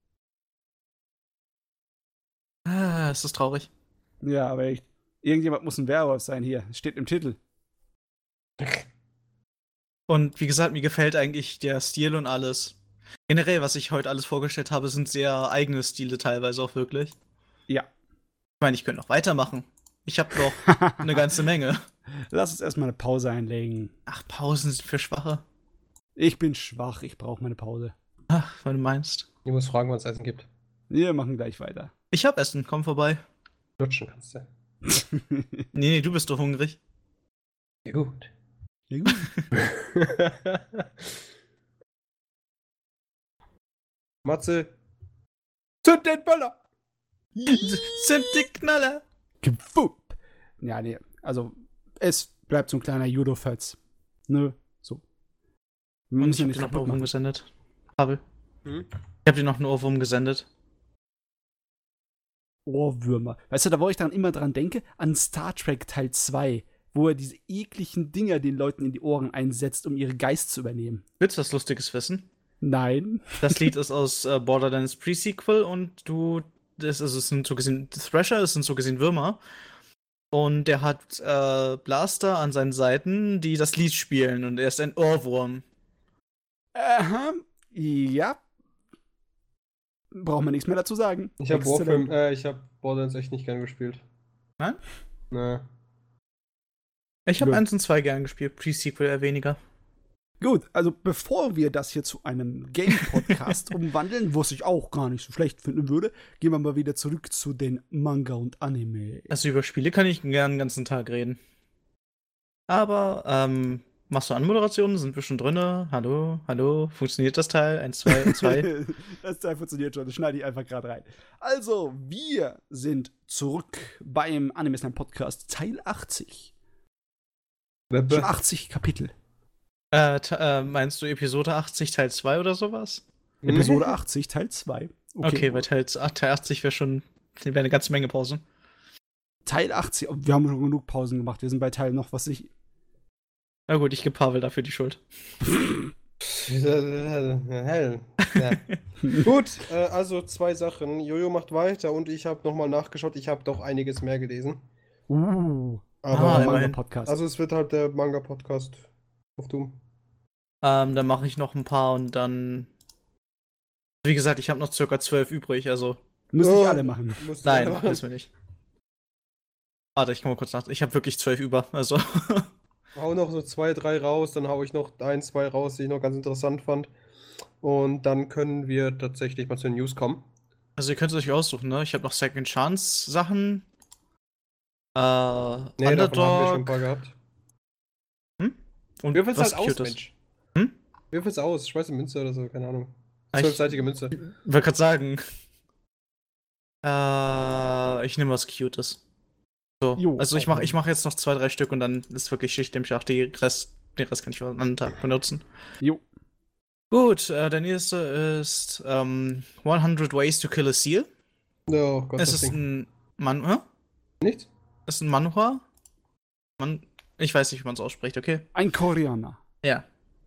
Ah, es ist traurig. Ja, aber echt. Irgendjemand muss ein Werwolf sein hier. Steht im Titel. Und wie gesagt, mir gefällt eigentlich der Stil und alles. Generell, was ich heute alles vorgestellt habe, sind sehr eigene Stile teilweise auch wirklich. Ja. Ich meine, ich könnte noch weitermachen. Ich habe noch eine ganze Menge. Lass uns erstmal eine Pause einlegen. Ach, Pausen sind für Schwache. Ich bin schwach, ich brauche meine Pause. Ach, wenn du meinst. Ich muss fragen, was es Essen gibt. Wir machen gleich weiter. Ich hab Essen, komm vorbei. Lutschen kannst du. Nee, nee, du bist doch hungrig. Ja, gut. Ja, gut. Matze. Zünd den Böller! Sind die Knaller. Gewupp. Ja, nee, also es bleibt so ein kleiner Judo-Fetz. Nö, so. Wir Und müssen ich ja hab nicht dir noch einen kaputt Ohrwurm machen. gesendet. Pavel. Hm? Ich hab dir noch einen Ohrwurm gesendet. Ohrwürmer. Weißt du, da wo ich dann immer dran denke, an Star Trek Teil zwei, wo er diese ekligen Dinger den Leuten in die Ohren einsetzt, um ihre Geist zu übernehmen. Willst du was Lustiges wissen? Nein. Das Lied ist aus äh, Borderlands Pre-Sequel und du, das ist, es sind so gesehen Thrasher, es sind so gesehen Würmer. Und der hat äh, Blaster an seinen Seiten, die das Lied spielen und er ist ein Ohrwurm. Aha. Ja. Braucht man nichts mehr dazu sagen. Ich habe Exzellent. Warframe, äh, ich habe Borderlands echt nicht gern gespielt. Nein? Nee. Ich habe Ja. eins und zwei gern gespielt, Pre-Sequel eher weniger. Gut, also bevor wir das hier zu einem Game-Podcast umwandeln, was ich auch gar nicht so schlecht finden würde, gehen wir mal wieder zurück zu den Manga und Anime. Also über Spiele kann ich gern den ganzen Tag reden. Aber, ähm, machst du Anmoderationen? Sind wir schon drinne? Hallo, hallo, funktioniert das Teil? Eins, zwei, zwei. Das Teil funktioniert schon, das schneide ich einfach gerade rein. Also, wir sind zurück beim Anime Slam Podcast Teil achtzig. Schon achtzig Kapitel. Äh, äh, meinst du Episode achtzig, Teil zwei oder sowas? Episode achtzig, Teil zwei. Okay, okay, weil Teil, Teil achtzig wäre schon wär eine ganze Menge Pause. Teil achtzig, wir haben schon genug Pausen gemacht. Wir sind bei Teil noch, was ich. Na gut, ich gebe Pavel dafür die Schuld. Hell. Ja. Gut, äh, also zwei Sachen. Jojo macht weiter und ich habe nochmal nachgeschaut. Ich habe doch einiges mehr gelesen. Uh. Aber ah, Manga-Podcast. Also es wird halt der Manga-Podcast auf Doom. Ähm, dann mache ich noch ein paar und dann. Wie gesagt, ich habe noch circa zwölf übrig, also. Müssen oh, nicht alle machen. Nein, machen. Müssen wir nicht. Warte, ich komme mal kurz nach. Ich habe wirklich zwölf über, also. Hau noch so zwei, drei raus, dann hau ich noch ein, zwei raus, die ich noch ganz interessant fand. Und dann können wir tatsächlich mal zu den News kommen. Also ihr könnt es euch aussuchen, ne? Ich habe noch Second Chance Sachen. Äh, nee, Underdog. Davon haben wir schon ein paar gehabt. Hm? Und wirf es halt aus, Mensch. Hm? Wirf es aus, schmeiß eine Münze oder so, keine Ahnung. Zwölfseitige Münze. Ich wollte gerade sagen. Äh, ich nehme was Cutes. So, jo, also ich mache ich mach jetzt noch zwei, drei Stück und dann ist wirklich Schicht im Schacht. Die Rest, den Rest kann ich für einen anderen Tag benutzen. Jo. Gut, äh, der nächste ist ähm, hundert Ways to Kill a Seal. Oh Gott, es ist Ding. ein Manhwa. Nichts? Es ist ein Manhwa. Man, ich weiß nicht, wie man es ausspricht, okay? Ein Koreaner. Ja.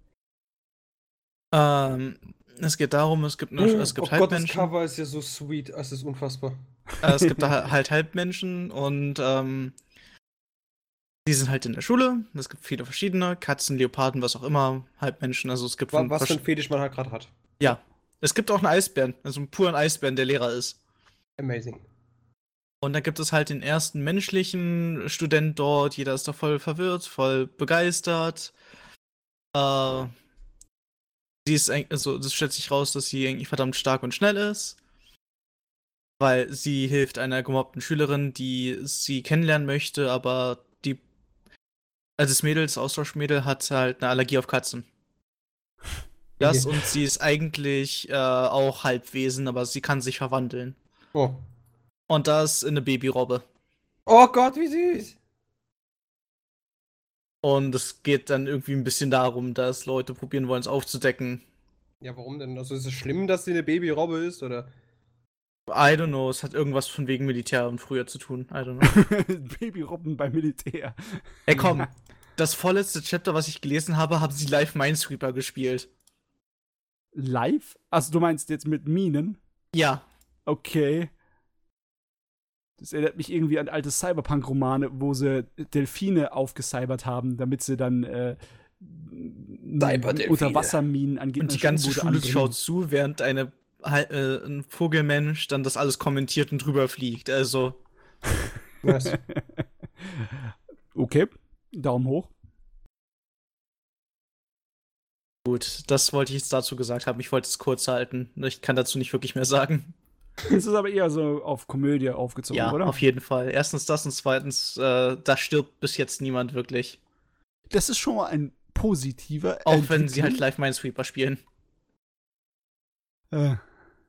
Ähm, es geht darum, es gibt, eine, es gibt oh Halbmenschen. Gott, das Cover ist ja so sweet, es ist unfassbar. Äh, es gibt da halt Halbmenschen und ähm, die sind halt in der Schule. Es gibt viele verschiedene, Katzen, Leoparden, was auch immer, Halbmenschen. Also es gibt was, was für ein Fetisch man halt gerade hat. Ja, es gibt auch einen Eisbären, also einen puren Eisbären, der Lehrer ist. Amazing. Und dann gibt es halt den ersten menschlichen Student dort. Jeder ist da voll verwirrt, voll begeistert. Äh, sie ist eigentlich, also das stellt sich raus, dass sie eigentlich verdammt stark und schnell ist. Weil sie hilft einer gemobbten Schülerin, die sie kennenlernen möchte, aber die, also das Mädel, das Austauschmädel, hat halt eine Allergie auf Katzen. Das okay. Und sie ist eigentlich äh, auch Halbwesen, aber sie kann sich verwandeln. Oh. Und das in eine Babyrobbe. Oh Gott, wie süß! Und es geht dann irgendwie ein bisschen darum, dass Leute probieren wollen, es aufzudecken. Ja, warum denn? Also ist es schlimm, dass sie eine Babyrobbe ist, oder? I don't know, es hat irgendwas von wegen Militär und früher zu tun. I don't know. Babyrobben beim Militär. Ey, komm. Das vorletzte Chapter, was ich gelesen habe, haben sie live Minesweeper gespielt. Live? Also du meinst jetzt mit Minen? Ja. Okay. Das erinnert mich irgendwie an alte Cyberpunk-Romane, wo sie Delfine aufgecybert haben, damit sie dann äh, Unterwasserminen an Und die ganze Schule schaut zu, während eine, äh, ein Vogelmensch dann das alles kommentiert und drüber fliegt. Also. Was? Okay, Daumen hoch. Gut, das wollte ich jetzt dazu gesagt haben. Ich wollte es kurz halten. Ich kann dazu nicht wirklich mehr sagen. Es ist aber eher so auf Komödie aufgezogen, ja, oder? Ja, auf jeden Fall. Erstens das und zweitens, äh, da stirbt bis jetzt niemand wirklich. Das ist schon mal ein positiver Auch Entwicklung. Wenn sie halt live Minesweeper spielen. Äh.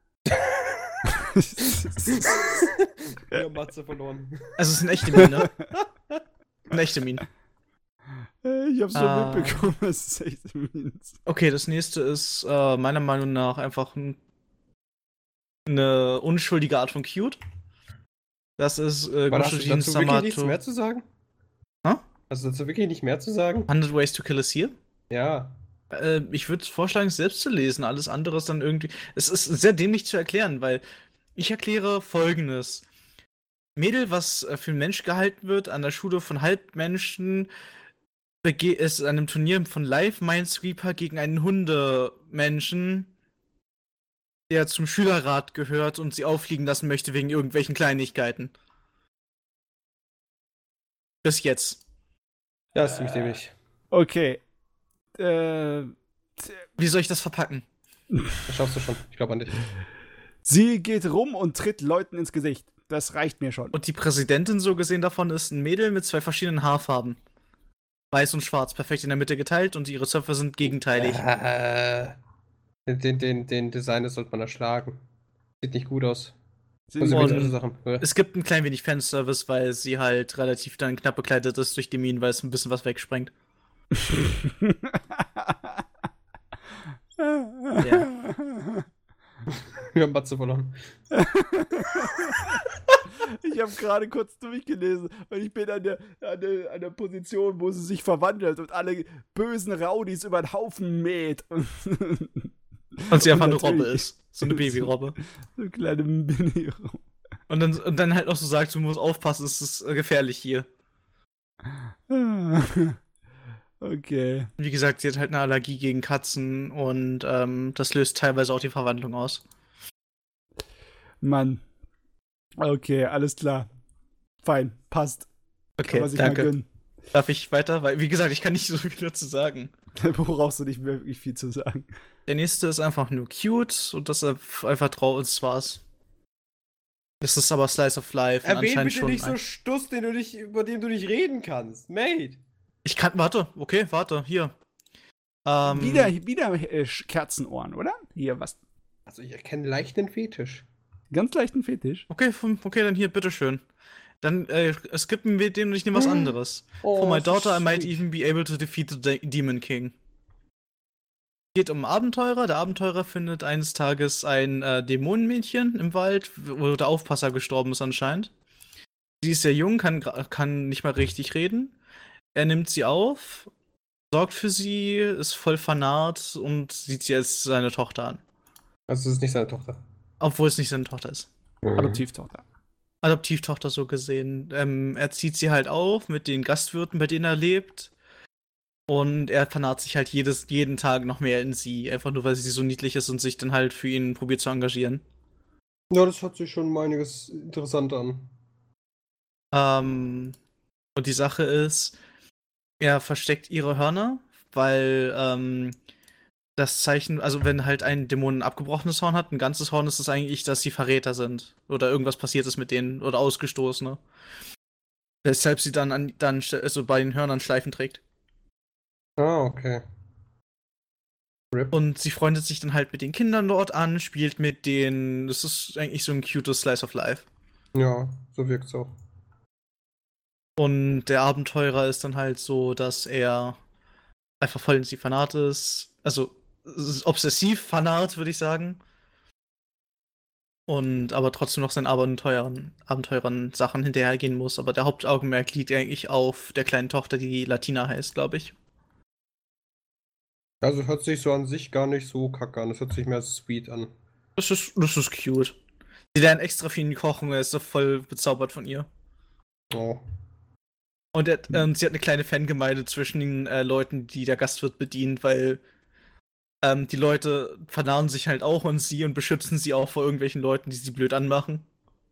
Ja, Matze verloren. Also es ist eine echte Mine. Eine echte Mine. Ich hab's nur uh, mitbekommen, es ist echte Mine. Okay, das nächste ist äh, meiner Meinung nach einfach ein eine unschuldige Art von Cute. Das ist äh, Hast du dazu wirklich nichts mehr zu sagen? Hä? Hast du dazu wirklich nicht mehr zu sagen? hundert Ways to Kill a Seal? Ja. Äh, ich würde vorschlagen, es selbst zu lesen. Alles andere ist dann irgendwie. Es ist sehr dämlich zu erklären, weil ich erkläre Folgendes. Mädel, was für ein Mensch gehalten wird, an der Schule von Halbmenschen, ist an einem Turnier von Live Minesweeper gegen einen Hundemenschen, der zum Schülerrat gehört und sie auffliegen lassen möchte wegen irgendwelchen Kleinigkeiten. Bis jetzt. Ja, ist ziemlich dämlich. Okay. Äh, Wie soll ich das verpacken? Das schaffst du schon. Ich glaube an dich. sie geht rum und tritt Leuten ins Gesicht. Das reicht mir schon. Und die Präsidentin, so gesehen davon, ist ein Mädel mit zwei verschiedenen Haarfarben. Weiß und schwarz, perfekt in der Mitte geteilt und ihre Zöpfe sind gegenteilig. Äh, den, den, den, den Designer sollte man erschlagen. Sieht nicht gut aus. Sie- Also, Und- solche Sachen. Ja. Es gibt ein klein wenig Fanservice, weil sie halt relativ dann knapp bekleidet ist durch die Minen, weil es ein bisschen was wegsprengt. Wir haben Batze verloren. Ich habe gerade kurz durchgelesen und ich bin an der, an, der, an der Position, wo sie sich verwandelt und alle bösen Raudis über den Haufen mäht. Und, Und sie einfach eine natürlich- Robbe ist. So eine Babyrobbe. so eine kleine mini Und dann, und dann halt noch so sagt, du musst aufpassen, es ist äh, gefährlich hier. Okay. Wie gesagt, sie hat halt eine Allergie gegen Katzen und ähm, das löst teilweise auch die Verwandlung aus. Mann. Okay, alles klar. Fein, passt. Kann Okay, man sich mal danke. gönnen. Darf ich weiter? Weil, wie gesagt, ich kann nicht so viel dazu sagen. Da brauchst du nicht wirklich viel zu sagen. Der nächste ist einfach nur cute und das ist einfach traurig, das war's. Das ist aber Slice of Life. und Erwähn anscheinend bitte schon nicht so ein- Stuss, den du nicht, über den du nicht reden kannst. Mate. Ich kann, warte, okay, warte, hier. Ähm, wieder wieder äh, Kerzenohren, oder? Hier, was? Also ich erkenne leicht den Fetisch. Ganz leichten Fetisch. Okay, vom- okay, dann hier, bitteschön. Dann äh, skippen wir den und ich nehme was Hm. anderes. Oh, For my so daughter, I might sweet. even be able to defeat the De Demon King. Geht um einen Abenteurer. Der Abenteurer findet eines Tages ein äh, Dämonenmädchen im Wald, wo der Aufpasser gestorben ist anscheinend. Sie ist sehr jung, kann, gra- kann nicht mal richtig reden. Er nimmt sie auf, sorgt für sie, ist voll vernarrt und sieht sie als seine Tochter an. Also es ist nicht seine Tochter. Obwohl es nicht seine Tochter ist. Adoptivtochter. Adoptivtochter so gesehen. Ähm, er zieht sie halt auf mit den Gastwirten, bei denen er lebt. Und er vernarrt sich halt jedes, jeden Tag noch mehr in sie. Einfach nur, weil sie so niedlich ist und sich dann halt für ihn probiert zu engagieren. Ja, das hört sich schon um einiges interessant an. Ähm, und die Sache ist, er versteckt ihre Hörner, weil ähm, das Zeichen, also wenn halt ein Dämon ein abgebrochenes Horn hat, ein ganzes Horn, ist es eigentlich, dass sie Verräter sind. Oder irgendwas passiert ist mit denen oder Ausgestoßene. Weshalb sie dann, an, dann sch- also bei den Hörnern Schleifen trägt. Ah, okay. Rip. Und sie freundet sich dann halt mit den Kindern dort an, spielt mit denen. Das ist eigentlich so ein cutes Slice of Life. Ja, so wirkt's auch. Und der Abenteurer ist dann halt so, dass er einfach voll in sie fanat ist. Also s- s- obsessiv fanat, würde ich sagen. Und aber trotzdem noch seinen Abenteuern, Abenteurern Sachen hinterhergehen muss. Aber der Hauptaugenmerk liegt eigentlich auf der kleinen Tochter, die Latina heißt, glaube ich. Also hört sich so an sich gar nicht so kacke an. Es hört sich mehr sweet an. Das ist, das ist cute. Sie lernen extra für ihn kochen, er ist so voll bezaubert von ihr. Oh. Und er, ähm, sie hat eine kleine Fangemeinde zwischen den äh, Leuten, die der Gastwirt bedient, weil ähm, die Leute vernarren sich halt auch an sie und beschützen sie auch vor irgendwelchen Leuten, die sie blöd anmachen.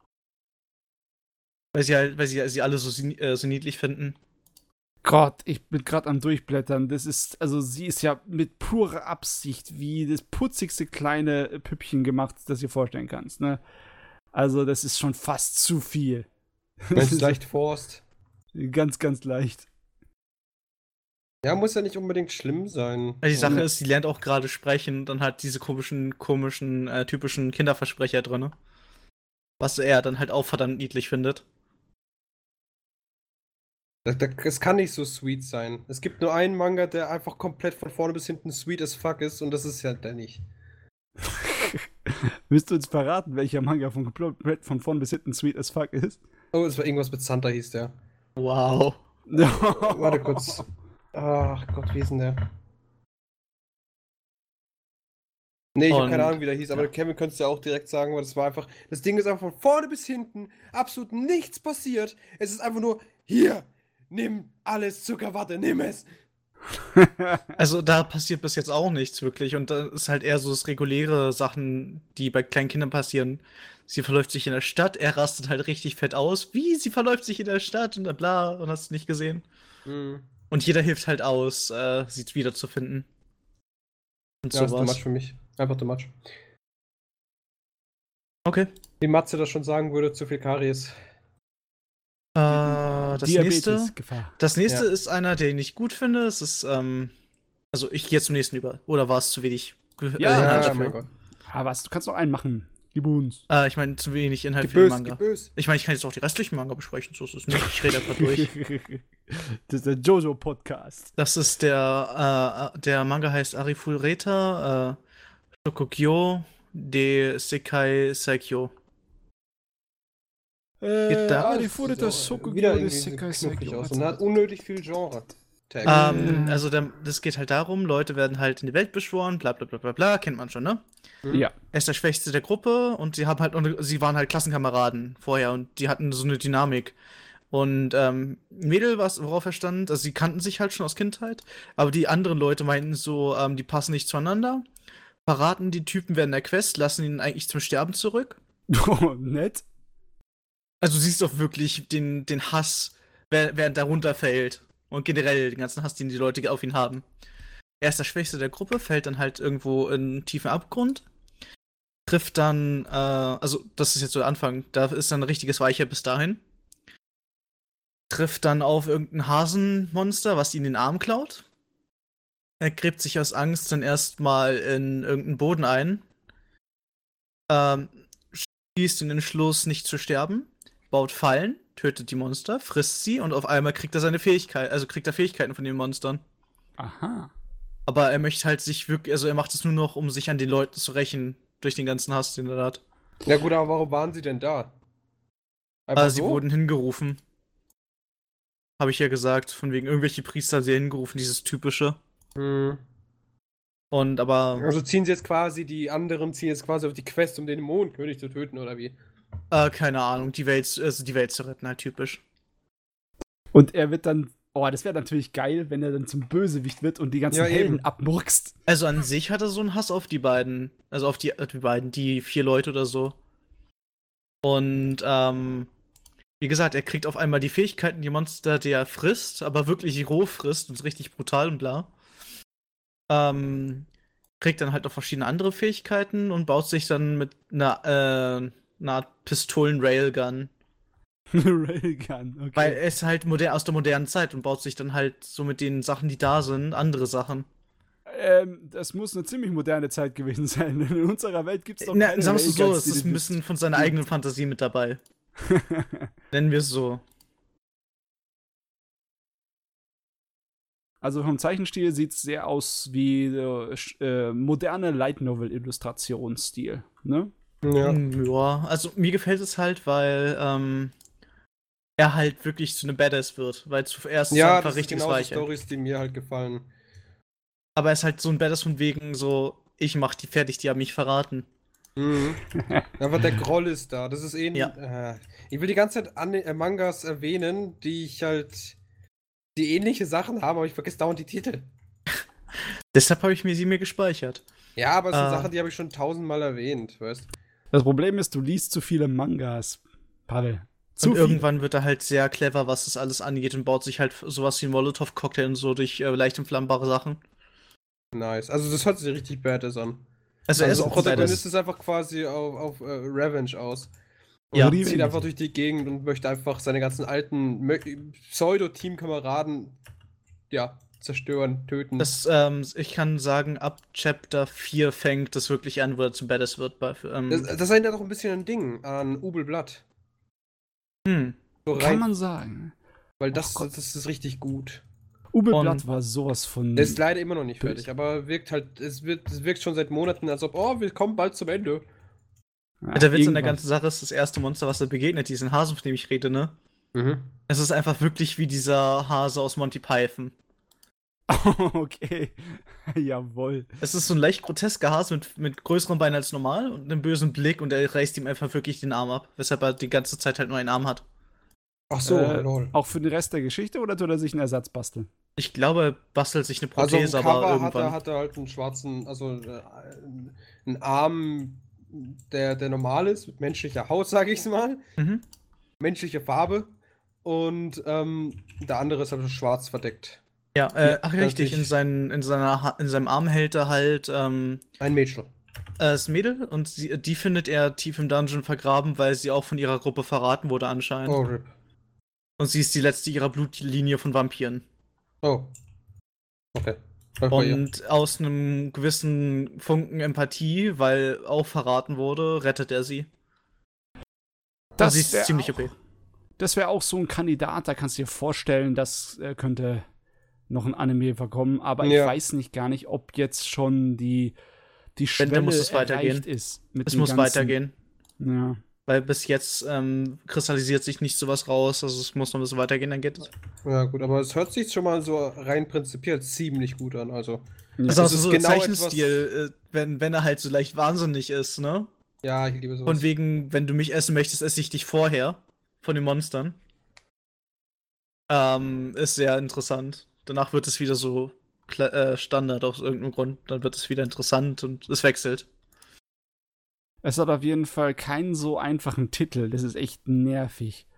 Weil sie halt, weil sie sie alle so, sie- äh, so niedlich finden. Gott, ich bin gerade am Durchblättern. Das ist, also sie ist ja mit purer Absicht wie das putzigste kleine Püppchen gemacht, das du dir vorstellen kannst, ne? Also das ist schon fast zu viel. Wenn es leicht forst. Ganz, ganz leicht. Ja, muss ja nicht unbedingt schlimm sein. Weil die Sache Ja. ist, sie lernt auch gerade sprechen und dann hat diese komischen, komischen, äh, typischen Kinderversprecher drin. Was er dann halt auch verdammt niedlich findet. Das, das, das kann nicht so sweet sein. Es gibt nur einen Manga, der einfach komplett von vorne bis hinten sweet as fuck ist und das ist ja der nicht. Willst du uns verraten, welcher Manga von komplett von vorn bis hinten sweet as fuck ist? Oh, es war irgendwas mit Santa hieß der. Wow. Warte kurz. Ach Gott, wie ist denn der? Nee, ich habe Und- keine Ahnung, wie der hieß, aber ja. Kevin könnte es ja auch direkt sagen, weil das war einfach. Das Ding ist einfach von vorne bis hinten absolut nichts passiert. Es ist einfach nur, hier, nimm alles Zuckerwatte, nimm es. Also da passiert bis jetzt auch nichts wirklich und da ist halt eher so das reguläre Sachen, die bei kleinen Kindern passieren. Sie verläuft sich in der Stadt, er rastet halt richtig fett aus. Wie? Sie verläuft sich in der Stadt und bla und hast du nicht gesehen. Hm. Und jeder hilft halt aus, äh, sie wiederzufinden. Und Ja, das ist too sowas. much für mich. Einfach too much. Okay. Wie Matze das schon sagen würde, zu viel Karies. Äh, das nächste, Diabetes-Gefahr. das nächste Ja. ist einer, den ich gut finde. Es ist, ähm, also ich gehe zum nächsten über. Oder war es zu wenig ge- Ja, äh, Inhalt Ja, dafür? mein Gott. Ah, was? Du kannst noch einen machen. Gib uns. Äh, ich meine, zu wenig Inhalt Gib für den bös, Manga. gib bös. Ich meine, ich kann jetzt auch die restlichen Manga besprechen, so ist es nicht. Ich rede einfach durch. Das ist der Jojo-Podcast. Das ist der, äh, der Manga heißt Arifureta, äh, Shokugyo de Sekai Saikyo. Äh, Geht da- Arifureta Das sieht auch, äh, Sokugyo wieder de irgendwie Sekai so knuffig Seikyo. aus und hat unnötig viel Genre. Tag. Ähm, Äh. also der, das geht halt darum, Leute werden halt in die Welt beschworen, bla bla bla bla bla, kennt man schon, ne? Ja. Er ist der Schwächste der Gruppe und sie haben halt, noch eine- sie waren halt Klassenkameraden vorher und die hatten so eine Dynamik. Und ähm, Mädel, was, worauf er stand, also sie kannten sich halt schon aus Kindheit, aber die anderen Leute meinten so, ähm, die passen nicht zueinander, verraten die Typen während der Quest, lassen ihn eigentlich zum Sterben zurück. Oh, nett. Also du siehst doch wirklich den, den Hass, wer- während er runterfällt. Und generell den ganzen Hass, den die Leute auf ihn haben. Er ist der Schwächste der Gruppe, fällt dann halt irgendwo in einen tiefen Abgrund. Trifft dann, äh, also das ist jetzt so der Anfang, da ist dann ein richtiges Weicher bis dahin. Trifft dann auf irgendein Hasenmonster, was ihn den Arm klaut. Er gräbt sich aus Angst dann erstmal in irgendeinen Boden ein. Ähm, schließt den Entschluss, nicht zu sterben. Baut Fallen, tötet die Monster, frisst sie und auf einmal kriegt er seine Fähigkeit, also kriegt er Fähigkeiten von den Monstern. Aha. Aber er möchte halt sich wirklich, also er macht es nur noch, um sich an den Leuten zu rächen, durch den ganzen Hass, den er hat. Ja gut, aber warum waren sie denn da? Einfach Aber sie so? wurden hingerufen. Habe ich ja gesagt, von wegen irgendwelche Priester sie hingerufen, dieses typische. Hm. Und aber, Also ziehen sie jetzt quasi, die anderen ziehen jetzt quasi auf die Quest, um den Dämonenkönig zu töten, oder wie? äh, keine Ahnung, die Welt, also die Welt zu retten, halt typisch. Und er wird dann. Oh, das wäre natürlich geil, wenn er dann zum Bösewicht wird und die ganzen Ja, Helden eben. abmurkst. Also an sich hat er so einen Hass auf die beiden. Also auf die, äh, die beiden, die vier Leute oder so. Und, ähm, wie gesagt, er kriegt auf einmal die Fähigkeiten, die Monster, die er frisst, aber wirklich roh frisst und richtig brutal und bla. Ähm, kriegt dann halt noch verschiedene andere Fähigkeiten und baut sich dann mit einer, äh, einer Art Pistolen-Railgun. Railgun, okay. Weil er ist halt moder aus der modernen Zeit und baut sich dann halt so mit den Sachen, die da sind, andere Sachen. ähm, das muss eine ziemlich moderne Zeit gewesen sein. In unserer Welt gibt es doch Na, keine sagen wir es so, Railguns, es die ist du ein bisschen von seiner eigenen Fantasie mit dabei. bist. Nennen wir es so. Also vom Zeichenstil sieht es sehr aus wie äh, sch- äh, moderne Light Novel Illustrationsstil, ne? Ja. Mm, Ja, also mir gefällt es halt, weil ähm, er halt wirklich zu einem Badass wird, weil zuerst ist er Ja, einfach das ist richtiges genau die Weiche. Storys, die mir halt gefallen. Aber er ist halt so ein Badass von wegen so, ich mach die fertig, die haben mich verraten. Mhm. Einfach der Groll ist da. Das ist ähnlich. Ja. Äh, ich will die ganze Zeit An äh, Mangas erwähnen, die ich halt. die ähnliche Sachen haben, aber ich vergesse dauernd die Titel. Deshalb habe ich mir sie mir gespeichert. Ja, aber es sind Äh. Sachen, die habe ich schon tausendmal erwähnt, weißt Das Problem ist, du liest zu viele Mangas, Pavel. Zu Und viel. irgendwann wird er halt sehr clever, was das alles angeht und baut sich halt sowas wie einen Molotow-Cocktail und so durch äh, leicht entflammbare Sachen. Nice. Also das hört sich richtig badass an. Also, er ist Also auch der ein Protagonist Badass. ist einfach quasi auf, auf äh, Revenge aus. Und Ja. zieht einfach durch die Gegend und möchte einfach seine ganzen alten Mö- Pseudo-Teamkameraden ja, zerstören, töten. Das, ähm, ich kann sagen, ab Chapter vier fängt das wirklich an, wo er zum Badass wird. Bei, ähm, Das, das erinnert doch ein bisschen an ein Ding, an Ubel Blatt. hm. So Kann rein, man sagen. weil das, Gott. das ist richtig gut. Ubelblatt Und- war sowas von. Der ist leider immer noch nicht Böse. fertig, aber wirkt halt, es, wird, es wirkt schon seit Monaten, als ob, oh, wir kommen bald zum Ende. Ja, Der Witz an der irgendwann. ganzen Sache ist, das erste Monster, was er begegnet, diesen Hasen, von dem ich rede, ne? Mhm. Es ist einfach wirklich wie dieser Hase aus Monty Python. Okay. Jawohl. Es ist so ein leicht grotesker Hase mit, mit größeren Beinen als normal und einem bösen Blick und er reißt ihm einfach wirklich den Arm ab, weshalb er die ganze Zeit halt nur einen Arm hat. Ach so, Äh, lol. Auch für den Rest der Geschichte oder tut er sich einen Ersatz basteln? Ich glaube, er bastelt sich eine Also im Prothese, Cover aber hat irgendwann. er, hat er halt einen schwarzen, also äh, einen Arm, der, der normal ist, mit menschlicher Haut, sage ich mal. Mhm. Menschliche Farbe. Und ähm, der andere ist halt schwarz verdeckt. Ja, äh, Ja, ach richtig, in, richtig. seinen, in, seiner, Ha- in seinem Arm hält er halt ähm, Ein Mädchen. äh, das Mädel und sie, die findet er tief im Dungeon vergraben, weil sie auch von ihrer Gruppe verraten wurde anscheinend. Oh, R I P. Und sie ist die letzte ihrer Blutlinie von Vampiren. Oh, okay. Läuft bei ihr. Und aus einem gewissen Funken Empathie, weil auch verraten wurde, rettet er sie. Und sie Das ist wäre ziemlich auch, O P. das wär auch so ein Kandidat, da kannst du dir vorstellen, das äh, könnte noch ein Anime verkommen, aber ich Ja. weiß nicht gar nicht, ob jetzt schon die, die Wenn, Schwelle dann muss es erreicht weitergehen. ist. Mit Es den muss ganzen, weitergehen. Ja. Weil bis jetzt ähm, kristallisiert sich nicht sowas raus, also es muss noch ein bisschen weitergehen, dann geht es. Ja, gut, aber es hört sich schon mal so rein prinzipiell ziemlich gut an. Also, Ja. Also, Das also ist so genau Zeichenstil, äh, wenn, wenn er halt so leicht wahnsinnig ist, ne? ja, ich liebe sowas. Von wegen, wenn du mich essen möchtest, esse ich dich vorher. Von den Monstern. Ähm, ist sehr interessant. Danach wird es wieder so Kla- äh, Standard aus irgendeinem Grund. Dann wird es wieder interessant und es wechselt. Es hat auf jeden Fall keinen so einfachen Titel. Das ist echt nervig.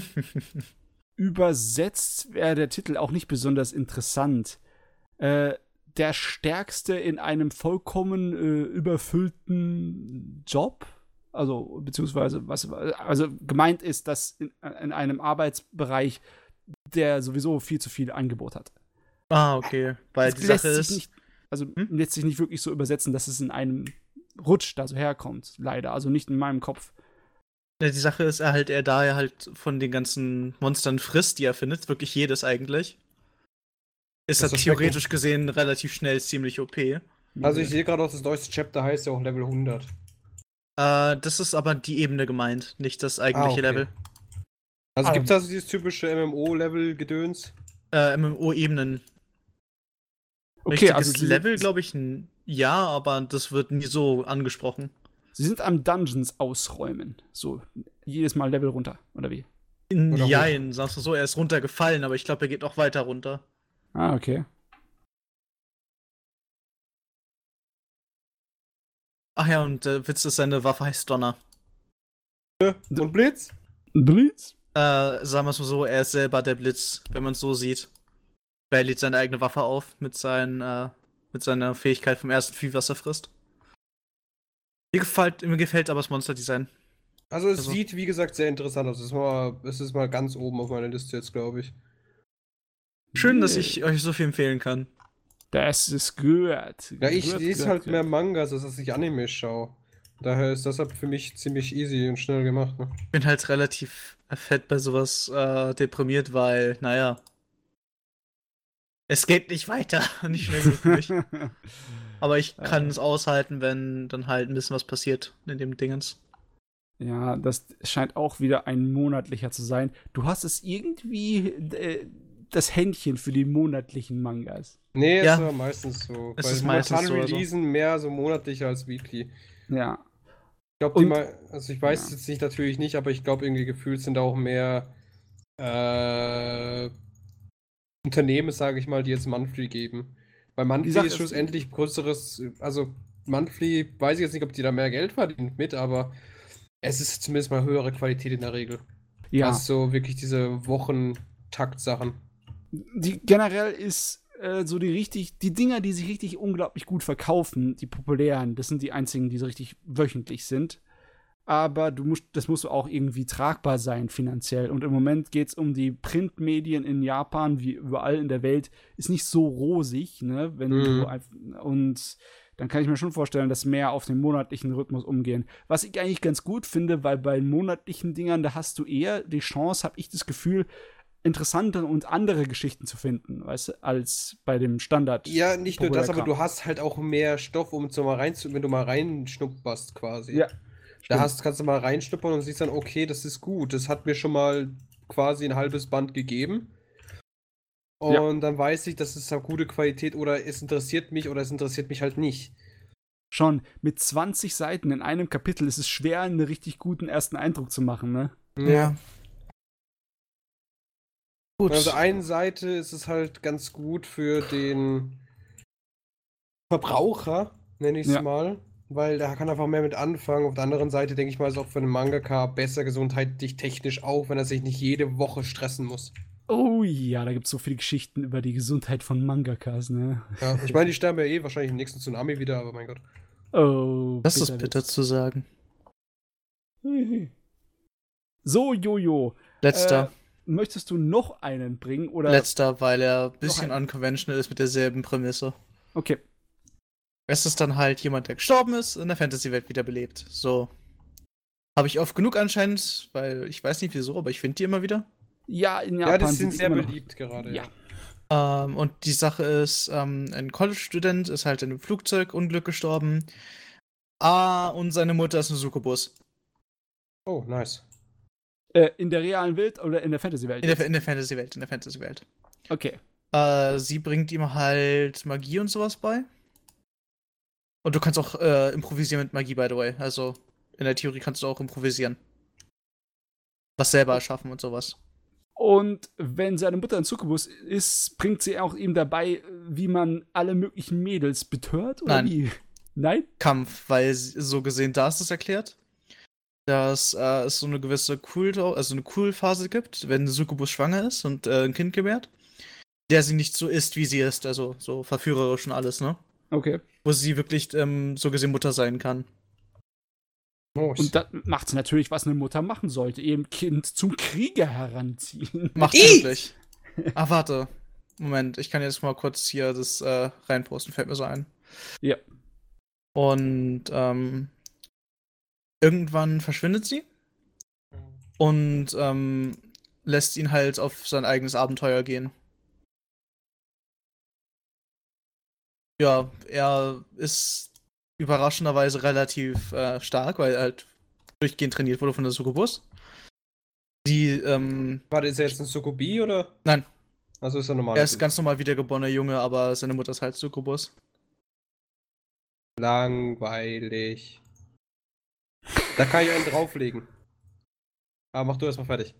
Übersetzt wäre der Titel auch nicht besonders interessant. Äh, der Stärkste in einem vollkommen äh, überfüllten Job. Also, beziehungsweise, was, also gemeint ist, dass in, in einem Arbeitsbereich, der sowieso viel zu viel Angebot hat. Ah, okay. Weil Das die Sache lässt ist. sich nicht, also Hm? lässt sich nicht wirklich so übersetzen, dass es in einem Rutsch da so herkommt, leider. Also nicht in meinem Kopf. Ja, die Sache ist er halt, er da er halt von den ganzen Monstern frisst, die er findet, wirklich jedes eigentlich, ist er Das ist theoretisch gesehen relativ schnell ziemlich O P. Äh, Also, ich sehe gerade auch, das neueste Chapter heißt ja auch Level hundert. das ist aber die Ebene gemeint, nicht das eigentliche okay. Level. Also, Ah. gibt es also dieses typische M M O-Level-Gedöns? Äh, M M O-Ebenen. Okay, Richtiges also sie, Level, glaube ich, n- ja, aber das wird nie so angesprochen. sie sind am Dungeons ausräumen. So, jedes Mal Level runter, oder wie? Oder Nein, sagst du so, er ist runtergefallen, aber ich glaube, er geht auch weiter runter. Ah, okay. Ach ja, und der Witz ist, seine Waffe heißt Donner. Und Blitz? Blitz? Äh, sagen wir es mal so, er ist selber der Blitz, wenn man es so sieht. Weil er lädt seine eigene Waffe auf mit, seinen, äh, mit seiner Fähigkeit vom ersten Vieh, was er frisst. Mir gefällt, mir gefällt aber das Monster-Design. Also, es Also- sieht, wie gesagt, sehr interessant aus. Es ist mal, es ist mal ganz oben auf meiner Liste jetzt, glaube ich. Schön, dass ich euch so viel empfehlen kann. Das ist gut. Ja, ich Gut, lese gut, halt gut. mehr Mangas, als dass ich Anime schaue. Daher ist das halt für mich ziemlich easy und schnell gemacht. Ne? Ich bin halt relativ fett bei sowas äh, deprimiert, weil, naja. Es geht nicht weiter. Nicht schnell genug für mich. Aber ich kann Äh. es aushalten, wenn dann halt ein bisschen was passiert in dem Dingens. Ja, das scheint auch wieder ein monatlicher zu sein. Du hast es irgendwie äh, das Händchen für die monatlichen Mangas. Nee, Ja. ist aber meistens so. Es Weil ist momentan meistens so, also. releasen mehr so monatlich als weekly. Ja. Ich glaube, die Und- mal, also ich weiß ja. jetzt nicht natürlich nicht, aber ich glaube irgendwie gefühlt sind auch mehr äh, Unternehmen, sage ich mal, die jetzt Monthly geben. Weil Monthly Sache ist ist- schlussendlich größeres, also Monthly, weiß ich jetzt nicht, ob die da mehr Geld verdienen mit, aber es ist zumindest mal höhere Qualität in der Regel. Ja. Als so wirklich diese Wochentakt-Sachen. Die generell ist äh, so die richtig, die Dinger, die sich richtig unglaublich gut verkaufen, die populären, das sind die einzigen, die so richtig wöchentlich sind. Aber du musst, das muss auch irgendwie tragbar sein finanziell. Und im Moment geht es um die Printmedien in Japan, wie überall in der Welt, ist nicht so rosig, ne? Wenn Mhm. du einf- und dann kann ich mir schon vorstellen, dass mehr auf den monatlichen Rhythmus umgehen. Was ich eigentlich ganz gut finde, weil bei monatlichen Dingern, da hast du eher die Chance, habe ich das Gefühl, interessante und andere Geschichten zu finden, weißt du, als bei dem Standard. Ja, nicht nur das, aber Populärkram. du hast halt auch mehr Stoff, um so mal rein zu, wenn du mal reinschnupperst quasi. Ja, Da stimmt. hast, kannst du mal reinschnuppern und siehst dann, okay, das ist gut. Das hat mir schon mal quasi ein halbes Band gegeben. Ja. Und dann weiß ich, das ist eine gute Qualität oder es interessiert mich oder es interessiert mich halt nicht. Schon mit zwanzig Seiten in einem Kapitel ist es schwer, einen richtig guten ersten Eindruck zu machen, ne? Ja. Gut. Auf der einen Seite ist es halt ganz gut für den Verbraucher, nenne ich es Ja. mal, weil da kann einfach mehr mit anfangen. Auf der anderen Seite denke ich mal, ist auch für einen Mangaka besser gesundheitlich technisch auch, wenn er sich nicht jede Woche stressen muss. Oh ja, da gibt es so viele Geschichten über die Gesundheit von Mangakas, ne? Ja, ich meine, die sterben ja eh wahrscheinlich im nächsten Tsunami wieder, aber mein Gott. Oh, Das ist bitterlich. bitter zu sagen. So, Jojo. Letzter. Äh, möchtest du noch einen bringen? Oder? Letzter, weil er ein bisschen einen. unconventional ist mit derselben Prämisse. Okay. Es ist dann halt jemand, der gestorben ist, in der Fantasy-Welt wiederbelebt. So. Habe ich oft genug anscheinend, weil ich weiß nicht wieso, aber ich finde die immer wieder. Ja, in Japan Ja, die sind die sehr immer noch- beliebt gerade. Ja. Ähm, und die Sache ist, ähm, ein College-Student ist halt in einem Flugzeugunglück gestorben. Ah, und seine Mutter ist ein Succubus. Oh, nice. Äh, in der realen Welt oder in der Fantasy-Welt? In der, in der Fantasy-Welt, in der Fantasy-Welt. Okay. Äh, sie bringt ihm halt Magie und sowas bei. Und du kannst auch äh, improvisieren mit Magie, by the way. Also in der Theorie kannst du auch improvisieren. Was selber erschaffen und sowas. Und wenn seine Mutter ein Succubus ist, bringt sie auch ihm dabei, wie man alle möglichen Mädels betört? Oder Nein. Wie? Nein? Kampf, weil sie- so gesehen, da ist es erklärt, dass äh, es so eine gewisse Cool, also eine Cool-Phase gibt, wenn Succubus schwanger ist und äh, ein Kind gebärt, der sie nicht so ist, wie sie ist, also so verführerisch und alles, ne? Okay. Wo sie wirklich ähm, so gesehen Mutter sein kann. Nice. Und das macht natürlich, was eine Mutter machen sollte: Ihr Kind zum Krieger heranziehen. Macht wirklich. Ah, warte. Moment, ich kann jetzt mal kurz hier das äh, reinposten, fällt mir so ein. Ja. Und ähm, irgendwann verschwindet sie und ähm, lässt ihn halt auf sein eigenes Abenteuer gehen. Ja, er ist überraschenderweise relativ äh, stark, weil er halt durchgehend trainiert wurde von der Succubus. Die, ähm, Warte, ist er jetzt ein Sukubi oder? Nein. Also ist er normal. er ist ganz normal wiedergeborener Junge, aber seine Mutter ist halt Succubus. langweilig. Da kann ich einen drauflegen. Aber mach du erstmal fertig.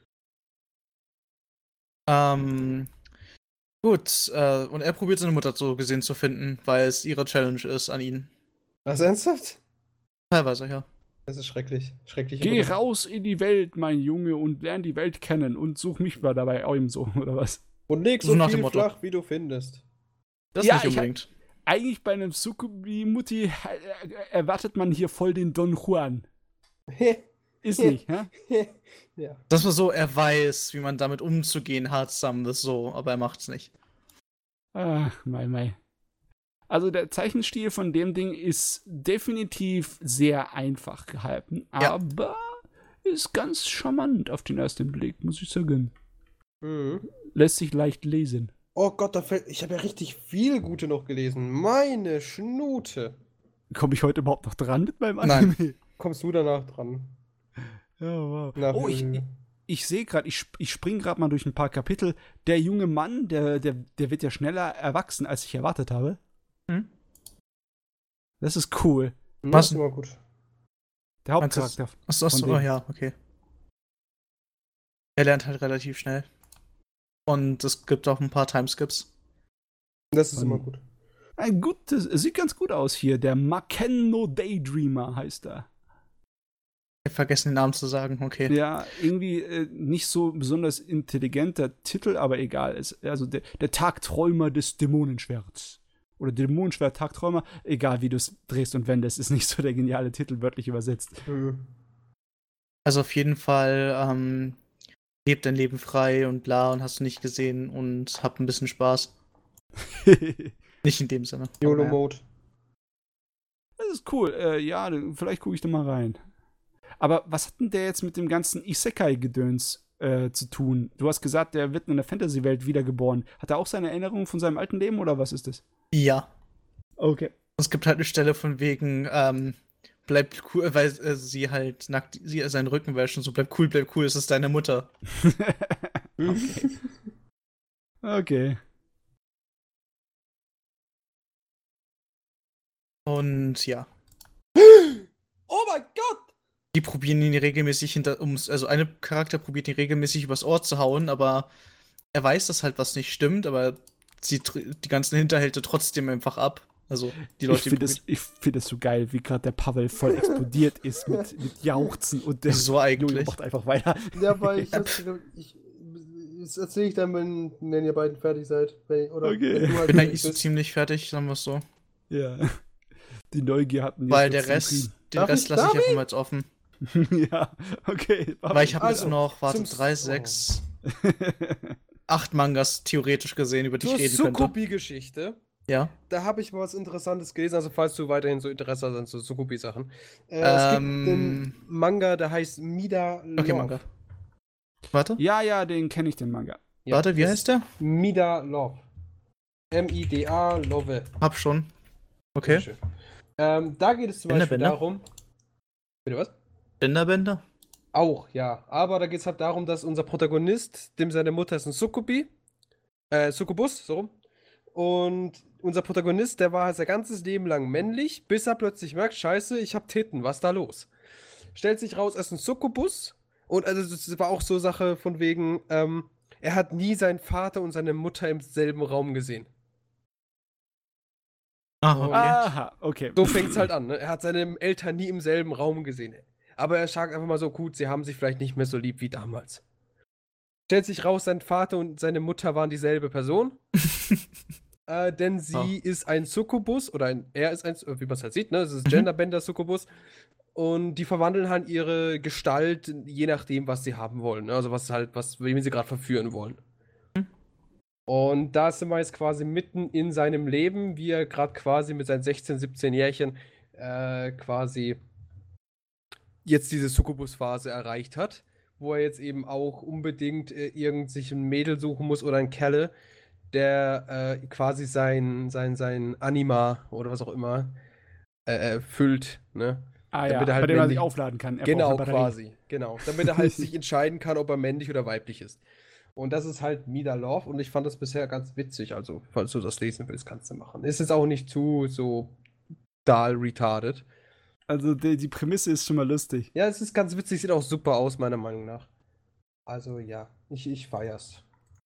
Ähm, gut, äh, und er probiert seine Mutter so gesehen zu finden, weil es ihre Challenge ist an ihn. Was, ernsthaft? Teilweise, ja. Das ist schrecklich. Schrecklich. Geh raus in die Welt, mein Junge, und lern die Welt kennen und such mich mal dabei ebenso, oder was? Und leg so So nach viel dem Motto. flach, wie du findest. Das Ja, nicht ich hab- unbedingt. Eigentlich bei einem Sukubi-Mutti äh, erwartet man hier voll den Don Juan. Ist nicht, hä? Ja. Das war so, er weiß, wie man damit umzugehen hat, sagen wir es so, aber er macht's nicht. Ach, mei, mei. Also der Zeichenstil von dem Ding ist definitiv sehr einfach gehalten, Ja. aber ist ganz charmant auf den ersten Blick, muss ich sagen. Mhm. Lässt sich leicht lesen. Oh Gott, da fällt. Ich habe ja richtig viel Gute noch gelesen. Meine Schnute. Komme ich heute überhaupt noch dran mit meinem Nein. Anime? Kommst du danach dran? Ja, wow. Nach Oh, ich, ich, ich sehe gerade, ich, sp- ich springe gerade mal durch ein paar Kapitel. Der junge Mann, der, der, der wird ja schneller erwachsen, als ich erwartet habe. Hm? Das ist cool. Das ist Was? immer gut. Der Meinst du Hauptcharakter. Achso, achso, Von oh, dem. ja, okay. Er lernt halt relativ schnell. Und es gibt auch ein paar Timeskips. Das ist Von- immer gut. Ein gutes, sieht ganz gut aus hier. Der Makenno Daydreamer heißt er. Ich hab vergessen, den Namen zu sagen, okay. Ja, irgendwie äh, nicht so besonders intelligenter Titel, aber egal. Es, also der, der Tagträumer des Dämonenschwerts. Oder Dämonenschwert Tagträumer. Egal, wie du es drehst und wendest, ist nicht so der geniale Titel, wörtlich übersetzt. Mhm. Also auf jeden Fall, ähm, lebt dein Leben frei und bla und hast du nicht gesehen und hab ein bisschen Spaß. Nicht in dem Sinne. YOLO-Mode. Das ist cool. Äh, ja, vielleicht gucke ich da mal rein. Aber was hat denn der jetzt mit dem ganzen Isekai-Gedöns äh, zu tun? Du hast gesagt, der wird in der Fantasy-Welt wiedergeboren. Hat er auch seine Erinnerungen von seinem alten Leben oder was ist das? Ja. Okay. Es gibt halt eine Stelle von wegen, ähm, bleibt cool, weil äh, sie halt nackt sie seinen Rücken wäscht und so, bleib cool, bleib cool, es ist deine Mutter. Okay. Okay. Und ja. Oh mein Gott! Die probieren ihn regelmäßig hinter, ums, also eine Charakter probiert ihn regelmäßig übers Ohr zu hauen, aber er weiß, dass halt was nicht stimmt, aber sie tr- die ganzen Hinterhälte trotzdem einfach ab. Also die Ich Leute, die finde es ich find es so geil, wie gerade der Pavel voll explodiert ist mit, mit Jauchzen und der so Junge eigentlich. macht einfach weiter. Ja, weil ich, ich das erzähle ich dann, wenn, wenn ihr beiden fertig seid. Wenn, oder Okay. wenn du halt Bin fertig eigentlich so bist. ziemlich fertig, sagen wir es so. Ja. Die Neugier hatten jetzt Weil der dazu Rest, den Darf Rest ich- lasse ich darf einfach mal jetzt offen. getrieben. Ja, okay. Weil ich habe Also, jetzt noch, warte, zum- drei, oh. sechs, acht Mangas theoretisch gesehen, über die ich Zur reden könnte. Sukubi-Geschichte. Ja. Da habe ich mal was Interessantes gelesen, also falls du weiterhin so Interesse hast an so Sukubi-Sachen. Äh, es gibt Ähm. einen Manga, der heißt Mida Love. Okay, Manga. Warte, Ja, ja, den kenne ich, den Manga. Ja, warte, wie das- heißt der? Mida Love. M I D A Love. Hab schon. Okay. Sehr schön. Ähm, da geht es zum Bänder, Beispiel Bänder? darum. Bitte was? Bänderbänder? Auch, ja. Aber da geht es halt darum, dass unser Protagonist, dem seine Mutter ist ein Sukubi, äh, Sukubus, so rum. Und unser Protagonist, der war halt sein ganzes Leben lang männlich, bis er plötzlich merkt, scheiße, ich hab Titten, was ist da los? Stellt sich raus, er ist ein Succubus. Und also das war auch so Sache von wegen, ähm, er hat nie seinen Vater und seine Mutter im selben Raum gesehen. Ah, Oh. okay. Aha, okay. So fängt's halt an, ne? Er hat seine Eltern nie im selben Raum gesehen. Aber er sagt einfach mal so, gut, sie haben sich vielleicht nicht mehr so lieb wie damals. Stellt sich raus, sein Vater und seine Mutter waren dieselbe Person. äh, denn sie Oh. ist ein Succubus, oder ein, er ist ein, wie man es halt sieht, ne? Es ist Mhm. Genderbender Succubus. Und die verwandeln halt ihre Gestalt, je nachdem, was sie haben wollen. Ne? Also was halt, was, wen sie gerade verführen wollen. Und da sind wir jetzt quasi mitten in seinem Leben, wie er gerade quasi mit seinen sechzehn, siebzehn Jährchen äh, quasi jetzt diese Succubus-Phase erreicht hat, wo er jetzt eben auch unbedingt äh, irgend sich ein Mädel suchen muss oder ein Kerle, der äh, quasi sein, sein, sein Anima oder was auch immer äh, äh, füllt, ne? Ah ja, damit er halt bei dem er sich männlich- aufladen kann. Er Genau, braucht eine Batterie. quasi. Genau. Damit er halt sich entscheiden kann, ob er männlich oder weiblich ist. Und das ist halt Mida Love und ich fand das bisher ganz witzig. Also, falls du das lesen willst, kannst du machen. Ist jetzt auch nicht zu so total retarded. Also die, die Prämisse ist schon mal lustig. Ja, es ist ganz witzig, sieht auch super aus, meiner Meinung nach. Also ja, ich, ich feier's.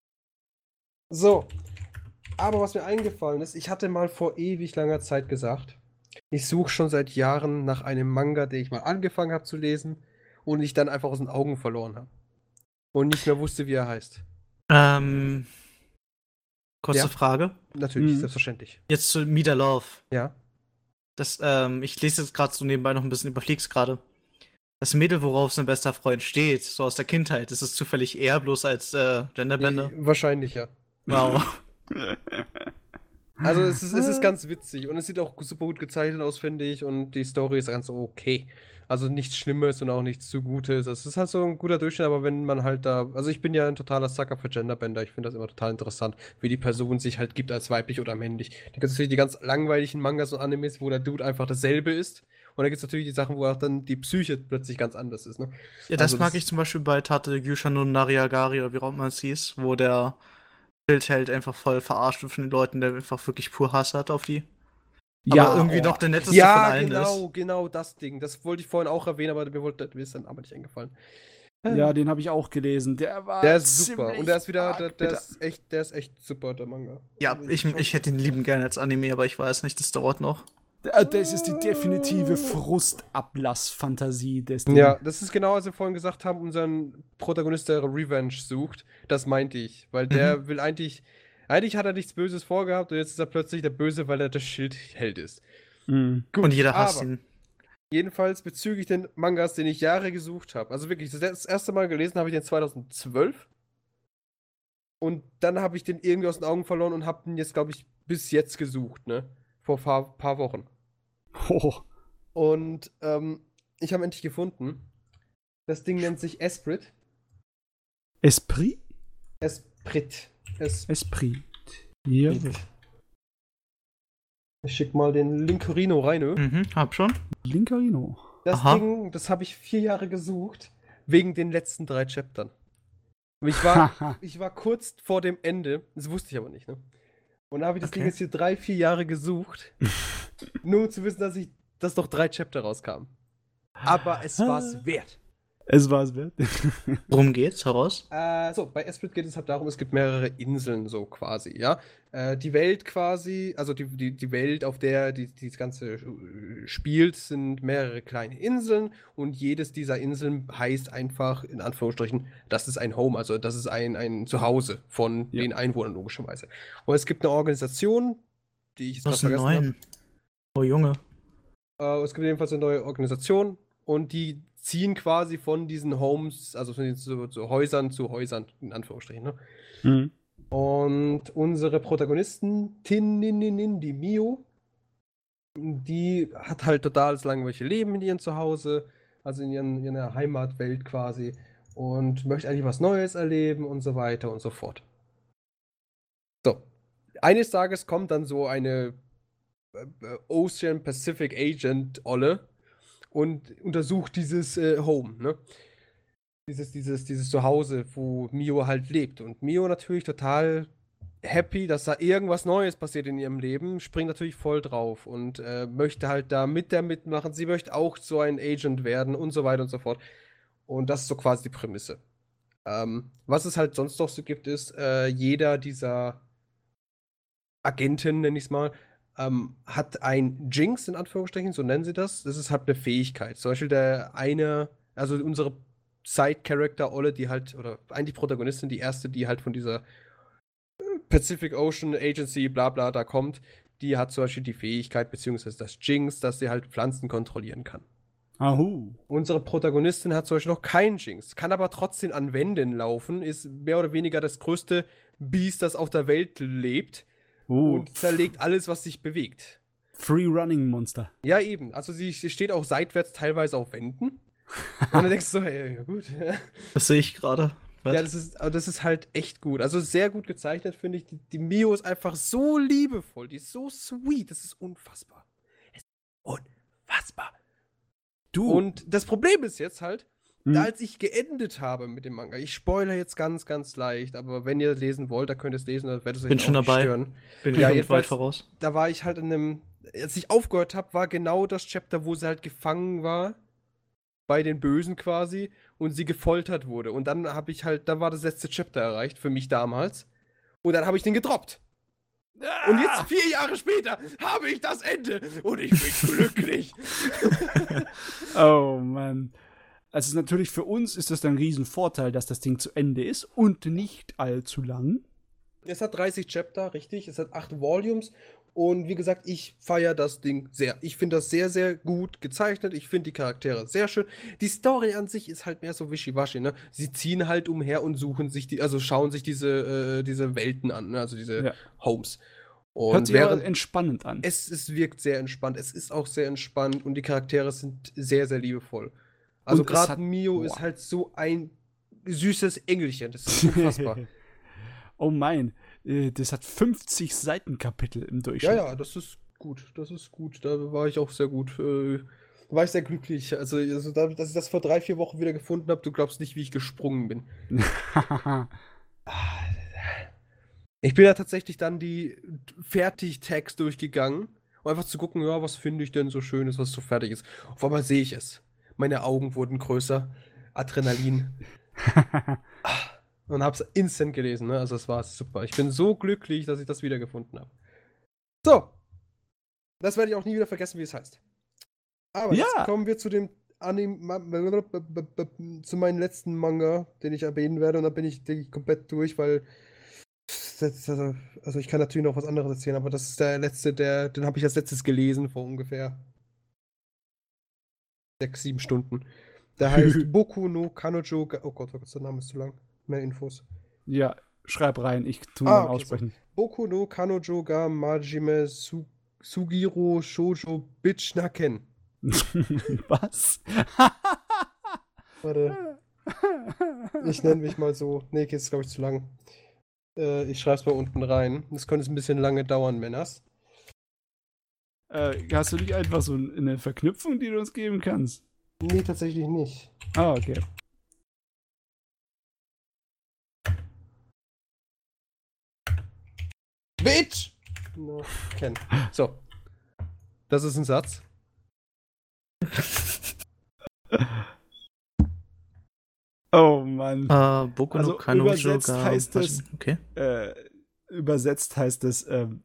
So. Aber was mir eingefallen ist, ich hatte mal vor ewig langer Zeit gesagt, ich suche schon seit Jahren nach einem Manga, den ich mal angefangen habe zu lesen und ich dann einfach aus den Augen verloren habe. Und nicht mehr wusste, wie er heißt. Ähm. Kurze Ja. Frage. Natürlich, Mhm. selbstverständlich. Jetzt zu Mida Love. Ja. Das, ähm, ich lese jetzt gerade so nebenbei noch ein bisschen, überflieg's gerade. Das Mädel, worauf sein bester Freund steht, so aus der Kindheit, ist es zufällig er bloß als äh, Genderbänder? Wahrscheinlich, ja. Wow. Also es ist, es ist ganz witzig und es sieht auch super gut gezeichnet aus, finde ich. Und die Story ist ganz okay. Also nichts Schlimmes und auch nichts zu Gutes. Es ist halt so ein guter Durchschnitt, aber wenn man halt da. Also ich bin ja ein totaler Sucker für Genderbänder. Ich finde das immer total interessant, wie die Person sich halt gibt als weiblich oder männlich. Da gibt es natürlich die ganz langweiligen Mangas und Animes, wo der Dude einfach dasselbe ist. Und da gibt es natürlich die Sachen, wo auch dann die Psyche plötzlich ganz anders ist, ne? Ja, das Also mag das- ich zum Beispiel bei Tate Gyushan und Nariagari oder wie auch immer es hieß, wo der Bildheld einfach voll verarscht wird von den Leuten, der einfach wirklich pur Hass hat auf die. aber irgendwie oh. noch der netteste von Ja, allen genau, ist. genau das Ding. Das wollte ich vorhin auch erwähnen, aber mir, wollte, mir ist dann aber nicht eingefallen. Ja, den habe ich auch gelesen. Der war Der ist super. ziemlich Und der ist wieder, arg der, der, bitter. ist echt, der ist echt super, der Manga. Ja, ich, ich hätte ihn lieben gerne als Anime, aber ich weiß nicht, das dauert noch. Äh, Das ist die definitive Frustablass-Fantasie des Ding. Ja, das ist genau, als wir vorhin gesagt haben, unseren Protagonist, der Revenge sucht. Das meinte ich. Weil der will eigentlich, eigentlich hat er nichts Böses vorgehabt und jetzt ist er plötzlich der Böse, weil er der Schildheld ist. Mhm. Gut, Und jeder hasst aber ihn. jedenfalls bezüglich den Mangas, den ich Jahre gesucht habe. Also wirklich, das erste Mal gelesen habe ich den zweitausendzwölf. Und dann habe ich den irgendwie aus den Augen verloren und habe den jetzt, glaube ich, bis jetzt gesucht, ne? Vor paar, paar Wochen. Oh. Und ähm, ich habe endlich gefunden. Das Ding nennt sich Esprit. Esprit? Esprit. Es Esprit. Ja. ich schick mal den Linkorino rein. Ne? Mhm, hab schon. Linkerino. Das Aha. Ding, das habe ich vier Jahre gesucht, wegen den letzten drei Chaptern. Und ich war, ich war kurz vor dem Ende, das wusste ich aber nicht, ne? Und da habe ich das Okay. Ding jetzt hier drei, vier Jahre gesucht, nur um zu wissen, dass ich, dass noch drei Chapter rauskamen. Aber es war es wert. Es war es wert. Worum geht's? Heraus? Äh, so, bei Esprit geht es halt darum, es gibt mehrere Inseln, so quasi, ja. Äh, die Welt quasi, also die, die, die Welt, auf der die, die das Ganze äh, spielt, sind mehrere kleine Inseln und jedes dieser Inseln heißt einfach, in Anführungsstrichen, das ist ein Home, also das ist ein, ein Zuhause von Ja. den Einwohnern, logischerweise. Und es gibt eine Organisation, die ich jetzt Was gerade ein vergessen habe. neuen. Oh Junge. Äh, es gibt jedenfalls eine neue Organisation und die ziehen quasi von diesen Homes, also von diesen so, so Häusern zu Häusern, in Anführungsstrichen. Ne? Mhm. Und unsere Protagonistin, Tinnininin, die Mio, die hat halt total das langweilige Leben in ihrem Zuhause, also in ihren, in ihrer Heimatwelt quasi, und möchte eigentlich was Neues erleben und so weiter und so fort. So, eines Tages kommt dann so eine äh, Ocean Pacific Agent Olle und untersucht dieses äh, Home, ne? Dieses, dieses, dieses Zuhause, wo Mio halt lebt. Und Mio natürlich total happy, dass da irgendwas Neues passiert in ihrem Leben, springt natürlich voll drauf und äh, möchte halt da mit der mitmachen. Sie möchte auch so ein Agent werden und so weiter und so fort. Und das ist so quasi die Prämisse. Ähm, was es halt sonst noch so gibt, ist, äh, jeder dieser Agenten, nenne ich es mal, ähm, hat ein Jinx, in Anführungsstrichen, so nennen sie das. Das ist halt eine Fähigkeit. Zum Beispiel der eine, also unsere Side-Character Olle, die halt, oder eigentlich Protagonistin, die erste, die halt von dieser Pacific Ocean Agency, bla bla, da kommt, die hat zum Beispiel die Fähigkeit, beziehungsweise das Jinx, dass sie halt Pflanzen kontrollieren kann. Ahu. Unsere Protagonistin hat zum Beispiel noch keinen Jinx, kann aber trotzdem an Wänden laufen, ist mehr oder weniger das größte Biest, das auf der Welt lebt Uh. und zerlegt alles, was sich bewegt. Free Running Monster. Ja, eben. Also sie, sie steht auch seitwärts teilweise auf Wänden. Und dann denkst du so, hey, ja gut. Das sehe ich gerade. Ja, das ist, aber das ist halt echt gut. Also sehr gut gezeichnet, finde ich. Die, die Mio ist einfach so liebevoll. Die ist so sweet. Das ist unfassbar. Es ist unfassbar. Du. Und das Problem ist jetzt halt, Hm. da als ich geendet habe mit dem Manga, ich spoilere jetzt ganz, ganz leicht, aber wenn ihr lesen wollt, da könnt ihr es lesen, dann werdet ihr euch Bin auch schon nicht dabei. stören. Bin Ja, ich jedenfalls- weit voraus. Da war ich halt in einem, als ich aufgehört habe, war genau das Chapter, wo sie halt gefangen war bei den Bösen quasi und sie gefoltert wurde. Und dann habe ich halt, da war das letzte Chapter erreicht, für mich damals. Und dann habe ich den gedroppt. Und jetzt, vier Jahre später, habe ich das Ende und ich bin glücklich. Oh Mann. Also natürlich für uns ist das ein Riesenvorteil, dass das Ding zu Ende ist und nicht allzu lang. Es hat dreißig Chapter, richtig. Es hat acht Volumes. Und wie gesagt, ich feiere das Ding sehr. Ich finde das sehr, sehr gut gezeichnet. Ich finde die Charaktere sehr schön. Die Story an sich ist halt mehr so wischiwaschi, ne? Sie ziehen halt umher und suchen sich die, also schauen sich diese, äh, diese Welten an, ne? Also diese Ja. Homes. Hört Und sich aber während entspannend an. es, es wirkt sehr entspannt. Es ist auch sehr entspannt und die Charaktere sind sehr, sehr liebevoll. Also Und es gerade hat- Mio boah. ist halt so ein süßes Engelchen. Das ist unfassbar. Oh mein, äh, das hat fünfzig Seitenkapitel im Ja, Durchschnitt. ja, das ist gut. Das ist gut. Da war ich auch sehr gut. Äh, da war ich sehr glücklich. Also, also da, dass ich das vor drei, vier Wochen wieder gefunden habe, du glaubst nicht, wie ich gesprungen bin. Ich bin ja tatsächlich dann die Fertig-Tags durchgegangen, um einfach zu gucken, ja, was finde ich denn so Schönes, was so fertig ist. Auf einmal sehe ich es. Meine Augen wurden größer. Adrenalin. Und hab's instant gelesen, ne? Also es war super. Ich bin so glücklich, dass ich das wiedergefunden habe. So. Das werde ich auch nie wieder vergessen, wie es heißt. Aber Ja. jetzt kommen wir zu dem Anime, zu meinem letzten Manga, den ich erwähnen werde. Und dann bin ich, denke ich, komplett durch, weil das- also also ich kann natürlich noch was anderes erzählen, aber das ist der letzte, der, den habe ich als letztes gelesen vor ungefähr sechs, sieben Stunden. Der heißt Boku no Kanojo. Ga- Oh Gott, oh Gott, der Name ist zu lang. Mehr Infos. Ja, schreib rein, ich tu Ah, dann okay, aussprechen. Boku no Kanojo ga Majime Su Sugiro Shoujo Bitch Naken. Was? Warte, ich nenne mich mal so. Nee, okay, ist glaube ich zu lang. Äh, ich schreibe es mal unten rein. Das könnte ein bisschen lange dauern, Männers. äh, hast du nicht einfach so eine Verknüpfung, die du uns geben kannst? Nee, tatsächlich nicht. Ah, okay. Bitch! No, Ken. So. Das ist ein Satz. Oh Mann. Äh, Boku no Also Kanojo übersetzt ga heißt es, Okay. äh, übersetzt heißt es, Okay. äh, übersetzt heißt es, ähm,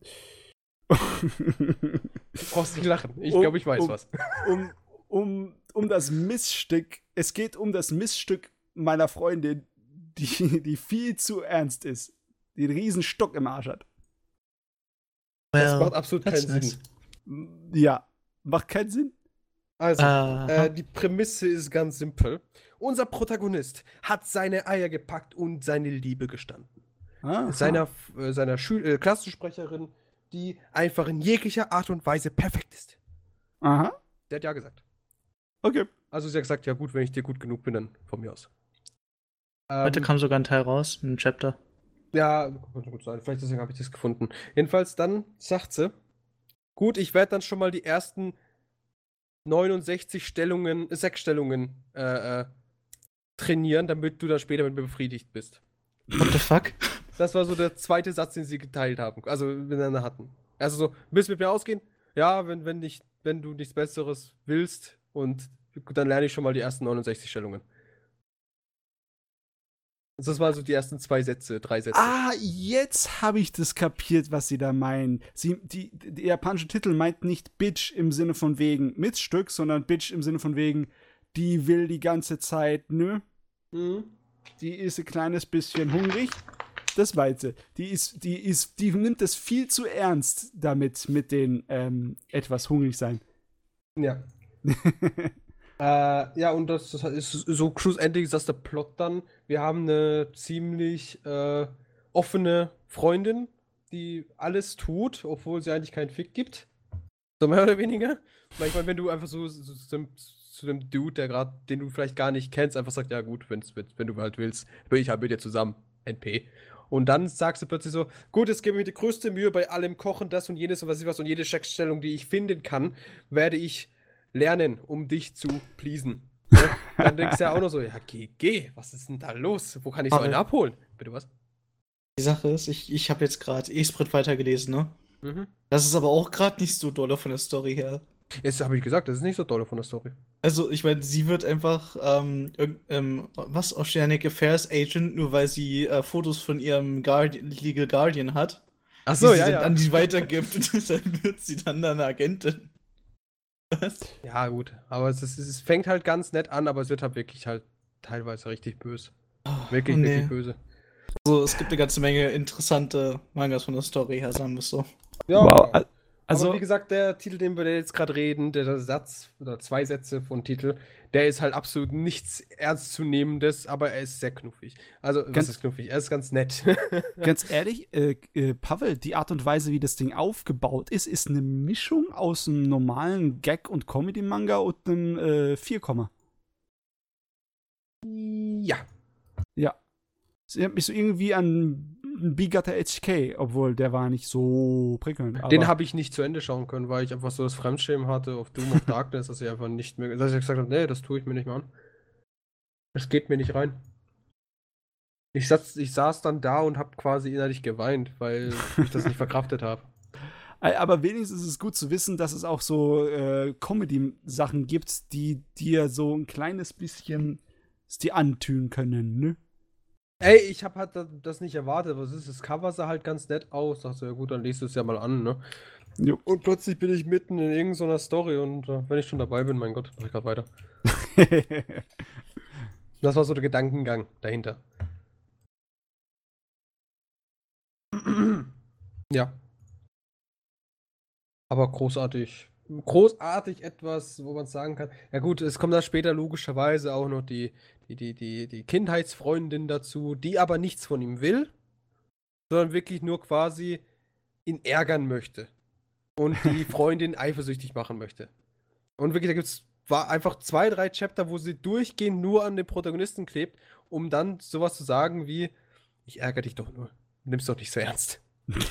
Du brauchst nicht lachen. Ich Um- glaube, ich weiß um- was. um, um, um das Missstück, es geht um das Missstück meiner Freundin, die, die viel zu ernst ist, die einen riesen Stock im Arsch hat. Das Well, macht absolut keinen that's nice. Sinn. Ja, macht keinen Sinn. Also, Aha. äh, die Prämisse ist ganz simpel. Unser Protagonist hat seine Eier gepackt und seine Liebe gestanden. Aha. Seiner, äh, seiner Schül äh, Klassensprecherin, die einfach in jeglicher Art und Weise perfekt ist. Aha, Der hat ja gesagt. okay. Also sie hat gesagt, ja gut, wenn ich dir gut genug bin, dann von mir aus. Heute Ähm, kam sogar ein Teil raus, ein Chapter. Ja, könnte gut sein. Vielleicht deswegen habe ich das gefunden. Jedenfalls dann sagt sie, gut, ich werde dann schon mal die ersten neunundsechzig Stellungen, sechs Stellungen äh, äh, trainieren, damit du dann später mit mir befriedigt bist. What the fuck? Das war so der zweite Satz, den sie geteilt haben, also miteinander hatten. Also so, willst du mit mir ausgehen? Ja, wenn, wenn, nicht, wenn du nichts Besseres willst und dann lerne ich schon mal die ersten neunundsechzig Stellungen. Das waren so die ersten zwei Sätze, drei Sätze. Ah, jetzt habe ich das kapiert, was sie da meinen. Sie, die, der japanische Titel meint nicht Bitch im Sinne von wegen Missstück, sondern Bitch im Sinne von wegen, die will die ganze Zeit, nö, Mhm. die ist ein kleines bisschen hungrig. Das weiß sie. Die ist, die ist, die nimmt es viel zu ernst damit, mit den ähm, etwas hungrig sein. Ja. Äh, ja, und das, das ist so schlussendlich ist das der Plot dann. Wir haben eine ziemlich äh, offene Freundin, die alles tut, obwohl sie eigentlich keinen Fick gibt. So mehr oder weniger. Manchmal, wenn du einfach so, so zu, dem, zu dem Dude, der gerade, den du vielleicht gar nicht kennst, einfach sagt, ja gut, wenn's, wenn wenn du halt willst, bin ich halt mit dir zusammen. N P. Und dann sagst du plötzlich so, gut, jetzt gebe ich mir die größte Mühe bei allem Kochen, das und jenes und was ich was und jede Checkstellung, die ich finden kann, werde ich lernen, um dich zu pleasen. Ne? Dann denkst du ja auch noch so, ja, geh, geh, was ist denn da los? Wo kann ich so Aber- einen abholen? Bitte was? Die Sache ist, ich, ich habe jetzt gerade E-Sprit weitergelesen, ne? Mhm. Das ist aber auch gerade nicht so dolle von der Story her. Jetzt habe ich gesagt, das ist nicht so toll von der Story. Also, ich meine, sie wird einfach, ähm, irgend- ähm, was, Oceanic Affairs Agent, nur weil sie äh, Fotos von ihrem Guardi Legal Guardian hat, Ach die sie dann an die weitergibt und dann wird sie dann eine Agentin. Was? Ja, gut. Aber es, ist, es fängt halt ganz nett an, aber es wird halt wirklich halt teilweise richtig böse. Wirklich, Oh, nee. wirklich böse. Also, es gibt eine ganze Menge interessante Mangas von der Story her, sagen wir es so. Ja, Wow, aber also, wie gesagt, der Titel, den wir jetzt gerade reden, der, der Satz oder zwei Sätze von Titel, der ist halt absolut nichts Ernstzunehmendes, aber er ist sehr knuffig. Also, was Ganz- ist knuffig? Er ist ganz nett. ganz ehrlich, äh, äh, Pavel, die Art und Weise, wie das Ding aufgebaut ist, ist eine Mischung aus einem normalen Gag- und Comedy-Manga und einem äh, Vierkomma. Ja. Ja. Sie hat mich so irgendwie an Bigata H K, obwohl der war nicht so prickelnd. Den aber- habe ich nicht zu Ende schauen können, weil ich einfach so das Fremdschämen hatte auf Doom of Darkness, dass ich einfach nicht mehr, dass ich gesagt habe, nee, das tue ich mir nicht mehr an. Das geht mir nicht rein. Ich saß, ich saß dann da und habe quasi innerlich geweint, weil ich das nicht verkraftet habe. Äh, Aber wenigstens ist es gut zu wissen, dass es auch so äh, Comedy-Sachen gibt, die dir so ein kleines bisschen es dir antun können, ne? Ey, ich habe halt da- das nicht erwartet. Was ist das? Cover sah halt ganz nett aus. Dachte, ja gut, dann liest du es ja mal an, ne? Jo. Und plötzlich bin ich mitten in irgendeiner Story und äh, wenn ich schon dabei bin, mein Gott, mach ich gerade weiter. Das war so der Gedankengang dahinter. Ja. Aber großartig. Großartig etwas, wo man sagen kann. Ja gut, es kommt da später logischerweise auch noch die, die, die, die, die Kindheitsfreundin dazu, die aber nichts von ihm will, sondern wirklich nur quasi ihn ärgern möchte. Und die Freundin eifersüchtig machen möchte. Und wirklich, da gibt es war einfach zwei, drei Chapter, wo sie durchgehend nur an den Protagonisten klebt, um dann sowas zu sagen wie, ich ärgere dich doch nur. Nimm's doch nicht so ernst.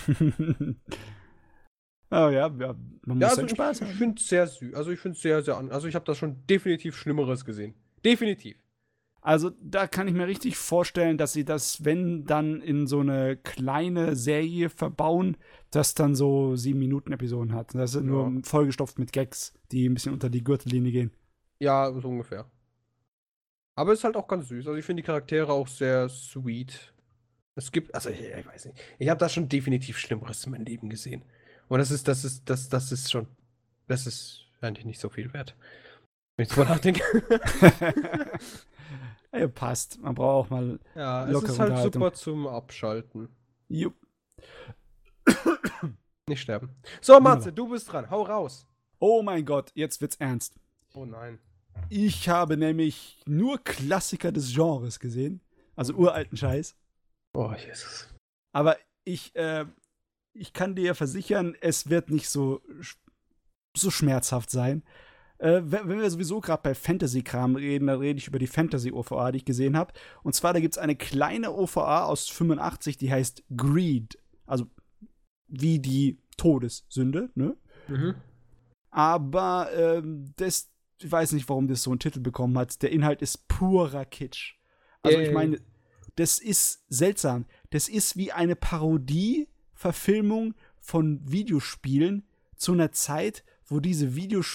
Oh ja, ja, man muss Ja, also seinen ich, Spaß ich haben. finde es sehr süß. Also ich finde es sehr, sehr an. Also ich habe da schon definitiv Schlimmeres gesehen. Definitiv. Also da kann ich mir richtig vorstellen, dass sie das, wenn dann in so eine kleine Serie verbauen, das dann so sieben Minuten Episoden hat. Das ist Ja. nur vollgestopft mit Gags, die ein bisschen unter die Gürtellinie gehen. Ja, so ungefähr. Aber ist halt auch ganz süß. Also ich finde die Charaktere auch sehr sweet. Es gibt, also ich, ich weiß nicht. Ich habe da schon definitiv Schlimmeres in meinem Leben gesehen. Und das ist, das ist, das, das ist schon, das ist eigentlich nicht so viel wert. Wenn ich drüber nachdenke. Ja, passt. Man braucht auch mal Ja, es lockere ist halt Unterhaltung. super zum Abschalten. Jupp. Nicht sterben. So, Matze, du bist dran. Hau raus. Oh mein Gott, jetzt wird's ernst. Oh nein. Ich habe nämlich nur Klassiker des Genres gesehen. Also uralten Scheiß. Oh, Jesus. Aber ich, äh, ich kann dir versichern, es wird nicht so, so schmerzhaft sein. Äh, wenn, wenn wir sowieso gerade bei Fantasy-Kram reden, dann rede ich über die Fantasy-O V A, die ich gesehen habe. Und zwar, da gibt es eine kleine O V A aus fünfundachtzig, die heißt Greed. Also wie die Todessünde, ne? Mhm. Aber ähm, das, ich weiß nicht, warum das so einen Titel bekommen hat. Der Inhalt ist purer Kitsch. Also ich meine, das ist seltsam. Das ist wie eine Parodie-Verfilmung von Videospielen zu einer Zeit, wo diese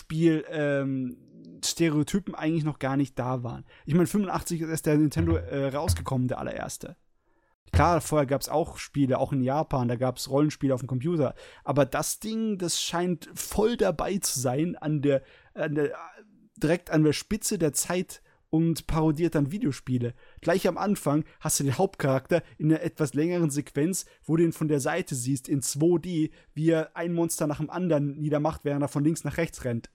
Videospiel-Stereotypen ähm, eigentlich noch gar nicht da waren. Ich meine, fünfundachtzig ist erst der Nintendo äh, rausgekommen, der allererste. Klar, vorher gab es auch Spiele, auch in Japan, da gab es Rollenspiele auf dem Computer. Aber das Ding, das scheint voll dabei zu sein, an der, an der, direkt an der Spitze der Zeit und parodiert dann Videospiele. Gleich am Anfang hast du den Hauptcharakter in einer etwas längeren Sequenz, wo du ihn von der Seite siehst, in zwei D, wie er ein Monster nach dem anderen niedermacht, während er von links nach rechts rennt.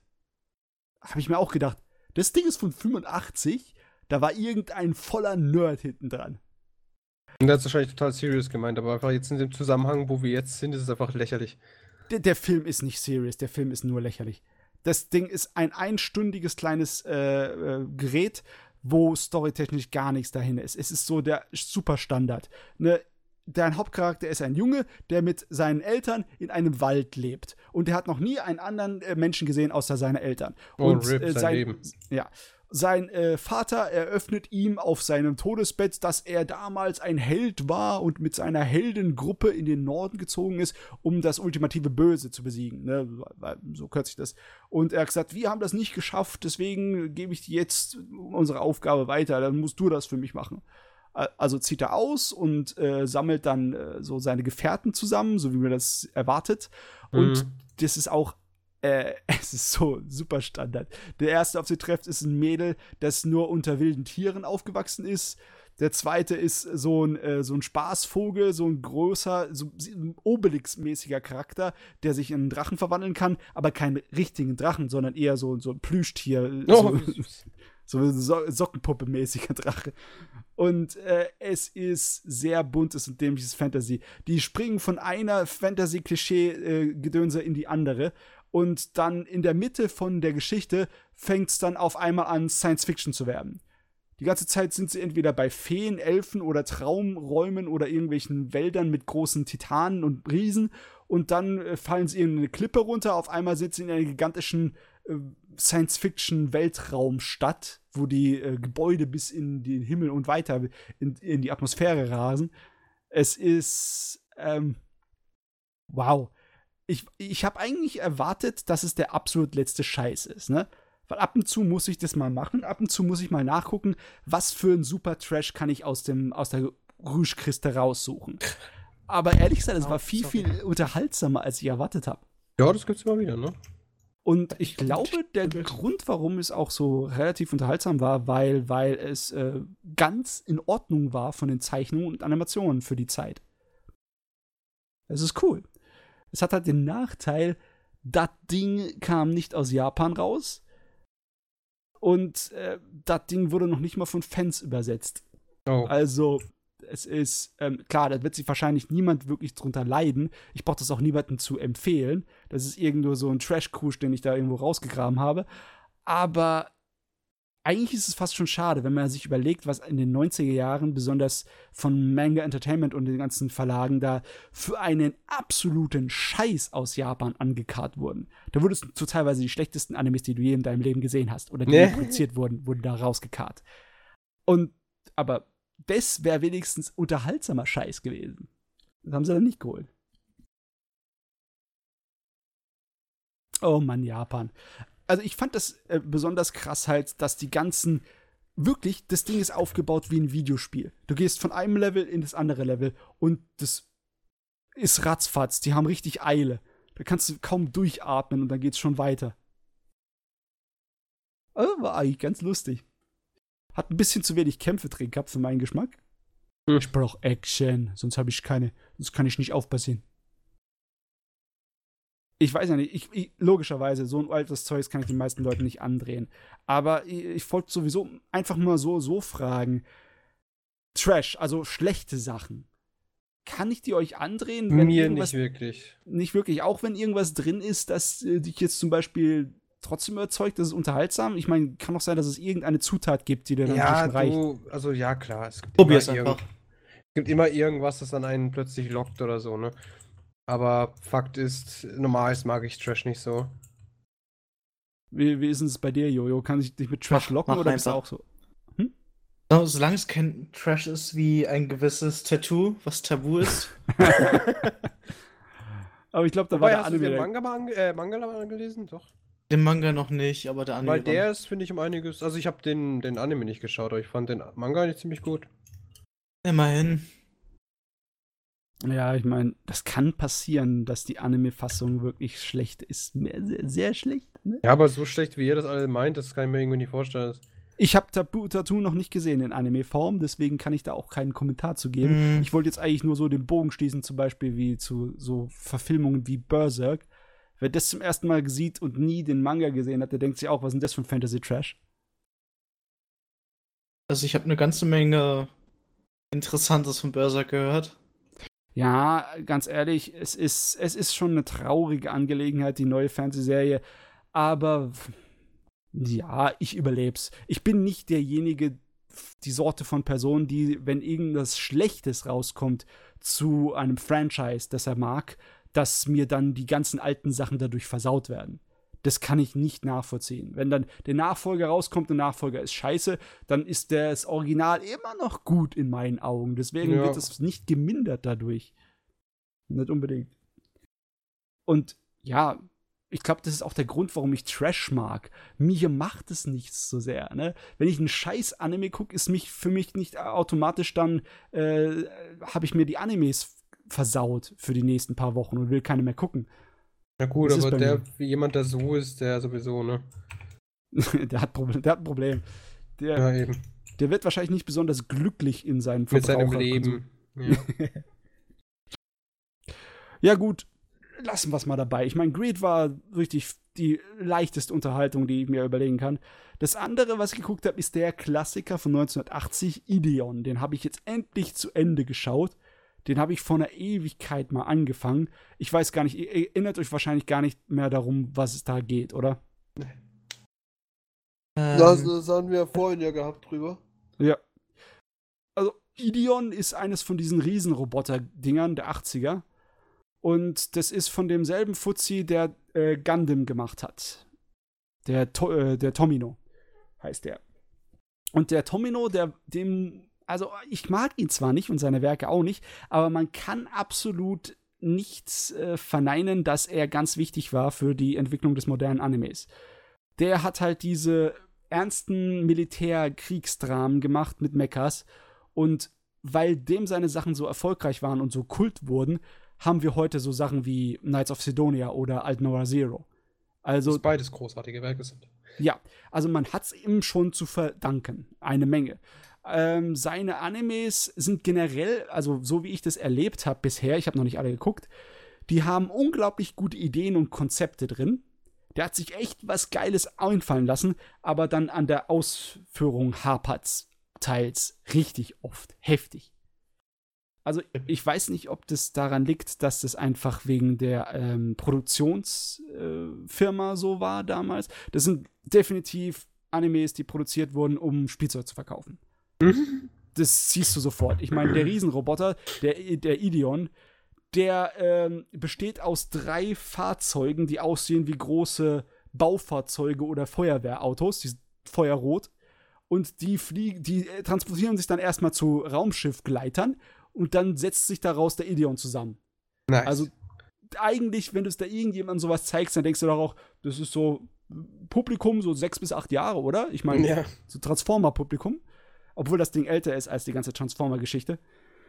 Habe ich mir auch gedacht, das Ding ist von fünfundachtzig, da war irgendein voller Nerd hinten dran. Und der hat es wahrscheinlich total serious gemeint, aber einfach jetzt in dem Zusammenhang, wo wir jetzt sind, ist es einfach lächerlich. Der, der Film ist nicht serious, der Film ist nur lächerlich. Das Ding ist ein einstündiges kleines äh, äh, Gerät, wo storytechnisch gar nichts dahin ist. Es ist so der Superstandard. Ne? Dein Hauptcharakter ist ein Junge, der mit seinen Eltern in einem Wald lebt. Und der hat noch nie einen anderen äh, Menschen gesehen, außer seine Eltern. Oh, und rip, äh, sein sein Leben. Ja. Sein äh, Vater eröffnet ihm auf seinem Todesbett, dass er damals ein Held war und mit seiner Heldengruppe in den Norden gezogen ist, um das ultimative Böse zu besiegen. Ne? So kürzt sich das. Und er hat gesagt, wir haben das nicht geschafft, deswegen gebe ich dir jetzt unsere Aufgabe weiter, dann musst du das für mich machen. Also zieht er aus und äh, sammelt dann äh, so seine Gefährten zusammen, so wie man das erwartet. Und Mhm. das ist auch Äh, es ist so super Standard. Der erste, auf den sie trifft, ist ein Mädel, das nur unter wilden Tieren aufgewachsen ist. Der zweite ist so ein, äh, so ein Spaßvogel, so ein großer, so ein Obelix-mäßiger Charakter, der sich in einen Drachen verwandeln kann, aber keinen richtigen Drachen, sondern eher so, so ein Plüschtier. Oh, So, so ein so Sockenpuppe-mäßiger Drache. Und äh, es ist sehr buntes und dämliches Fantasy. Die springen von einer Fantasy-Klischee-Gedönse in die andere. Und dann in der Mitte von der Geschichte fängt es dann auf einmal an, Science-Fiction zu werden. Die ganze Zeit sind sie entweder bei Feen, Elfen oder Traumräumen oder irgendwelchen Wäldern mit großen Titanen und Riesen. Und dann äh, fallen sie in eine Klippe runter. Auf einmal sind sie in einer gigantischen äh, Science-Fiction-Weltraumstadt, wo die äh, Gebäude bis in den Himmel und weiter in, in die Atmosphäre rasen. Es ist ähm, wow. Ich, ich habe eigentlich erwartet, dass es der absolut letzte Scheiß ist, ne? Weil ab und zu muss ich das mal machen, ab und zu muss ich mal nachgucken, was für ein super Trash kann ich aus, dem, aus der Rouge-Kiste raussuchen. Aber ehrlich gesagt, es war viel, viel unterhaltsamer, als ich erwartet habe. Ja, das gibt's immer wieder, ne? Und ich glaube, der Grund, warum es auch so relativ unterhaltsam war, weil, weil es äh, ganz in Ordnung war von den Zeichnungen und Animationen für die Zeit. Es ist cool. Es hat halt den Nachteil, das Ding kam nicht aus Japan raus und äh, das Ding wurde noch nicht mal von Fans übersetzt. Oh. Also, es ist, ähm, klar, da wird sich wahrscheinlich niemand wirklich drunter leiden. Ich brauche das auch niemandem zu empfehlen. Das ist irgendwo so ein Trash-Kusch, den ich da irgendwo rausgegraben habe. Aber eigentlich ist es fast schon schade, wenn man sich überlegt, was in den neunziger Jahren besonders von Manga Entertainment und den ganzen Verlagen da für einen absoluten Scheiß aus Japan angekarrt wurden. Da wurdest du teilweise die schlechtesten Animes, die du je in deinem Leben gesehen hast oder die Nee. produziert wurden, wurden da rausgekarrt. Und, aber das wäre wenigstens unterhaltsamer Scheiß gewesen. Das haben sie dann nicht geholt. Oh Mann, Japan. Also ich fand das äh, besonders krass halt, dass die ganzen wirklich, das Ding ist aufgebaut wie ein Videospiel. Du gehst von einem Level in das andere Level und das ist ratzfatz. Die haben richtig Eile. Da kannst du kaum durchatmen und dann geht's schon weiter. Also war eigentlich ganz lustig. Hat ein bisschen zu wenig Kämpfe drin gehabt für meinen Geschmack. Hm. Ich brauche Action, sonst habe ich keine, sonst kann ich nicht aufpassen. Ich weiß ja nicht, ich, ich, logischerweise, so ein altes Zeugs kann ich den meisten Leuten nicht andrehen. Aber ich, ich wollte sowieso einfach mal so, so fragen. Trash, also schlechte Sachen. Kann ich die euch andrehen? Wenn Mir irgendwas, nicht wirklich. Nicht wirklich, auch wenn irgendwas drin ist, das äh, dich jetzt zum Beispiel trotzdem überzeugt, das ist unterhaltsam. Ich meine, kann auch sein, dass es irgendeine Zutat gibt, die dir dann Ja, schon reicht. du, also ja, klar. Es gibt Probier's immer einfach. irgend- Es gibt immer irgendwas, das dann einen plötzlich lockt oder so, ne? Aber Fakt ist, normal mag ich Trash nicht so. Wie, wie ist es bei dir, Jojo? Kann ich dich mit Trash Mach- locken mach oder bist du einfach. auch so? So, solange es kein Trash ist wie ein gewisses Tattoo, was tabu ist. Aber ich glaube, da Wobei, war der hast du Anime. den der- Manga mal ange äh, Manga mal angelesen? Doch. Den Manga noch nicht, aber der Anime. Weil war- der ist, finde ich, um einiges. Also, ich habe den, den Anime nicht geschaut, aber ich fand den Manga eigentlich ziemlich gut. Immerhin. Ja, ich meine, das kann passieren, dass die Anime-Fassung wirklich schlecht ist. Mehr- Sehr, sehr schlecht. Ne? Ja, aber so schlecht, wie ihr das alle meint, das kann ich mir irgendwie nicht vorstellen. Ich habe Tabu Tattoo noch nicht gesehen in Anime-Form, deswegen kann ich da auch keinen Kommentar zu geben. Hm. Ich wollte jetzt eigentlich nur so den Bogen schließen, zum Beispiel wie zu so Verfilmungen wie Berserk. Wer das zum ersten Mal sieht und nie den Manga gesehen hat, der denkt sich auch, was ist denn das für ein Fantasy-Trash? Also ich habe eine ganze Menge Interessantes von Berserk gehört. Ja, ganz ehrlich, es ist, es ist schon eine traurige Angelegenheit, die neue Fernsehserie. Aber ja, ich überleb's. Ich bin nicht derjenige, die Sorte von Person, die, wenn irgendwas Schlechtes rauskommt zu einem Franchise, das er mag, dass mir dann die ganzen alten Sachen dadurch versaut werden. Das kann ich nicht nachvollziehen. Wenn dann der Nachfolger rauskommt, der Nachfolger ist scheiße, dann ist das Original immer noch gut in meinen Augen. Deswegen Ja. wird es nicht gemindert dadurch. Nicht unbedingt. Und ja, ich glaube, das ist auch der Grund, warum ich Trash mag. Mir macht es nichts so sehr. Ne? Wenn ich einen scheiß Anime gucke, ist mich für mich nicht automatisch dann, äh, habe ich mir die Animes versaut für die nächsten paar Wochen und will keine mehr gucken. Na gut, Das ist aber bei der, mir. wie jemand, der so ist, der sowieso, ne? der, hat Problem, der hat ein Problem. Der, Ja, eben. der wird wahrscheinlich nicht besonders glücklich in seinem Mit seinem Verbraucherkonsum. Leben. Ja. Ja, gut, lassen wir es mal dabei. Ich meine, Greed war richtig die leichteste Unterhaltung, die ich mir überlegen kann. Das andere, was ich geguckt habe, ist der Klassiker von neunzehnhundertachtzig, Ideon. Den habe ich jetzt endlich zu Ende geschaut. Den habe ich vor einer Ewigkeit mal angefangen. Ich weiß gar nicht, ihr erinnert euch wahrscheinlich gar nicht mehr darum, was es da geht, oder? Das, Ähm, das haben wir ja vorhin ja gehabt drüber. Ja. Also, Ideon ist eines von diesen Riesenroboter-Dingern der achtziger. Und das ist von demselben Fuzzi, der äh, Gundam gemacht hat. Der, to äh, der Tomino heißt der. Und der Tomino, der dem, also ich mag ihn zwar nicht und seine Werke auch nicht, aber man kann absolut nicht äh, verneinen, dass er ganz wichtig war für die Entwicklung des modernen Animes. Der hat halt diese ernsten Militär-Kriegsdramen gemacht mit Mechas und weil dem seine Sachen so erfolgreich waren und so Kult wurden, haben wir heute so Sachen wie Knights of Sidonia oder Alt Noah Zero. Also, Dass beides großartige Werke sind. ja, also man hat es ihm schon zu verdanken. Eine Menge. Ähm, seine Animes sind generell, also so wie ich das erlebt habe bisher, ich habe noch nicht alle geguckt, die haben unglaublich gute Ideen und Konzepte drin. Der hat sich echt was Geiles einfallen lassen, aber dann an der Ausführung hapert's teils richtig oft. Heftig. Also ich weiß nicht, ob das daran liegt, dass das einfach wegen der ähm, Produktionsfirma äh, so war damals. Das sind definitiv Animes, die produziert wurden, um Spielzeug zu verkaufen. Das siehst du sofort. Ich meine, der Riesenroboter, der, der Ideon, der ähm, besteht aus drei Fahrzeugen, die aussehen wie große Baufahrzeuge oder Feuerwehrautos, die sind feuerrot. Und die fliegen, die äh, transportieren sich dann erstmal zu Raumschiffgleitern und dann setzt sich daraus der Ideon zusammen. Nice. Also eigentlich, wenn du es da irgendjemandem sowas zeigst, dann denkst du doch auch, das ist so Publikum, so sechs bis acht Jahre, oder? Ich meine, Ja. so Transformer-Publikum. Obwohl das Ding älter ist als die ganze Transformer-Geschichte.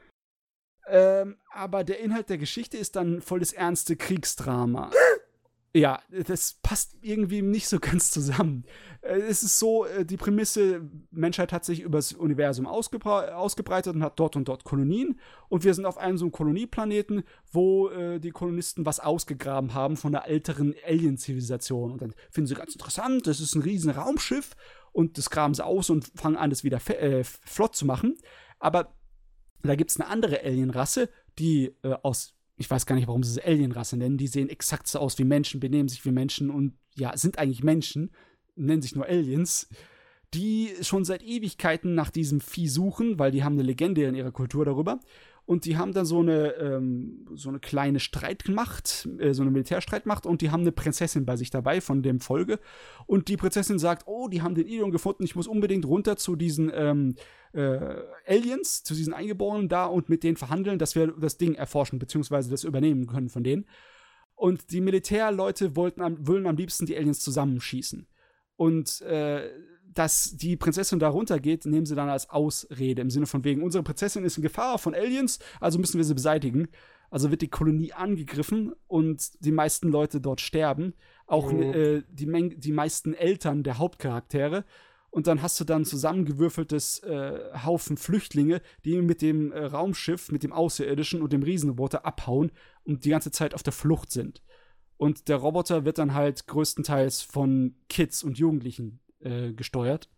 Ähm, aber der Inhalt der Geschichte ist dann voll das ernste Kriegsdrama. Ja, das passt irgendwie nicht so ganz zusammen. Äh, Es ist so, äh, die Prämisse, Menschheit hat sich übers Universum ausgebra- ausgebreitet und hat dort und dort Kolonien. Und wir sind auf einem so einem Kolonieplaneten, wo äh, die Kolonisten was ausgegraben haben von einer älteren Alien-Zivilisation. Und dann finden sie ganz interessant, das ist ein riesen Raumschiff. Und das graben sie aus und fangen an, das wieder fe- äh, flott zu machen. Aber da gibt es eine andere Alien-Rasse, die äh, aus ich weiß gar nicht, warum sie sie Alienrasse nennen, die sehen exakt so aus wie Menschen, benehmen sich wie Menschen und ja, sind eigentlich Menschen, nennen sich nur Aliens, die schon seit Ewigkeiten nach diesem Vieh suchen, weil die haben eine Legende in ihrer Kultur darüber. Und die haben dann so eine, ähm, so eine kleine Streitmacht, äh, so eine Militärstreitmacht, und die haben eine Prinzessin bei sich dabei von dem Folge. Und die Prinzessin sagt, oh, die haben den Ilion gefunden, ich muss unbedingt runter zu diesen ähm, äh, Aliens, zu diesen Eingeborenen da und mit denen verhandeln, dass wir das Ding erforschen, beziehungsweise das übernehmen können von denen. Und die Militärleute wollten am, wollen am liebsten die Aliens zusammenschießen. Und äh, dass die Prinzessin da runtergeht, nehmen sie dann als Ausrede. Im Sinne von wegen, unsere Prinzessin ist in Gefahr von Aliens, also müssen wir sie beseitigen. Also wird die Kolonie angegriffen und die meisten Leute dort sterben. Auch Mhm. äh, die, Meng- die meisten Eltern der Hauptcharaktere. Und dann hast du dann zusammengewürfeltes äh, Haufen Flüchtlinge, die mit dem äh, Raumschiff, mit dem Außerirdischen und dem Riesenroboter abhauen und die ganze Zeit auf der Flucht sind. Und der Roboter wird dann halt größtenteils von Kids und Jugendlichen äh, gesteuert.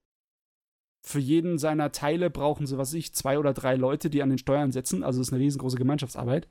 Für jeden seiner Teile brauchen sie, was weiß ich, zwei oder drei Leute, die an den Steuern sitzen. Also es ist eine riesengroße Gemeinschaftsarbeit.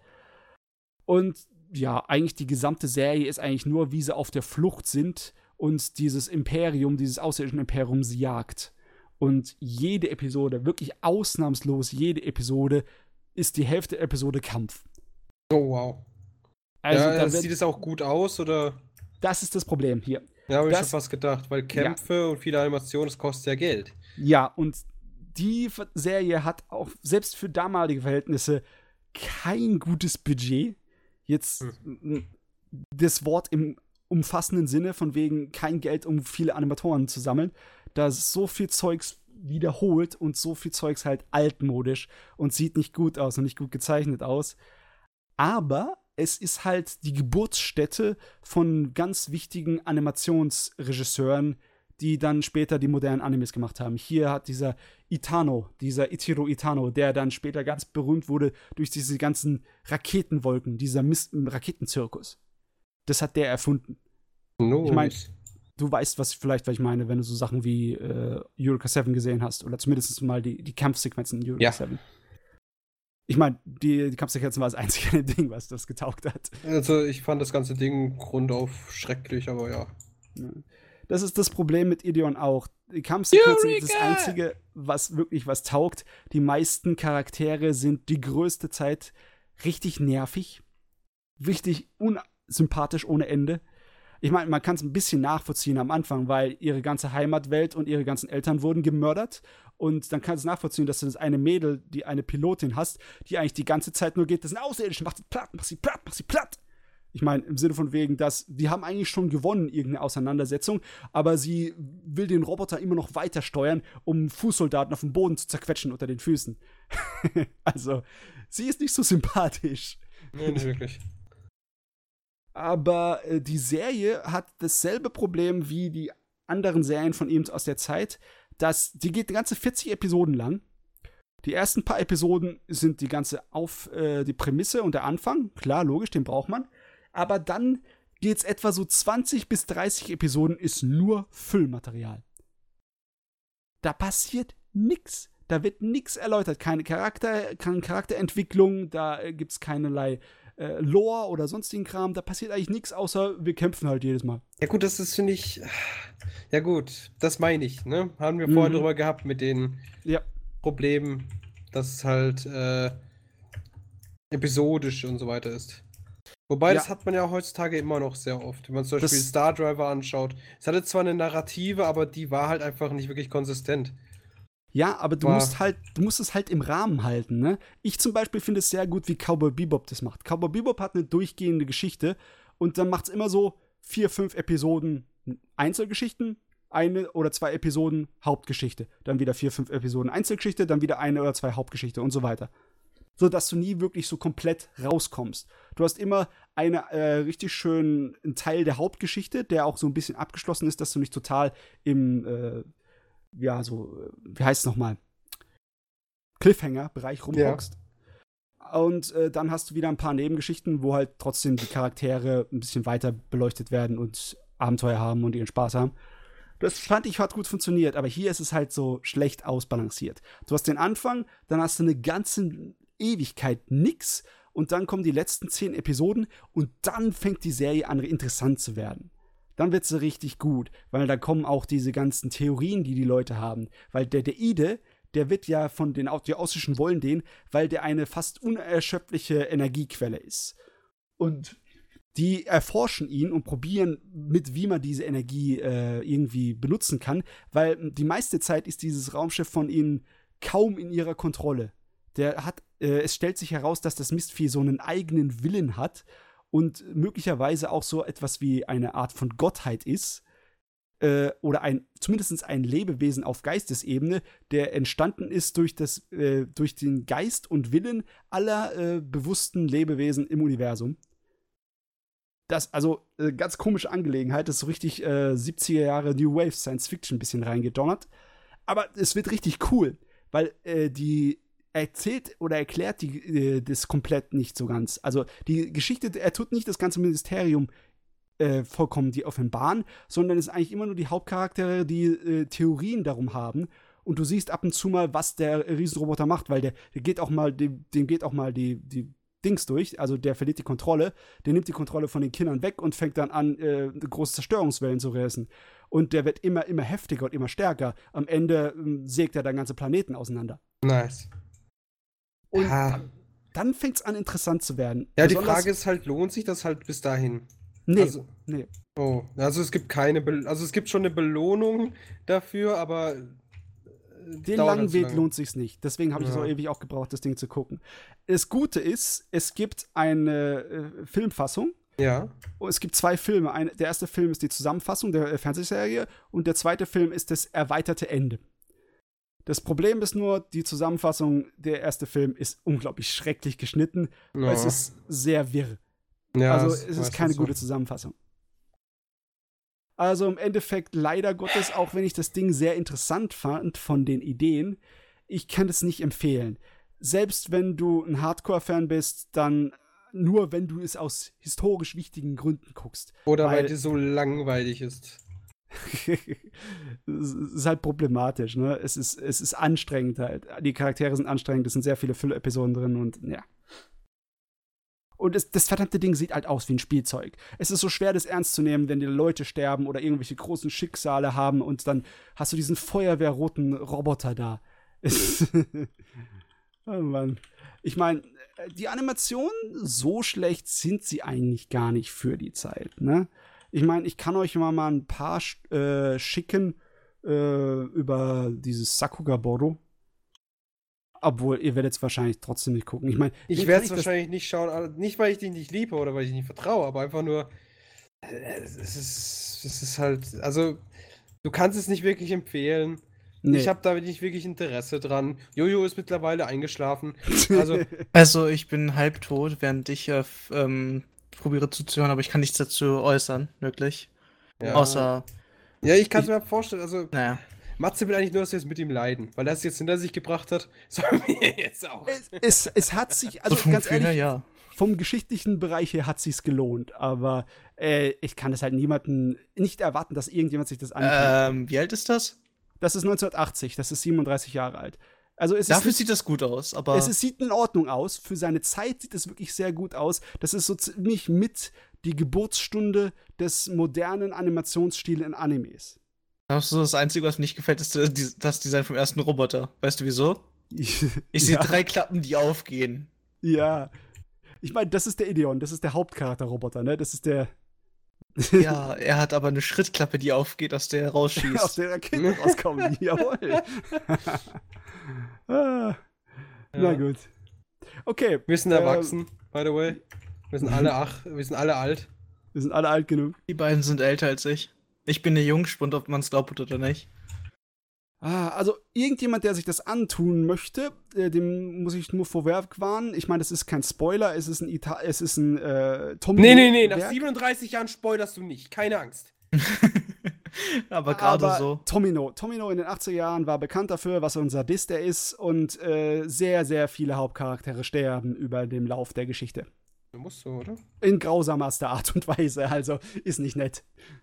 Und ja, eigentlich die gesamte Serie ist eigentlich nur, wie sie auf der Flucht sind und dieses Imperium, dieses außerirdische Imperium sie jagt. Und jede Episode, wirklich ausnahmslos jede Episode, ist die Hälfte der Episode Kampf. Oh, wow. Also ja, da das wird, sieht es auch gut aus, oder? das ist das Problem hier. Ja, habe ich schon Das- fast gedacht, weil Kämpfe und viele Animationen, das kostet ja Geld. Ja, und die Ver- Serie hat auch selbst für damalige Verhältnisse kein gutes Budget. Jetzt m- das Wort im umfassenden Sinne, von wegen kein Geld, um viele Animatoren zu sammeln. Da ist so viel Zeugs wiederholt und so viel Zeugs halt altmodisch und sieht nicht gut aus und nicht gut gezeichnet aus. Aber es ist halt die Geburtsstätte von ganz wichtigen Animationsregisseuren, die dann später die modernen Animes gemacht haben. Hier hat dieser Itano, dieser Ichiro Itano, der dann später ganz berühmt wurde durch diese ganzen Raketenwolken, dieser Mist Raketenzirkus. Das hat der erfunden. No. Ich mein- Du weißt, was vielleicht, was ich meine, wenn du so Sachen wie äh, Eureka sieben gesehen hast. Oder zumindest mal die, die Kampfsequenzen in Eureka Ja. sieben. Ich meine, die, die Kampfsequenzen war das einzige Ding, was das getaugt hat. Also, ich fand das ganze Ding grundauf schrecklich, aber ja. Ja. Das ist das Problem mit Ideon auch. Die Kampfsequenzen ist das Eureka! Einzige, was wirklich was taugt. Die meisten Charaktere sind die größte Zeit richtig nervig, richtig unsympathisch ohne Ende. Ich meine, man kann es ein bisschen nachvollziehen am Anfang, weil ihre ganze Heimatwelt und ihre ganzen Eltern wurden gemördert. Und dann kannst du nachvollziehen, dass du das eine Mädel, die eine Pilotin hast, die eigentlich die ganze Zeit nur geht, das sind Außerirdische, mach sie platt, mach sie platt, mach sie platt. Ich meine, im Sinne von wegen, dass die haben eigentlich schon gewonnen, irgendeine Auseinandersetzung, aber sie will den Roboter immer noch weiter steuern, um Fußsoldaten auf dem Boden zu zerquetschen unter den Füßen. Also, sie ist nicht so sympathisch. Nee, nicht wirklich. Aber äh, die Serie hat dasselbe Problem wie die anderen Serien von ihm aus der Zeit, dass die geht ganze vierzig Episoden lang. Die ersten paar Episoden sind die ganze auf äh, die Prämisse und der Anfang, klar, logisch, den braucht man. Aber dann geht's etwa so zwanzig bis dreißig Episoden ist nur Füllmaterial. Da passiert nix. Da wird nix erläutert, keine Charakter, keine Charakterentwicklung, da äh, gibt's keinerlei äh, Lore oder sonstigen Kram, da passiert eigentlich nichts, außer wir kämpfen halt jedes Mal. Ja gut, das ist, finde ich, ja gut, das meine ich, ne? Haben wir Mhm. vorhin drüber gehabt mit den Ja. Problemen, dass es halt äh, episodisch und so weiter ist. Wobei, Ja. das hat man ja heutzutage immer noch sehr oft. Wenn man zum Das- Beispiel Star Driver anschaut. Es hatte zwar eine Narrative, aber die war halt einfach nicht wirklich konsistent. Ja, aber du War- musst halt, du musst es halt im Rahmen halten, ne? Ich zum Beispiel finde es sehr gut, wie Cowboy Bebop das macht. Cowboy Bebop hat eine durchgehende Geschichte und dann macht es immer so vier, fünf Episoden Einzelgeschichten, eine oder zwei Episoden Hauptgeschichte, dann wieder vier, fünf Episoden Einzelgeschichte, dann wieder eine oder zwei Hauptgeschichte und so weiter. So dass du nie wirklich so komplett rauskommst. Du hast immer eine äh, richtig schönen einen Teil der Hauptgeschichte, der auch so ein bisschen abgeschlossen ist, dass du nicht total im, äh, ja, so, wie heißt es nochmal, Cliffhanger-Bereich rumhockst. Ja. Und äh, dann hast du wieder ein paar Nebengeschichten, wo halt trotzdem die Charaktere ein bisschen weiter beleuchtet werden und Abenteuer haben und ihren Spaß haben. Das fand ich, hat gut funktioniert, aber hier ist es halt so schlecht ausbalanciert. Du hast den Anfang, dann hast du eine ganze Ewigkeit nix und dann kommen die letzten zehn Episoden und dann fängt die Serie an, interessant zu werden. Dann wird sie richtig gut, weil da kommen auch diese ganzen Theorien, die die Leute haben. Weil der der Ide, der wird ja von den Außerirdischen wollen den, weil der eine fast unerschöpfliche Energiequelle ist. Und die erforschen ihn und probieren mit, wie man diese Energie äh, irgendwie benutzen kann, weil die meiste Zeit ist dieses Raumschiff von ihnen kaum in ihrer Kontrolle. Der hat, äh, es stellt sich heraus, dass das Mistvieh so einen eigenen Willen hat und möglicherweise auch so etwas wie eine Art von Gottheit ist, äh, oder ein, zumindest ein Lebewesen auf Geistesebene, der entstanden ist durch, das, äh, durch den Geist und Willen aller äh, bewussten Lebewesen im Universum. Das, also, äh, ganz komische Angelegenheit, das ist so richtig äh, siebziger Jahre New Wave Science Fiction ein bisschen reingedonnert. Aber es wird richtig cool, weil äh, die erzählt oder erklärt die, äh, das komplett nicht so ganz. Also, die Geschichte, er tut nicht das ganze Ministerium äh, vollkommen die offenbaren, sondern es ist eigentlich immer nur die Hauptcharaktere, die äh, Theorien darum haben. Und du siehst ab und zu mal, was der Riesenroboter macht, weil der, der geht auch mal, dem, dem geht auch mal die, die Dings durch, also der verliert die Kontrolle, der nimmt die Kontrolle von den Kindern weg und fängt dann an, äh, große Zerstörungswellen zu reißen. Und der wird immer, immer heftiger und immer stärker. Am Ende ähm, sägt er dann ganze Planeten auseinander. Nice. Und ha. dann, dann fängt es an, interessant zu werden. Ja, Besonders, die Frage ist halt, lohnt sich das halt bis dahin? Nee, also, nee. Oh, also es gibt keine, Be- also es gibt schon eine Belohnung dafür, aber Den langen Weg lohnt sich's nicht. Deswegen habe ich Ja. so ewig auch gebraucht, das Ding zu gucken. Das Gute ist, es gibt eine äh, Filmfassung. Ja. Und es gibt zwei Filme. Ein, der erste Film ist die Zusammenfassung der äh, Fernsehserie und der zweite Film ist das erweiterte Ende. Das Problem ist nur, die Zusammenfassung, der erste Film ist unglaublich schrecklich geschnitten. Ja. Es ist sehr wirr. Ja, also das es ist meistens keine so. gute Zusammenfassung. Also im Endeffekt, leider Gottes, auch wenn ich das Ding sehr interessant fand von den Ideen, ich kann es nicht empfehlen. Selbst wenn du ein Hardcore-Fan bist, dann nur, wenn du es aus historisch wichtigen Gründen guckst. Oder weil, weil dir so langweilig ist. Es ist halt problematisch, ne? Es ist, es ist anstrengend halt. Die Charaktere sind anstrengend, es sind sehr viele Füll-Episoden drin und ja. Und es, das verdammte Ding sieht halt aus wie ein Spielzeug. Es ist so schwer, das ernst zu nehmen, wenn die Leute sterben oder irgendwelche großen Schicksale haben und dann hast du diesen feuerwehrroten Roboter da. Es oh Mann. Ich meine, die Animationen, so schlecht sind sie eigentlich gar nicht für die Zeit, ne? Ich meine, ich kann euch mal, mal ein paar äh, schicken äh, über dieses Sakugaboro. Obwohl, ihr werdet es wahrscheinlich trotzdem nicht gucken. Ich meine, Ich werde es wahrscheinlich nicht schauen, aber nicht, weil ich dich nicht liebe oder weil ich nicht vertraue, aber einfach nur, äh, es ist, es ist halt, also, du kannst es nicht wirklich empfehlen. Nee. Ich habe da nicht wirklich Interesse dran. Jojo ist mittlerweile eingeschlafen. Also, Also, ich bin halbtot, während ich äh, f- ähm, probiere zuzuhören, aber ich kann nichts dazu äußern, wirklich. ja. Außer, Ja, ich kann es mir vorstellen, also, naja. Matze will eigentlich nur, dass wir jetzt mit ihm leiden, weil er es jetzt hinter sich gebracht hat. Sollen wir jetzt auch. es, es, es hat sich, also so vom ganz Gefühl her, ehrlich, ja. vom geschichtlichen Bereich her hat sich's gelohnt. Aber äh, ich kann es halt niemanden, nicht erwarten, dass irgendjemand sich das anguckt. Ähm, wie alt ist das? Das ist neunzehnhundertachtzig, das ist siebenunddreißig Jahre alt. Also es Dafür ist sieht das gut aus, aber Es ist, sieht in Ordnung aus. Für seine Zeit sieht es wirklich sehr gut aus. Das ist so ziemlich mit die Geburtsstunde des modernen Animationsstils in Animes. das, ist so das Einzige, was mir nicht gefällt, ist äh, die- das Design vom ersten Roboter. Weißt du wieso? Ich sehe ja, drei Klappen, die aufgehen. ja. Ich meine, das ist der Ideon, das ist der Hauptcharakterroboter, ne? Das ist der, Ja, er hat aber eine Schrittklappe, die aufgeht, aus der er aus rausschießt. der Raketen rauskommen. Jawohl. ah, Na Ja. gut. Okay. Wir sind äh, erwachsen, by the way. Wir sind alle ach, wir sind alle alt. Wir sind alle alt genug. Die beiden sind älter als ich. Ich bin der Jungspund, ob man es glaubt oder nicht. Ah, also irgendjemand, der sich das antun möchte, äh, dem muss ich nur vorwerk warnen. Ich meine, das ist kein Spoiler, es ist ein Ita es ist ein äh, Tommy. Nee, nee, nee, nach siebenunddreißig Jahren spoilerst du nicht, keine Angst. Aber gerade so. Tomino. Tomino in den achtziger Jahren war bekannt dafür, was für ein Sadist er ist und äh, sehr, sehr viele Hauptcharaktere sterben über den Lauf der Geschichte. Du musst so, oder? In grausamster Art und Weise, also ist nicht nett.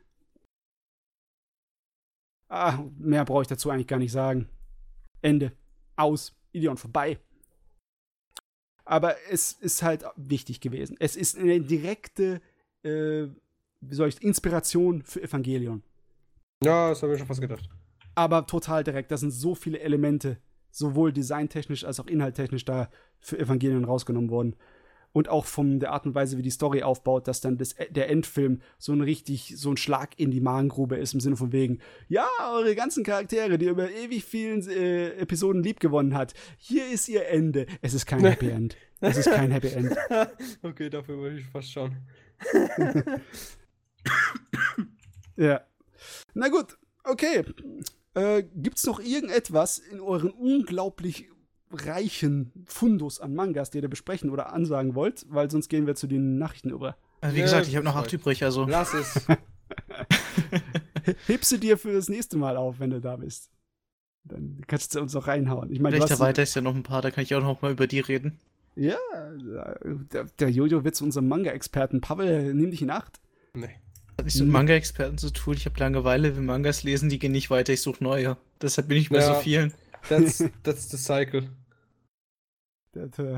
Ah, mehr brauche ich dazu eigentlich gar nicht sagen. Ende. Aus. Ideon vorbei. Aber es ist halt wichtig gewesen. Es ist eine direkte, äh, wie soll ich, Inspiration für Evangelion. Ja, das habe ich schon fast gedacht. Aber total direkt. Da sind so viele Elemente, sowohl designtechnisch als auch inhalttechnisch, da für Evangelion rausgenommen worden. Und auch von der Art und Weise, wie die Story aufbaut, dass dann das, der Endfilm so ein richtig, so ein Schlag in die Magengrube ist, im Sinne von wegen, ja, eure ganzen Charaktere, die über ewig vielen äh, Episoden liebgewonnen hat, hier ist ihr Ende. Es ist kein Happy End. Es ist kein Happy End. Okay, dafür würde ich fast schauen. Ja. Na gut, okay. Äh, gibt's noch irgendetwas in euren unglaublich reichen Fundus an Mangas, die ihr besprechen oder ansagen wollt? Weil sonst gehen wir zu den Nachrichten über. Also wie ja, gesagt, ich habe noch acht übrig, also. Lass es. Hebst du dir für das nächste Mal auf, wenn du da bist. Dann kannst du uns auch reinhauen. Ich meine, vielleicht erweitert ist ja noch ein paar, da kann ich auch noch mal über die reden. Ja, der, der Jojo wird zu unserem Manga-Experten. Pavel, nimm dich in Acht. Nee. Hat nichts mit Manga-Experten zu tun. Ich habe Langeweile, will Mangas lesen, die gehen nicht weiter, ich suche neue. Deshalb bin ich bei ja, so vielen. That's, that's the cycle. Das, äh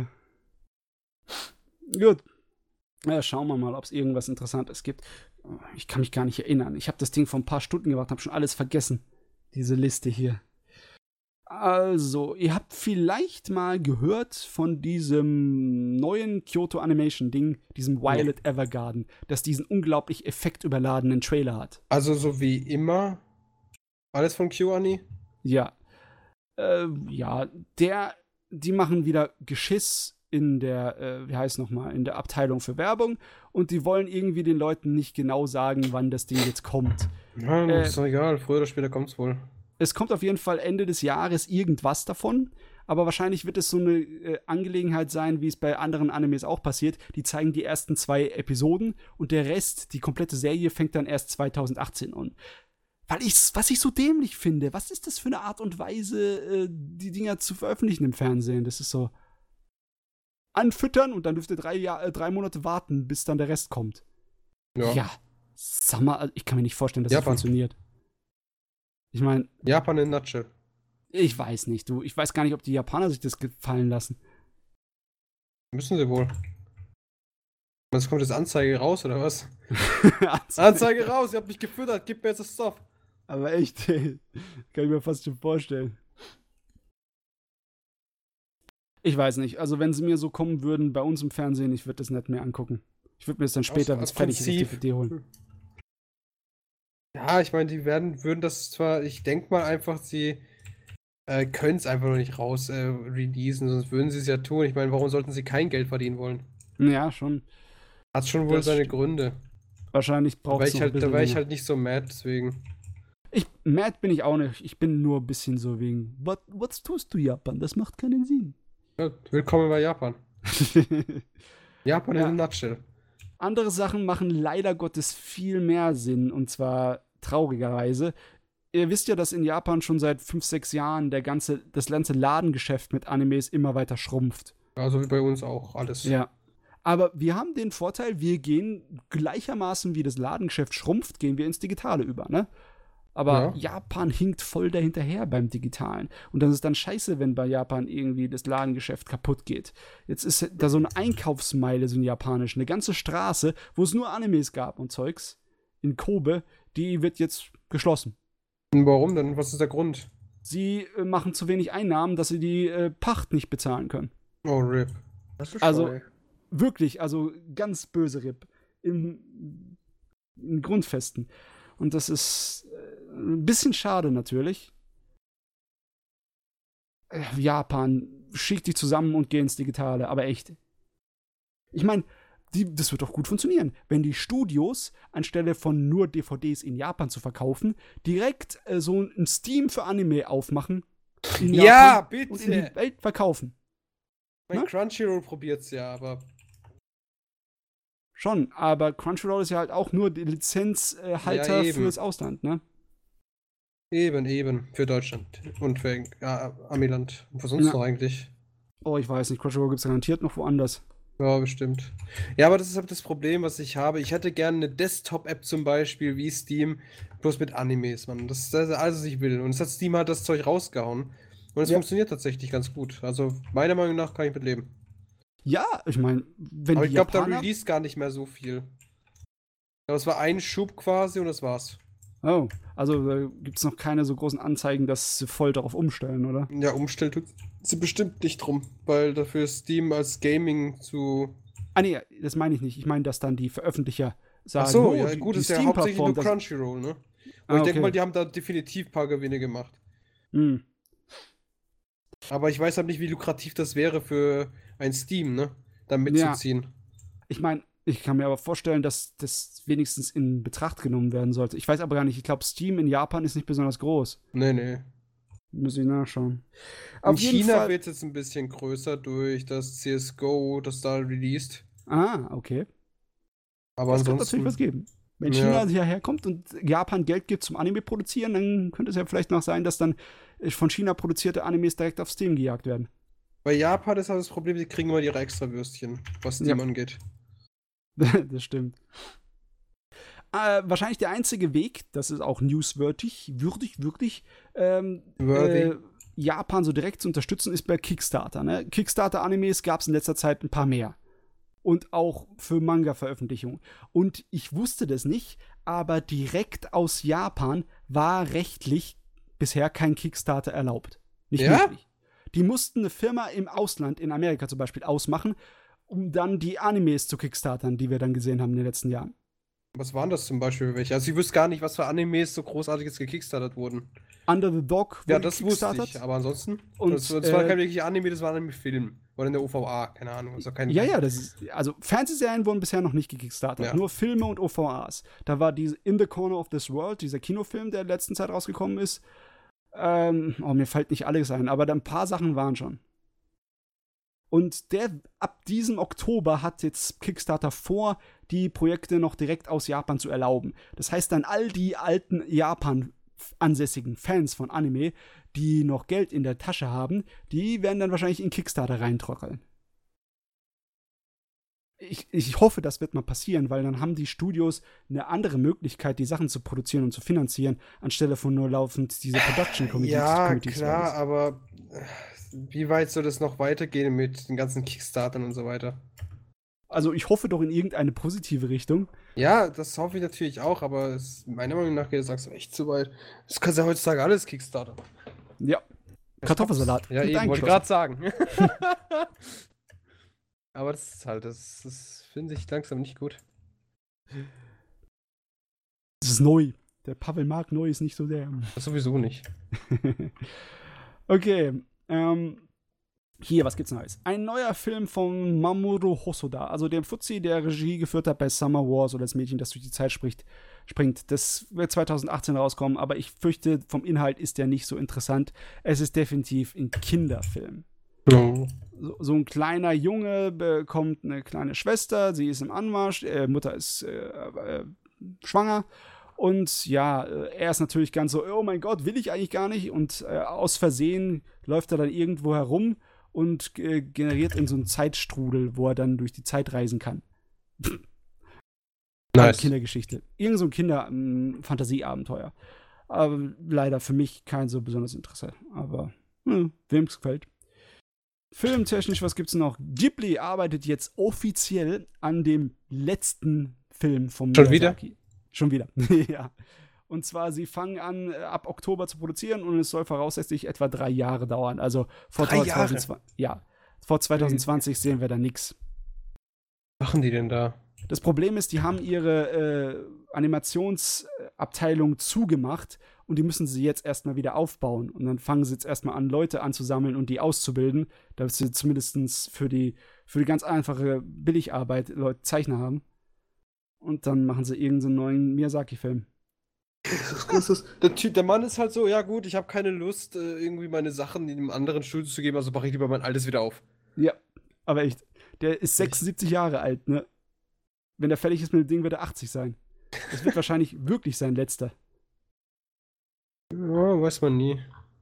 Gut. Ja, schauen wir mal, ob es irgendwas Interessantes gibt. Ich kann mich gar nicht erinnern. Ich habe das Ding vor ein paar Stunden gemacht, habe schon alles vergessen. Diese Liste hier. Also, ihr habt vielleicht mal gehört von diesem neuen Kyoto Animation Ding, diesem Violet nee. Evergarden, das diesen unglaublich effektüberladenen Trailer hat. Also so wie immer alles von KyoAni? Ja. Äh, ja, der, die machen wieder Geschiss in der, äh, wie heißt nochmal, in der Abteilung für Werbung und die wollen irgendwie den Leuten nicht genau sagen, wann das Ding jetzt kommt. Ja, äh, ist doch egal, früher oder später kommt's wohl. Es kommt auf jeden Fall Ende des Jahres irgendwas davon, aber wahrscheinlich wird es so eine äh, Angelegenheit sein, wie es bei anderen Animes auch passiert. Die zeigen die ersten zwei Episoden und der Rest, die komplette Serie, fängt dann erst zwanzig achtzehn an. Weil ich, was ich so dämlich finde, was ist das für eine Art und Weise, äh, die Dinger zu veröffentlichen im Fernsehen? Das ist so anfüttern und dann dürft ihr drei, Jahr, äh, drei Monate warten, bis dann der Rest kommt. Ja. Ja, sag mal, ich kann mir nicht vorstellen, dass Japan. das funktioniert. Ich meine. Japan in nutshell. Ich weiß nicht, du. Ich weiß gar nicht, ob die Japaner sich das gefallen lassen. Müssen sie wohl. Was kommt jetzt Anzeige raus, oder was? Anzeige. Anzeige raus, ihr habt mich gefüttert, gib mir jetzt das Stuff. Aber echt, ey, kann ich mir fast schon vorstellen. Ich weiß nicht, also wenn sie mir so kommen würden bei uns im Fernsehen, ich würde das nicht mehr angucken. Ich würde mir das dann später, wenn es fertig ist, auf D V D holen. Ja, ich meine, die werden, würden das zwar, ich denke mal einfach, sie äh, können es einfach noch nicht raus äh, releasen, sonst würden sie es ja tun. Ich meine, warum sollten sie kein Geld verdienen wollen? Ja, schon. Hat schon wohl das seine Gründe. Wahrscheinlich braucht es noch halt, Da war ich halt nicht so mad, deswegen. Ich, mad bin ich auch nicht. Ich bin nur ein bisschen so wegen, What, was tust du, Japan? Das macht keinen Sinn. Ja, willkommen bei Japan. Japan ja. in a nutshell. Andere Sachen machen leider Gottes viel mehr Sinn, und zwar traurigerweise. Ihr wisst ja, dass in Japan schon seit fünf, sechs Jahren der ganze, das ganze Ladengeschäft mit Animes immer weiter schrumpft. Also wie bei uns auch alles. Ja. Aber wir haben den Vorteil, wir gehen gleichermaßen wie das Ladengeschäft schrumpft, gehen wir ins Digitale über, ne? Aber ja. Japan hinkt voll dahinterher beim Digitalen. Und das ist dann scheiße, wenn bei Japan irgendwie das Ladengeschäft kaputt geht. Jetzt ist da so eine Einkaufsmeile, so ein japanisch, eine ganze Straße, wo es nur Animes gab und Zeugs, in Kobe, die wird jetzt geschlossen. Und warum denn? Was ist der Grund? Sie äh, machen zu wenig Einnahmen, dass sie die äh, Pacht nicht bezahlen können. Oh, R I P. Das ist also, schade. Wirklich, also ganz böse R I P. Im, im Grundfesten. Und das ist äh, ein bisschen schade natürlich. Äh, Japan, schick dich zusammen und geh ins Digitale, aber echt. Ich meine, die, das wird doch gut funktionieren, wenn die Studios, anstelle von nur D V Ds in Japan zu verkaufen, direkt äh, so ein Steam für Anime aufmachen. In Ja, Japan bitte. Und in die Welt verkaufen. Mein Ne? Crunchyroll probiert's ja, aber. Schon, aber Crunchyroll ist ja halt auch nur die Lizenzhalter Ja, eben. fürs Ausland, ne? Eben, eben. Für Deutschland. Und für ja, Amiland. Und für sonst Ja. noch eigentlich. Oh, ich weiß nicht, Crunchyroll gibt's garantiert noch woanders. Ja, bestimmt. Ja, aber das ist halt das Problem, was ich habe. Ich hätte gerne eine Desktop-App zum Beispiel wie Steam, bloß mit Animes, Mann. Das ist alles, was ich will. Und es hat Steam halt das Zeug rausgehauen. Und es Ja. funktioniert tatsächlich ganz gut. Also, meiner Meinung nach kann ich mit leben. Ja, ich meine, wenn Aber die ich glaube, da Japaner... release gar nicht mehr so viel. Aber es war ein Schub quasi und das war's. Oh, also da gibt's noch keine so großen Anzeigen, dass sie voll darauf umstellen, oder? Ja, umstellen tut sie bestimmt nicht drum, weil dafür ist Steam als Gaming zu. Ah, nee, das meine ich nicht. Ich meine, dass dann die Veröffentlicher sagen, Ach so, oh, ja, die, gut, die ist ja hauptsächlich nur das- Crunchyroll, ne? Und Ah, ich denke okay. mal, die haben da definitiv ein paar Gewinne gemacht. Hm. Aber ich weiß halt nicht, wie lukrativ das wäre für ein Steam, ne? Da mitzuziehen. Ich meine, ich kann mir aber vorstellen, dass das wenigstens in Betracht genommen werden sollte. Ich weiß aber gar nicht, ich glaube, Steam in Japan ist nicht besonders groß. Nee, nee. Muss ich nachschauen. In Auf jeden China Fall. wird es jetzt ein bisschen größer durch das C S G O, das da released. Ah, okay. Aber Das könnte ansonsten. natürlich was geben. Wenn Ja. China hierher kommt und Japan Geld gibt zum Anime produzieren, dann könnte es ja vielleicht noch sein, dass dann von China produzierte Animes direkt auf Steam gejagt werden. Bei Japan ist halt das Problem, die kriegen immer ihre Extrawürstchen, was Steam Ja. angeht. Das stimmt. Äh, wahrscheinlich der einzige Weg, das ist auch newswürdig, würdig, wirklich, ähm, Worthy. äh, Japan so direkt zu unterstützen, ist bei Kickstarter. Ne? Kickstarter-Animes gab es in letzter Zeit ein paar mehr. Und auch für Manga-Veröffentlichungen. Und ich wusste das nicht, aber direkt aus Japan war rechtlich bisher kein Kickstarter erlaubt. Nicht Ja? möglich. Die mussten eine Firma im Ausland, in Amerika zum Beispiel, ausmachen, um dann die Animes zu kickstartern, die wir dann gesehen haben in den letzten Jahren. Was waren das zum Beispiel für welche? Also ich wüsste gar nicht, was für Animes so großartiges gekickstartet wurden. Under the Dog Ja, wurde das wusste kickstartet. ich, aber ansonsten? Und, das, das war äh, kein wirklicher Anime, das war ein Anime-Film. Oder in der O V A, keine Ahnung. Also kein Ja, ja, das ist, also Fernsehserien wurden bisher noch nicht gekickstartet, Ja. nur Filme und O V As. Da war diese In the Corner of This World, dieser Kinofilm, der in der letzten Zeit rausgekommen ist. Ähm, oh, mir fällt nicht alles ein, aber da ein paar Sachen waren schon. Und der, ab diesem Oktober hat jetzt Kickstarter vor, die Projekte noch direkt aus Japan zu erlauben. Das heißt dann, all die alten Japan ansässigen Fans von Anime, die noch Geld in der Tasche haben, die werden dann wahrscheinlich in Kickstarter reintrockeln. Ich, ich hoffe, das wird mal passieren, weil dann haben die Studios eine andere Möglichkeit, die Sachen zu produzieren und zu finanzieren, anstelle von nur laufend diese Production Committees. Ja, Committees klar, war das. aber äh, wie weit soll das noch weitergehen mit den ganzen Kickstartern und so weiter? Also ich hoffe doch in irgendeine positive Richtung. Ja, das hoffe ich natürlich auch, aber es, meiner Meinung nach geht das langsam echt zu weit. Das kannst ja heutzutage alles Kickstarter. Ja. Kartoffelsalat. Ja, Mit eben, wollte eingeschlossen. gerade sagen. Aber das ist halt, das, das finde ich langsam nicht gut. Das ist neu. Der Pavel mag neu ist nicht so der. Das sowieso nicht. Okay. Ähm, hier, was gibt's Neues? Ein neuer Film von Mamoru Hosoda, also dem Fuzzi, der Regie geführt hat bei Summer Wars oder das Mädchen, das durch die Zeit spricht, springt. Das wird zwanzig achtzehn rauskommen, aber ich fürchte, vom Inhalt ist der nicht so interessant. Es ist definitiv ein Kinderfilm. Oh. So, so ein kleiner Junge bekommt eine kleine Schwester, sie ist im Anmarsch, äh, Mutter ist äh, äh, schwanger. Und ja, äh, er ist natürlich ganz so, oh mein Gott, will ich eigentlich gar nicht. Und äh, aus Versehen läuft er dann irgendwo herum und äh, generiert in so einen Zeitstrudel, wo er dann durch die Zeit reisen kann. Nice. Kindergeschichte. Irgend so ein Kinder-Fantasieabenteuer. Aber leider für mich kein so besonderes Interesse. Aber hm, wem es gefällt. Filmtechnisch, was gibt's noch? Ghibli arbeitet jetzt offiziell an dem letzten Film vom Schon Miyazaki. Schon wieder, ja. Und zwar, sie fangen an, äh, ab Oktober zu produzieren und es soll voraussichtlich etwa drei Jahre dauern. Also vor Drei zwanzig zwanzig, Jahre? ja, vor zwanzig zwanzig sehen wir da nichts. Was machen die denn da? Das Problem ist, die haben ihre äh, Animationsabteilung zugemacht und die müssen sie jetzt erstmal wieder aufbauen. Und dann fangen sie jetzt erstmal an, Leute anzusammeln und die auszubilden, damit sie zumindest für die für die ganz einfache Billigarbeit Leute Zeichner haben. Und dann machen sie irgendeinen neuen Miyazaki-Film. Der, Typ, der Mann ist halt so, ja gut, ich habe keine Lust, äh, irgendwie meine Sachen in einem anderen Studio zu geben, also mache ich lieber mein altes wieder auf. Ja, aber echt. Der ist sechsundsiebzig Jahre alt, ne? Wenn der fertig ist mit dem Ding, wird er achtzig sein. Das wird wahrscheinlich wirklich sein letzter. Ja, weiß man nie.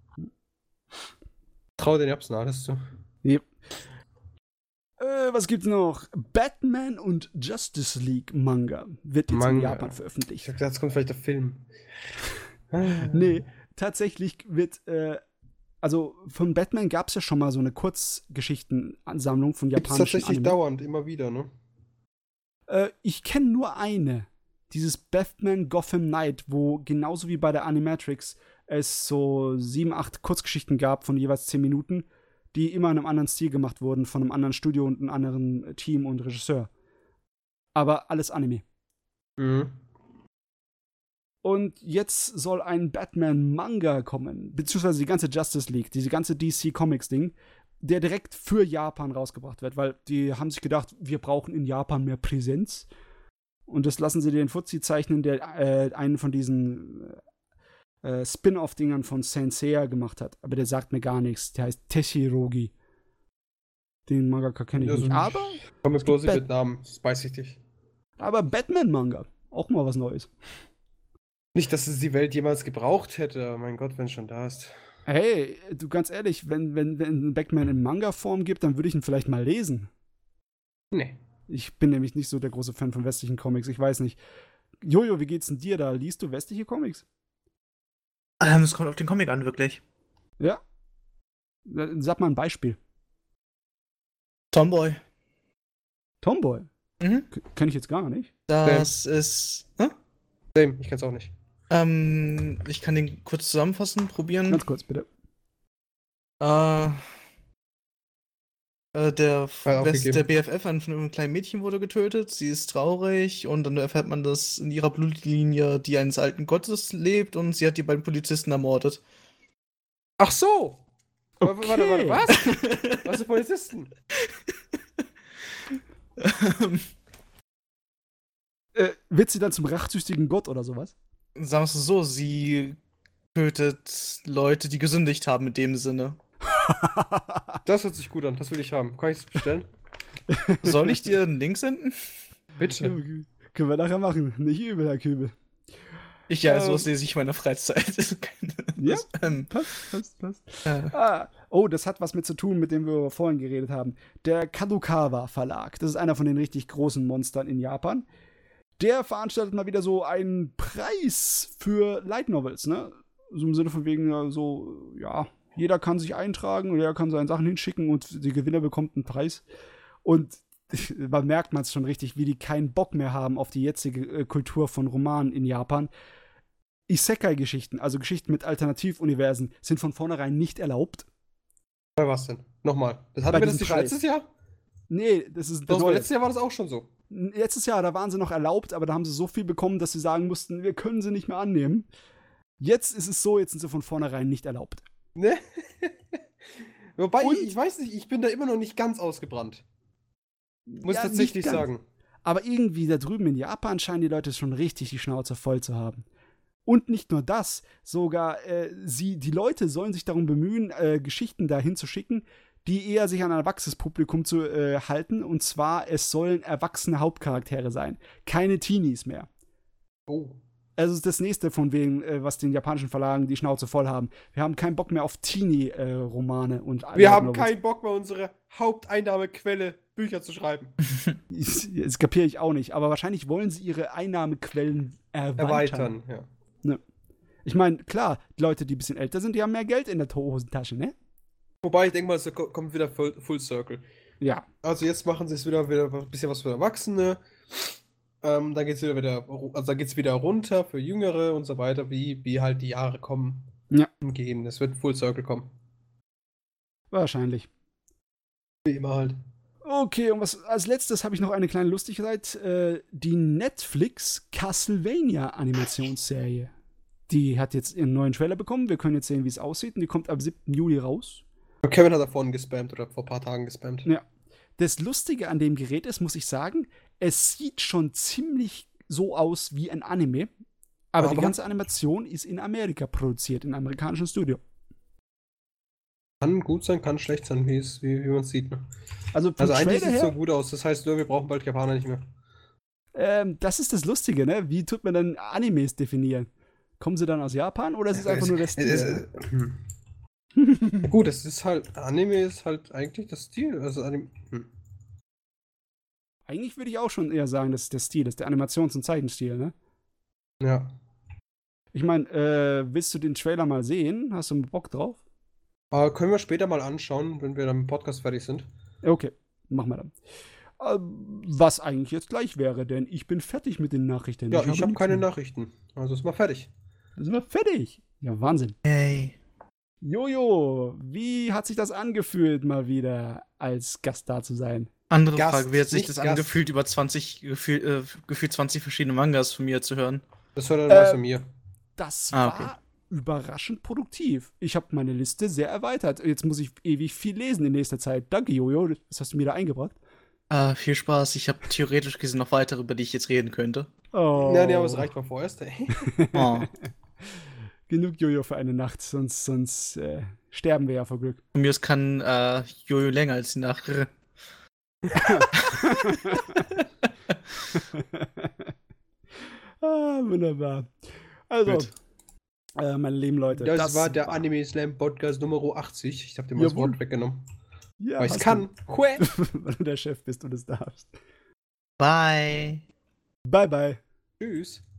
Trau den Japsen alles zu. Nee. Äh, was gibt's noch? Batman und Justice League Manga wird jetzt in Manga. Japan Ich veröffentlicht. dachte, jetzt kommt vielleicht der Film. Nee, tatsächlich wird, äh, also von Batman gab es ja schon mal so eine Kurzgeschichtenansammlung von Gibt's japanischen tatsächlich Anime. dauernd, immer wieder, ne? Äh, ich kenne nur eine. Dieses Batman Gotham Knight, wo genauso wie bei der Animatrix es so sieben, acht Kurzgeschichten gab von jeweils zehn Minuten, die immer in einem anderen Stil gemacht wurden, von einem anderen Studio und einem anderen Team und Regisseur. Aber alles Anime. Mhm. Und jetzt soll ein Batman-Manga kommen, beziehungsweise die ganze Justice League, diese ganze D C Comics-Ding, der direkt für Japan rausgebracht wird, weil die haben sich gedacht, wir brauchen in Japan mehr Präsenz. Und das lassen sie den Fuzzi zeichnen, der äh, einen von diesen äh, Spin-off-Dingern von Saint Seiya gemacht hat. Aber der sagt mir gar nichts. Der heißt Teshirogi. Den Mangaka kenne ich Also, nicht. Aber, Komm mir bloß nicht Bat- mit Namen, das weiß ich nicht. aber Batman-Manga. Auch mal was Neues. Nicht, dass es die Welt jemals gebraucht hätte, aber mein Gott, wenn es schon da ist. Hey, du ganz ehrlich, wenn, wenn, wenn Batman in Manga-Form gibt, dann würde ich ihn vielleicht mal lesen. Nee. Ich bin nämlich nicht so der große Fan von westlichen Comics. Ich weiß nicht. Jojo, wie geht's denn dir da? Liest du westliche Comics? Ähm, es kommt auf den Comic an, wirklich. Ja? Sag mal ein Beispiel. Tomboy. Tomboy? Mhm. K- Kenn ich jetzt gar nicht. Das ist. Hm? Same, ich kenn's auch nicht. Ähm, ich kann den kurz zusammenfassen, probieren. Ganz kurz, bitte. Äh, äh, der, Hat West, aufgegeben. der B F F an von einem kleinen Mädchen wurde getötet. Sie ist traurig und dann erfährt man, dass in ihrer Blutlinie die eines alten Gottes lebt und sie hat die beiden Polizisten ermordet. Ach so! Warte, Okay. warte, warte, was? Was für Polizisten? Äh, wird sie dann zum rachsüchtigen Gott oder sowas? Sagen wir es so, sie tötet Leute, die gesündigt haben in dem Sinne. Das hört sich gut an, das will ich haben. Kann ich es bestellen? Soll ich dir einen Link senden? Bitte. Okay. Können wir nachher machen. Nicht übel, Herr Kübel. Ich ja, Ähm. sowas lese ich in meiner Freizeit. Ja? Das, ähm, Passt, passt, passt. äh, Ah, oh, das hat was mit zu tun, mit dem wir vorhin geredet haben. Der Kadokawa Verlag, das ist einer von den richtig großen Monstern in Japan. Der veranstaltet mal wieder so einen Preis für Light Novels, ne? So im Sinne von wegen, ja, so, ja, jeder kann sich eintragen und jeder kann seine Sachen hinschicken und der Gewinner bekommt einen Preis. Und man merkt man es schon richtig, wie die keinen Bock mehr haben auf die jetzige äh, Kultur von Romanen in Japan. Isekai-Geschichten, also Geschichten mit Alternativuniversen, sind von vornherein nicht erlaubt. Bei was denn? Nochmal. Das hatten Bei wir das diesem nicht schon Preis. letztes Jahr? Nee, das ist Doch, neu. letztes Jahr war das auch schon so. Letztes Jahr, da waren sie noch erlaubt, aber da haben sie so viel bekommen, dass sie sagen mussten, wir können sie nicht mehr annehmen. Jetzt ist es so, jetzt sind sie von vornherein nicht erlaubt. Ne? Wobei, Und- ich, ich weiß nicht, ich bin da immer noch nicht ganz ausgebrannt. Muss Ja, ich tatsächlich nicht ganz. sagen. Aber irgendwie da drüben in Japan scheinen die Leute schon richtig die Schnauze voll zu haben. Und nicht nur das, sogar äh, sie, die Leute sollen sich darum bemühen, äh, Geschichten dahin zu schicken, die eher sich an ein erwachsenes Publikum zu äh, halten. Und zwar, es sollen erwachsene Hauptcharaktere sein. Keine Teenies mehr. Oh. Also das nächste von wegen, äh, was den japanischen Verlagen die Schnauze voll haben. Wir haben keinen Bock mehr auf Teenie-Romane und Wir Light haben Novels. keinen Bock mehr, unsere Haupteinnahmequelle Bücher zu schreiben. Das kapiere ich auch nicht, aber wahrscheinlich wollen sie ihre Einnahmequellen erweitern. Erweitern, ja. Ich meine, klar, die Leute, die ein bisschen älter sind, die haben mehr Geld in der Hosentasche, ne? Wobei, ich denke mal, es ko- kommt wieder Full, Full Circle. Ja. Also jetzt machen sie es wieder, wieder ein bisschen was für Erwachsene. Ähm, dann geht es wieder, wieder, also dann geht's wieder runter für Jüngere und so weiter, wie, wie halt die Jahre kommen Ja. und gehen. Es wird Full Circle kommen. Wahrscheinlich. Wie immer halt. Okay, und was als letztes habe ich noch eine kleine Lustigkeit. Äh, die Netflix Castlevania Animationsserie. Die hat jetzt ihren neuen Trailer bekommen. Wir können jetzt sehen, wie es aussieht. Und die kommt am siebten Juli raus. Kevin hat da vorhin gespammt oder vor ein paar Tagen gespammt. Ja. Das Lustige an dem Gerät ist, muss ich sagen, es sieht schon ziemlich so aus wie ein Anime, aber, Aber- die ganze Animation ist in Amerika produziert, in einem amerikanischen Studio. Kann gut sein, kann schlecht sein, wie, es- wie, wie man es sieht. Ne? Also vom Also eigentlich Trailer sieht es so her, gut aus. Das heißt nur, wir brauchen bald Japaner nicht mehr. ähm, das ist das Lustige, ne? Wie tut man dann Animes definieren? Kommen sie dann aus Japan oder ist es einfach nur der Stil? Es, es, hm. Gut, es ist halt, Anime ist halt eigentlich das Stil. Also Anime, hm. Eigentlich würde ich auch schon eher sagen, das ist der Stil, das ist der Animations- und Zeichenstil, ne? Ja. Ich meine, äh, willst du den Trailer mal sehen? Hast du Bock drauf? Aber können wir später mal anschauen, wenn wir dann mit dem Podcast fertig sind. Okay, machen wir dann. Ähm, was eigentlich jetzt gleich wäre, denn ich bin fertig mit den Nachrichten. Ja, ich habe nichts keine mehr. Nachrichten. Also ist mal fertig. Dann sind wir fertig. Ja, Wahnsinn. Yay. Jojo, wie hat sich das angefühlt, mal wieder als Gast da zu sein? Andere Gast, Frage, wie hat sich nicht das Gast. angefühlt, über zwanzig, gefühl, äh, gefühlt zwanzig verschiedene Mangas von mir zu hören? Das hört er Äh, was von mir. Das Ah, war überraschend produktiv. Ich habe meine Liste sehr erweitert. Jetzt muss ich ewig viel lesen in nächster Zeit. Danke, Jojo. Was hast du mir da eingebracht? Ah, viel Spaß. Ich habe theoretisch gesehen noch weitere, über die ich jetzt reden könnte. Oh. Ja, nee, aber es reicht mal vorerst. Ey. Oh. Genug Jojo für eine Nacht, sonst, sonst äh, sterben wir ja vor Glück. Von mir aus kann äh, Jojo länger als die Nacht. Ah, wunderbar. Also, Gut. äh, meine lieben Leute. Das, war der Anime Slam Podcast Nummer achtzig. Ich habe dir mal das Jawohl. Wort weggenommen. Ja, Weil ich es hast kann. du. Hue. Weil du der Chef bist und es darfst. Bye. Bye, bye. Tschüss.